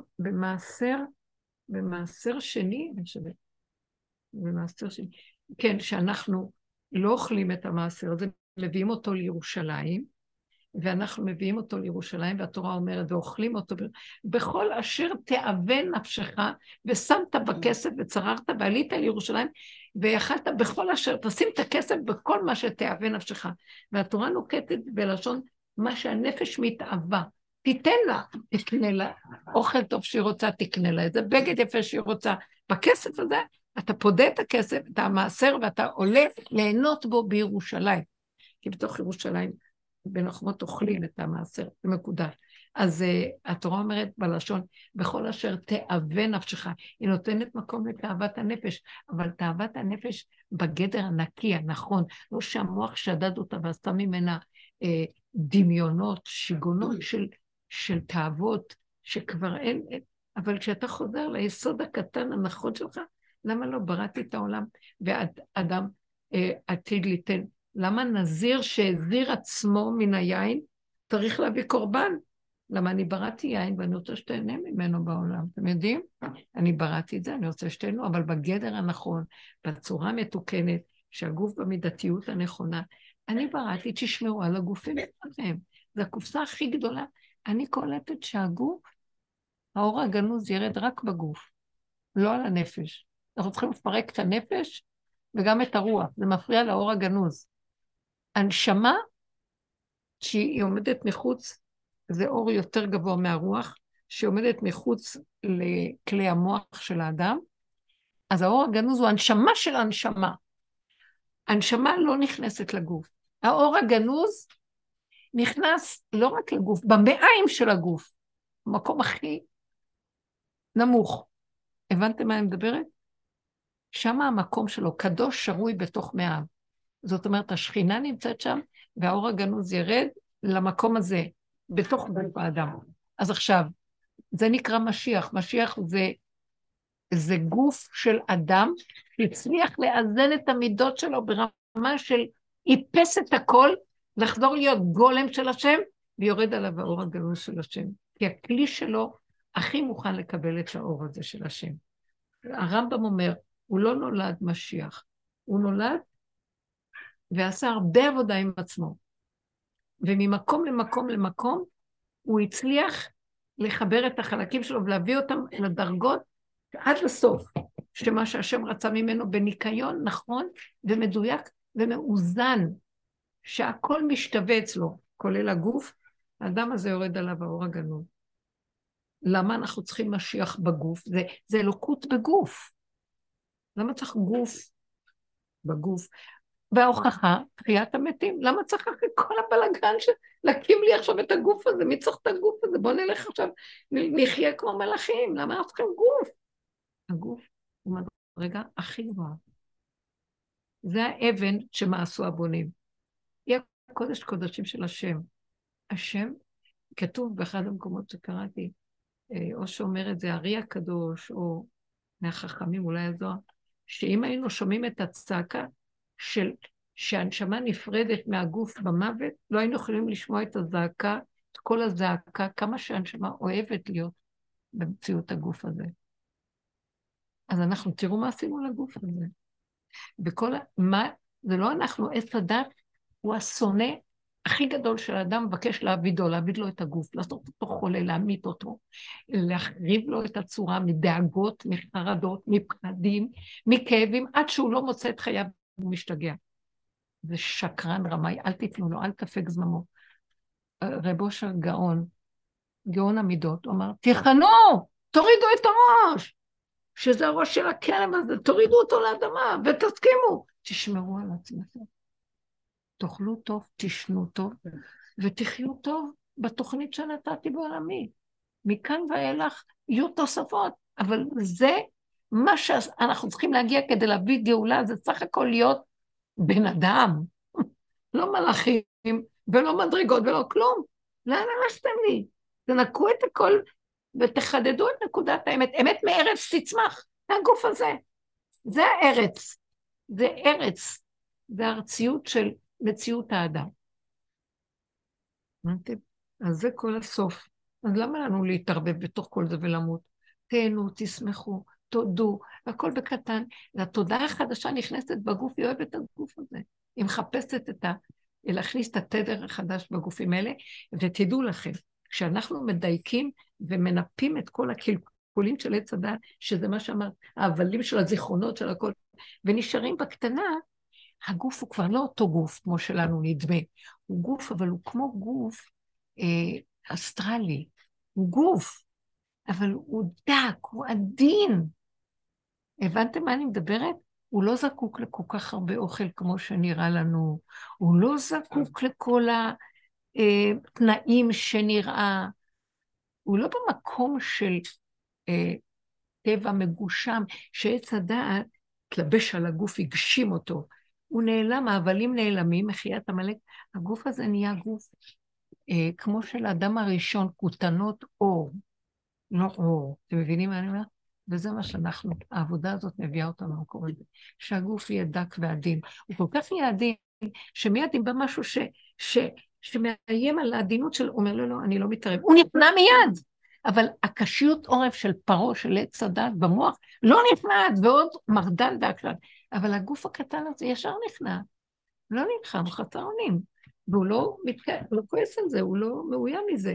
במעשר שני, במעשר שני, כן, שאנחנו לא אוכלים את המעשר הזה, מביאים אותו לירושלים, ואנחנו מביאים אותו לירושלים, והתורה אומרת, ואוכלים אותו, בכל אשר תאבן נפשך, ושמת בכסף וצררת, ועלית לירושלים, ויכלת בכל אשר, תשים את הכסף בכל מה שתאבן נפשך. והתורה נוקטת בלשון מה שהנפש מתאווה. תיתן לה, תקנה לה, אוכל טוב שהיא רוצה, תקנה לה, איזה בגד יפה שהיא רוצה. בכסף הזה, אתה פודה את הכסף, אתה המעשר, ואתה עולה ליהנות בו בירושלים. כי בתוך ירושלים, בין החומות אוכלים את המעשר, זה מקודש. אז התורה אומרת בלשון, בכל אשר תאווה נפשך, היא נותנת מקום לתאוות הנפש, אבל תאוות הנפש בגדר הנקי, הנכון, לא שהמוח שדד אותה ועשתה ממנה דמיונות, שיגונות של תאוות, שכבר אין, אבל כשאתה חוזר ליסוד הקטן הנכון שלך, למה לא בראתי את העולם ואדם עתיד ליתן? למה נזיר שהזיר עצמו מן היין צריך להביא קורבן? למה אני בראתי יין ואני רוצה שתהנה ממנו בעולם? אתם יודעים? אני בראתי את זה, אני רוצה שתהנו, אבל בגדר הנכון, בצורה מתוקנת, שהגוף במידתיות הנכונה, אני בראתי, תשמעו על הגופים שלכם. זו הקופסה הכי גדולה. אני קולטת שהגוף, האור הגנוז ירד רק בגוף, לא על הנפש. אנחנו צריכים לפרק את הנפש וגם את הרוח, זה מפריע לאור הגנוז. הנשמה, שהיא עומדת מחוץ, זה אור יותר גבוה מהרוח, שהיא עומדת מחוץ לכלי המוח של האדם, אז האור הגנוז הוא הנשמה של הנשמה. הנשמה לא נכנסת לגוף. האור הגנוז נכנס לא רק לגוף, במעיים של הגוף, במקום הכי נמוך. הבנתם מה אני מדברת? שם המקום שלו, קדוש שרוי בתוך מעיו. זאת אומרת, השכינה נמצאת שם, והאור הגנוז ירד למקום הזה, בתוך גוף האדם. אז עכשיו, זה נקרא משיח. משיח זה גוף של אדם, שהצליח לאזן את המידות שלו ברמה של איפס את הכל, לחזור להיות גולם של השם, ויורד עליו האור הגנוז של השם. כי הכלי שלו הכי מוכן לקבל את האור הזה של השם. הרמב"ם אומר, הוא לא נולד משיח, הוא נולד ועשה הרבה עבודה עם עצמו. וממקום למקום למקום, הוא הצליח לחבר את החלקים שלו ולהביא אותם לדרגות עד לסוף, שמה שהשם רצה ממנו בניקיון נכון ומדויק ומאוזן, שהכל משתווה אצלו, כולל הגוף, האדם הזה יורד עליו האור הגנוז. למה אנחנו צריכים משיח בגוף? זה אלוקות בגוף. למה צריך גוף בגוף? וההוכחה, תחיית המתים. למה צריך אחרי כל הבלגן להקים לי עכשיו את הגוף הזה? מי צריך את הגוף הזה? בוא נלך עכשיו, נחיה כמו מלאכים. למה אנחנו צריכים גוף? הגוף הוא מדרגה הכי גבוהה. זה האבן שמעשו הבונים. היא הקודש קודשים של השם. השם, כתוב באחד המקומות שקראתי, או שאומר את זה הארי הקדוש, או מהחכמים, אולי הזוהר, שאם היינו שומעים את הצעקה שהנשמה נפרדת מהגוף במוות, לא היינו יכולים לשמוע את הזעקה, את כל הזעקה, כמה שהנשמה אוהבת להיות במציאות הגוף הזה. אז אנחנו, תראו מה עשינו לגוף הזה. זה לא אנחנו, עץ הדת הוא השונא הכי גדול של האדם, מבקש להעביד לו את הגוף, לעשות אותו חולה, להמית אותו, להחריב לו את הצורה מדאגות, מחרדות, מפחדים, מכאבים, עד שהוא לא מוצא את חייו, הוא משתגע. זה שקרן רמאי, אל תתנו לו, אל תפק זממו. רב אושר גאון המידות, הוא אמר, תכנו, תורידו את הראש, שזה הראש של הכלב הזה, תורידו אותו לאדמה ותסכימו, תשמרו על עצמכם. תאכלו טוב, תשנו טוב, ותחיו טוב בתוכנית שנתתי בעולמי. מכאן ואילך יהיו תוספות, אבל זה מה שאנחנו צריכים להגיע כדי להביא גאולה, זה צריך הכל להיות בן אדם, לא מלאכים, ולא מדרגות, ולא כלום. לאן הלכתם לי? תנקו את הכל, ותחדדו את נקודת האמת. אמת מארץ תצמח, מהגוף הזה. זה הארץ. זה ארץ. זה הארציות של מציאות האדם. אז זה כל הסוף. אז למה לנו להתערבב בתוך כל זה ולמות? תהנו, תשמחו, תודו, הכל בקטן. והתודעה החדשה נכנסת בגוף, היא אוהבת את הגוף הזה. היא מחפשת להכניס את התדר החדש בגופים האלה, ותדעו לכם, כשאנחנו מדייקים ומנפים את כל הקלקולים של עץ הדת, שזה מה שאמרת, ההבלים של הזיכרונות של הכל, ונשארים בקטנה, הגוף הוא כבר לא אותו גוף כמו שלנו נדמה. הוא גוף, אבל הוא כמו גוף אסטרלי, הוא גוף, אבל הוא דק, הוא עדין. הבנתם מה אני מדברת? הוא לא זקוק לכל כך הרבה אוכל כמו שנראה לנו, הוא לא זקוק לכל התנאים שנראה, הוא לא במקום של טבע מגושם, שעץ הדעת תלבש על הגוף, יגשים אותו. הוא נעלם, האבלים נעלמים, מחיית המלאק, הגוף הזה נהיה גוף, כמו של האדם הראשון, כותנות אור, לא אור, אתם מבינים מה אני אומר? וזה מה שאנחנו, העבודה הזאת מביאה אותנו למקום הזה, שהגוף יהיה דק ועדין. הוא כל כך יהיה עדין, שמיד אם בא משהו שמאיים על העדינות שלו, הוא אומר, לא, לא, אני לא מתערב. הוא נכנע מיד, אבל הקשיות עורף של פרו, של עץ הדת במוח, לא נכנעת, ועוד מרדן והקלט. אבל הגוף הקטן הזה ישר נכנע, לא נכנע, הוא חסר אונים, והוא לא כועס על זה, הוא לא מאוים מזה.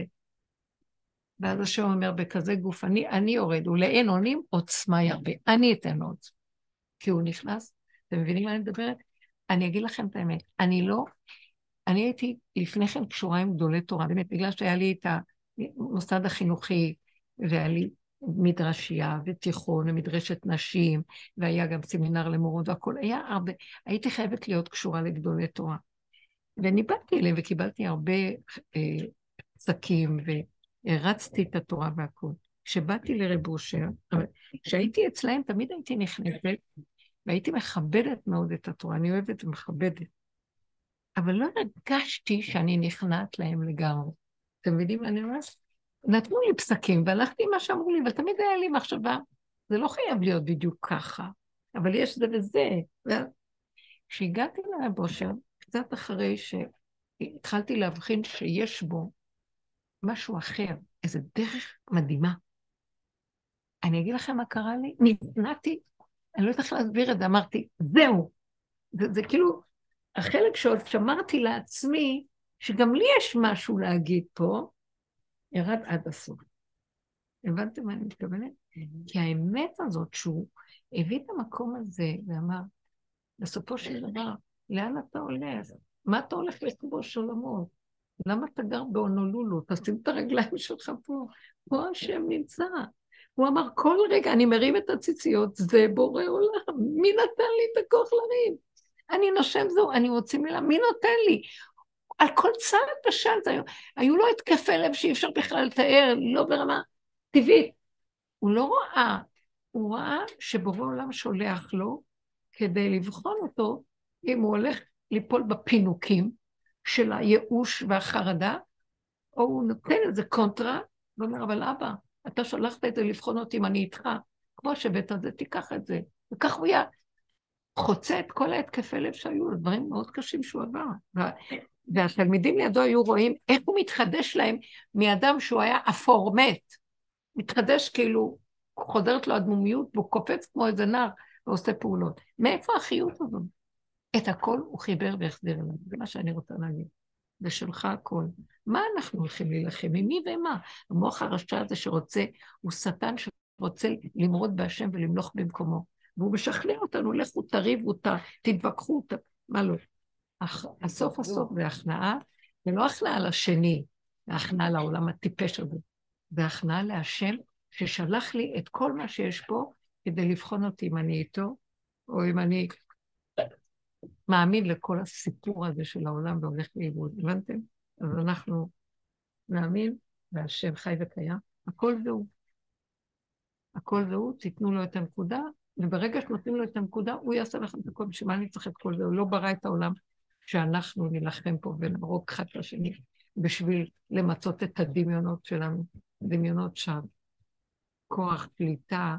ואז השם אומר, בכזה גוף, אני יורד, ולאין אונים עוצמה ירבה, אני אתן לו עוצמה. כי הוא נכנס, אתם מבינים מה אני מדברת? אני אגיד לכם את האמת, אני הייתי לפני כן קשורה עם גדולי תורה, באמת, בגלל שהיה לי את המוסד החינוכי, והיה לי מדרשייה ותיכון ומדרשת נשים, והיה גם סמינר למורות והכל, היה הרבה, הייתי חייבת להיות קשורה לגדולי תורה. וניבדתי אליהם וקיבלתי הרבה פסקים, והרצתי את התורה והכל. כשבאתי לרב אושר, כשהייתי אצלהם תמיד הייתי נכנסת, והייתי מכבדת מאוד את התורה, אני אוהבת ומכבדת. אבל לא הרגשתי שאני נכנעת להם לגמרי. אתם יודעים מה אני אומרת? נתנו לי פסקים, והלכתי עם מה שאמרו לי, ותמיד היה לי מחשבה, זה לא חייב להיות בדיוק ככה, אבל יש זה וזה. כשהגעתי לרב אושר, קצת אחרי שהתחלתי להבחין שיש בו משהו אחר, איזו דרך מדהימה. אני אגיד לכם מה קרה לי, נכנעתי, אני לא יודעת איך להסביר את זה, אמרתי, זהו. זה כאילו, החלק שעוד שמרתי לעצמי, שגם לי יש משהו להגיד פה, ירד עד הסוף. הבנתם מה אני מתכוונת? כי האמת הזאת שהוא הביא את המקום הזה ואמר, בסופו של דבר, לאן אתה הולך? מה אתה הולך לכבוש עולמות? למה אתה גר בהונולולו? תשים את הרגליים שלך פה. פה השם נמצא. הוא אמר, כל רגע אני מרים את הציציות, זה בורא עולם. מי נתן לי את הכוח לריב? אני נושם זהו, אני רוצה מילה, מי נותן לי? על כל צעד בשלט, היו לו התקפי לב שאי אפשר בכלל לתאר, לא ברמה טבעית. הוא לא ראה, הוא ראה שבורא עולם שולח לו, כדי לבחון אותו, אם הוא הולך ליפול בפינוקים של הייאוש והחרדה, או הוא נותן איזה קונטרה, ואומר, אבל אבא, אתה שלחת את זה לבחון אותי אם אני איתך, כמו שבית הזה, תיקח את זה. וכך הוא חוצה את כל ההתקפי לב שהיו, דברים מאוד קשים שהוא עבר. והתלמידים לידו היו רואים איך הוא מתחדש להם מאדם שהוא היה אפור מת. מתחדש כאילו, חודרת לו הדמומיות, והוא קופץ כמו איזה נער ועושה פעולות. מאיפה החיות הזאת? את הכל הוא חיבר והחזיר אליו. זה מה שאני רוצה להגיד. זה שלך הכל. מה אנחנו הולכים להילחם? ממי ומה? המוח הרשע הזה שרוצה, הוא שטן שרוצה למרוד בהשם ולמלוך במקומו. והוא משכנע אותנו, לכו תריבו, תתווכחו, מה לא? הסוף זה הכנעה, זה לא הכנעה לשני, זה הכנעה לעולם הטיפש הזה. זה הכנעה להשם ששלח לי את כל מה שיש פה, כדי לבחון אותי אם אני איתו, או אם אני מאמין לכל הסיפור הזה של העולם והולך לאיבוד. הבנתם? אז אנחנו נאמין, והשם חי וקיים, הכל זהו. הכל זהו, תיתנו לו את הנקודה, וברגע שנותנים לו את הנקודה, הוא יעשה לכם את הכל, בשביל מה אני צריך את כל זה? הוא לא ברא את העולם שאנחנו נלחם פה ונרוג אחד לשני, בשביל למצות את הדמיונות שלנו, דמיונות שם, כוח, פליטה,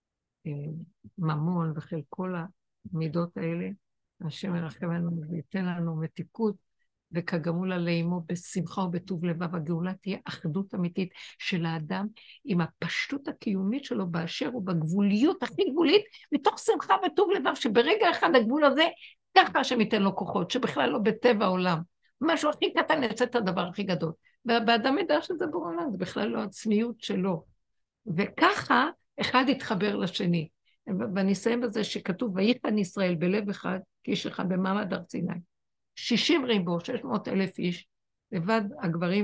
ממון וכל כל המידות האלה, השם ירחם לנו וייתן לנו מתיקות, וכגמול לאמו בשמחה ובטוב לבב, הגאולה תהיה אחדות אמיתית של האדם עם הפשטות הקיומית שלו באשר הוא בגבוליות הכי גבולית, מתוך שמחה וטוב לבב, שברגע אחד הגבול הזה, ככה השם ייתן לו כוחות, שבכלל לא בטבע העולם. משהו הכי קטן יצא את הדבר הכי גדול. והאדם ידע שזה בעולם, זה בכלל לא העצמיות שלו. וככה אחד יתחבר לשני. ואני אסיים בזה שכתוב, ויחן ישראל בלב אחד, כאיש אחד במעמד הר סיני. 60 ריבו, 600,000 איש, לבד הגברים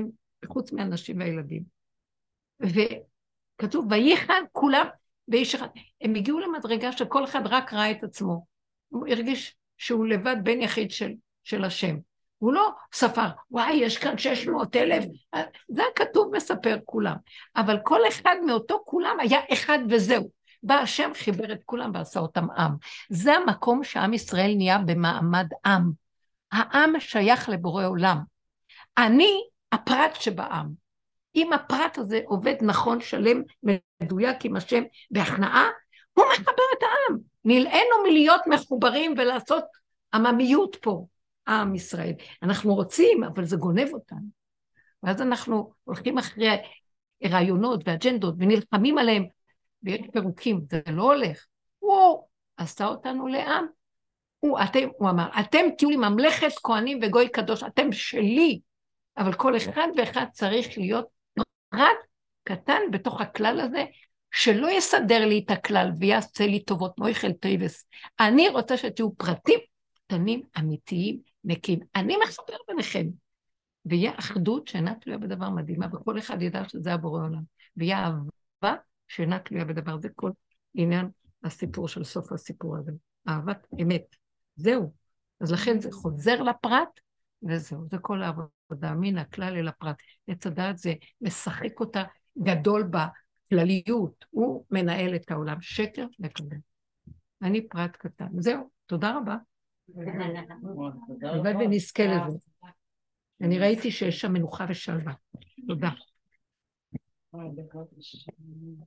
חוץ מהנשים והילדים. וכתוב, וייחד כולם באיש אחד. הם הגיעו למדרגה שכל אחד רק ראה את עצמו. הוא הרגיש שהוא לבד בן יחיד של השם. הוא לא ספר, וואי, יש כאן 600,000. זה הכתוב מספר כולם. אבל כל אחד מאותו כולם היה אחד וזהו. בא השם חיבר את כולם ועשה אותם עם. זה המקום שעם ישראל נהיה במעמד עם. העם שייך לבורא עולם. אני הפרט שבעם. אם הפרט הזה עובד נכון, שלם, מדויק עם השם בהכנעה, הוא מחבר את העם. נלאינו מלהיות מחוברים ולעשות עממיות פה, עם ישראל. אנחנו רוצים, אבל זה גונב אותנו. ואז אנחנו הולכים אחרי רעיונות ואג'נדות ונלחמים עליהם, ויש פירוקים, זה לא הולך. הוא עשה אותנו לעם. הוא אמר, אתם תהיו לי ממלכת כהנים וגוי קדוש, אתם שלי, אבל כל אחד ואחד צריך להיות פרט קטן בתוך הכלל הזה, שלא יסדר לי את הכלל ויעשה לי טובות, מויכל טריבס. אני רוצה שתהיו פרטים קטנים, אמיתיים, נקיים. אני מחבר ביניכם. ויהיה אחדות שאינה תלויה בדבר מדהימה, וכל אחד ידע שזה הבורא עולם. ויהיה אהבה שאינה תלויה בדבר. זה כל עניין הסיפור של סוף הסיפור הזה. אהבת אמת. זהו. אז לכן זה חוזר לפרט, וזהו. זה כל העבודה, מן הכלל אל הפרט. עץ הדעת זה משחק אותה גדול בכלליות. הוא מנהל את העולם. שקר לקבל. אני פרט קטן. זהו. תודה רבה. הלוואי ונזכה לזה. אני ראיתי שיש שם מנוחה ושלווה. תודה.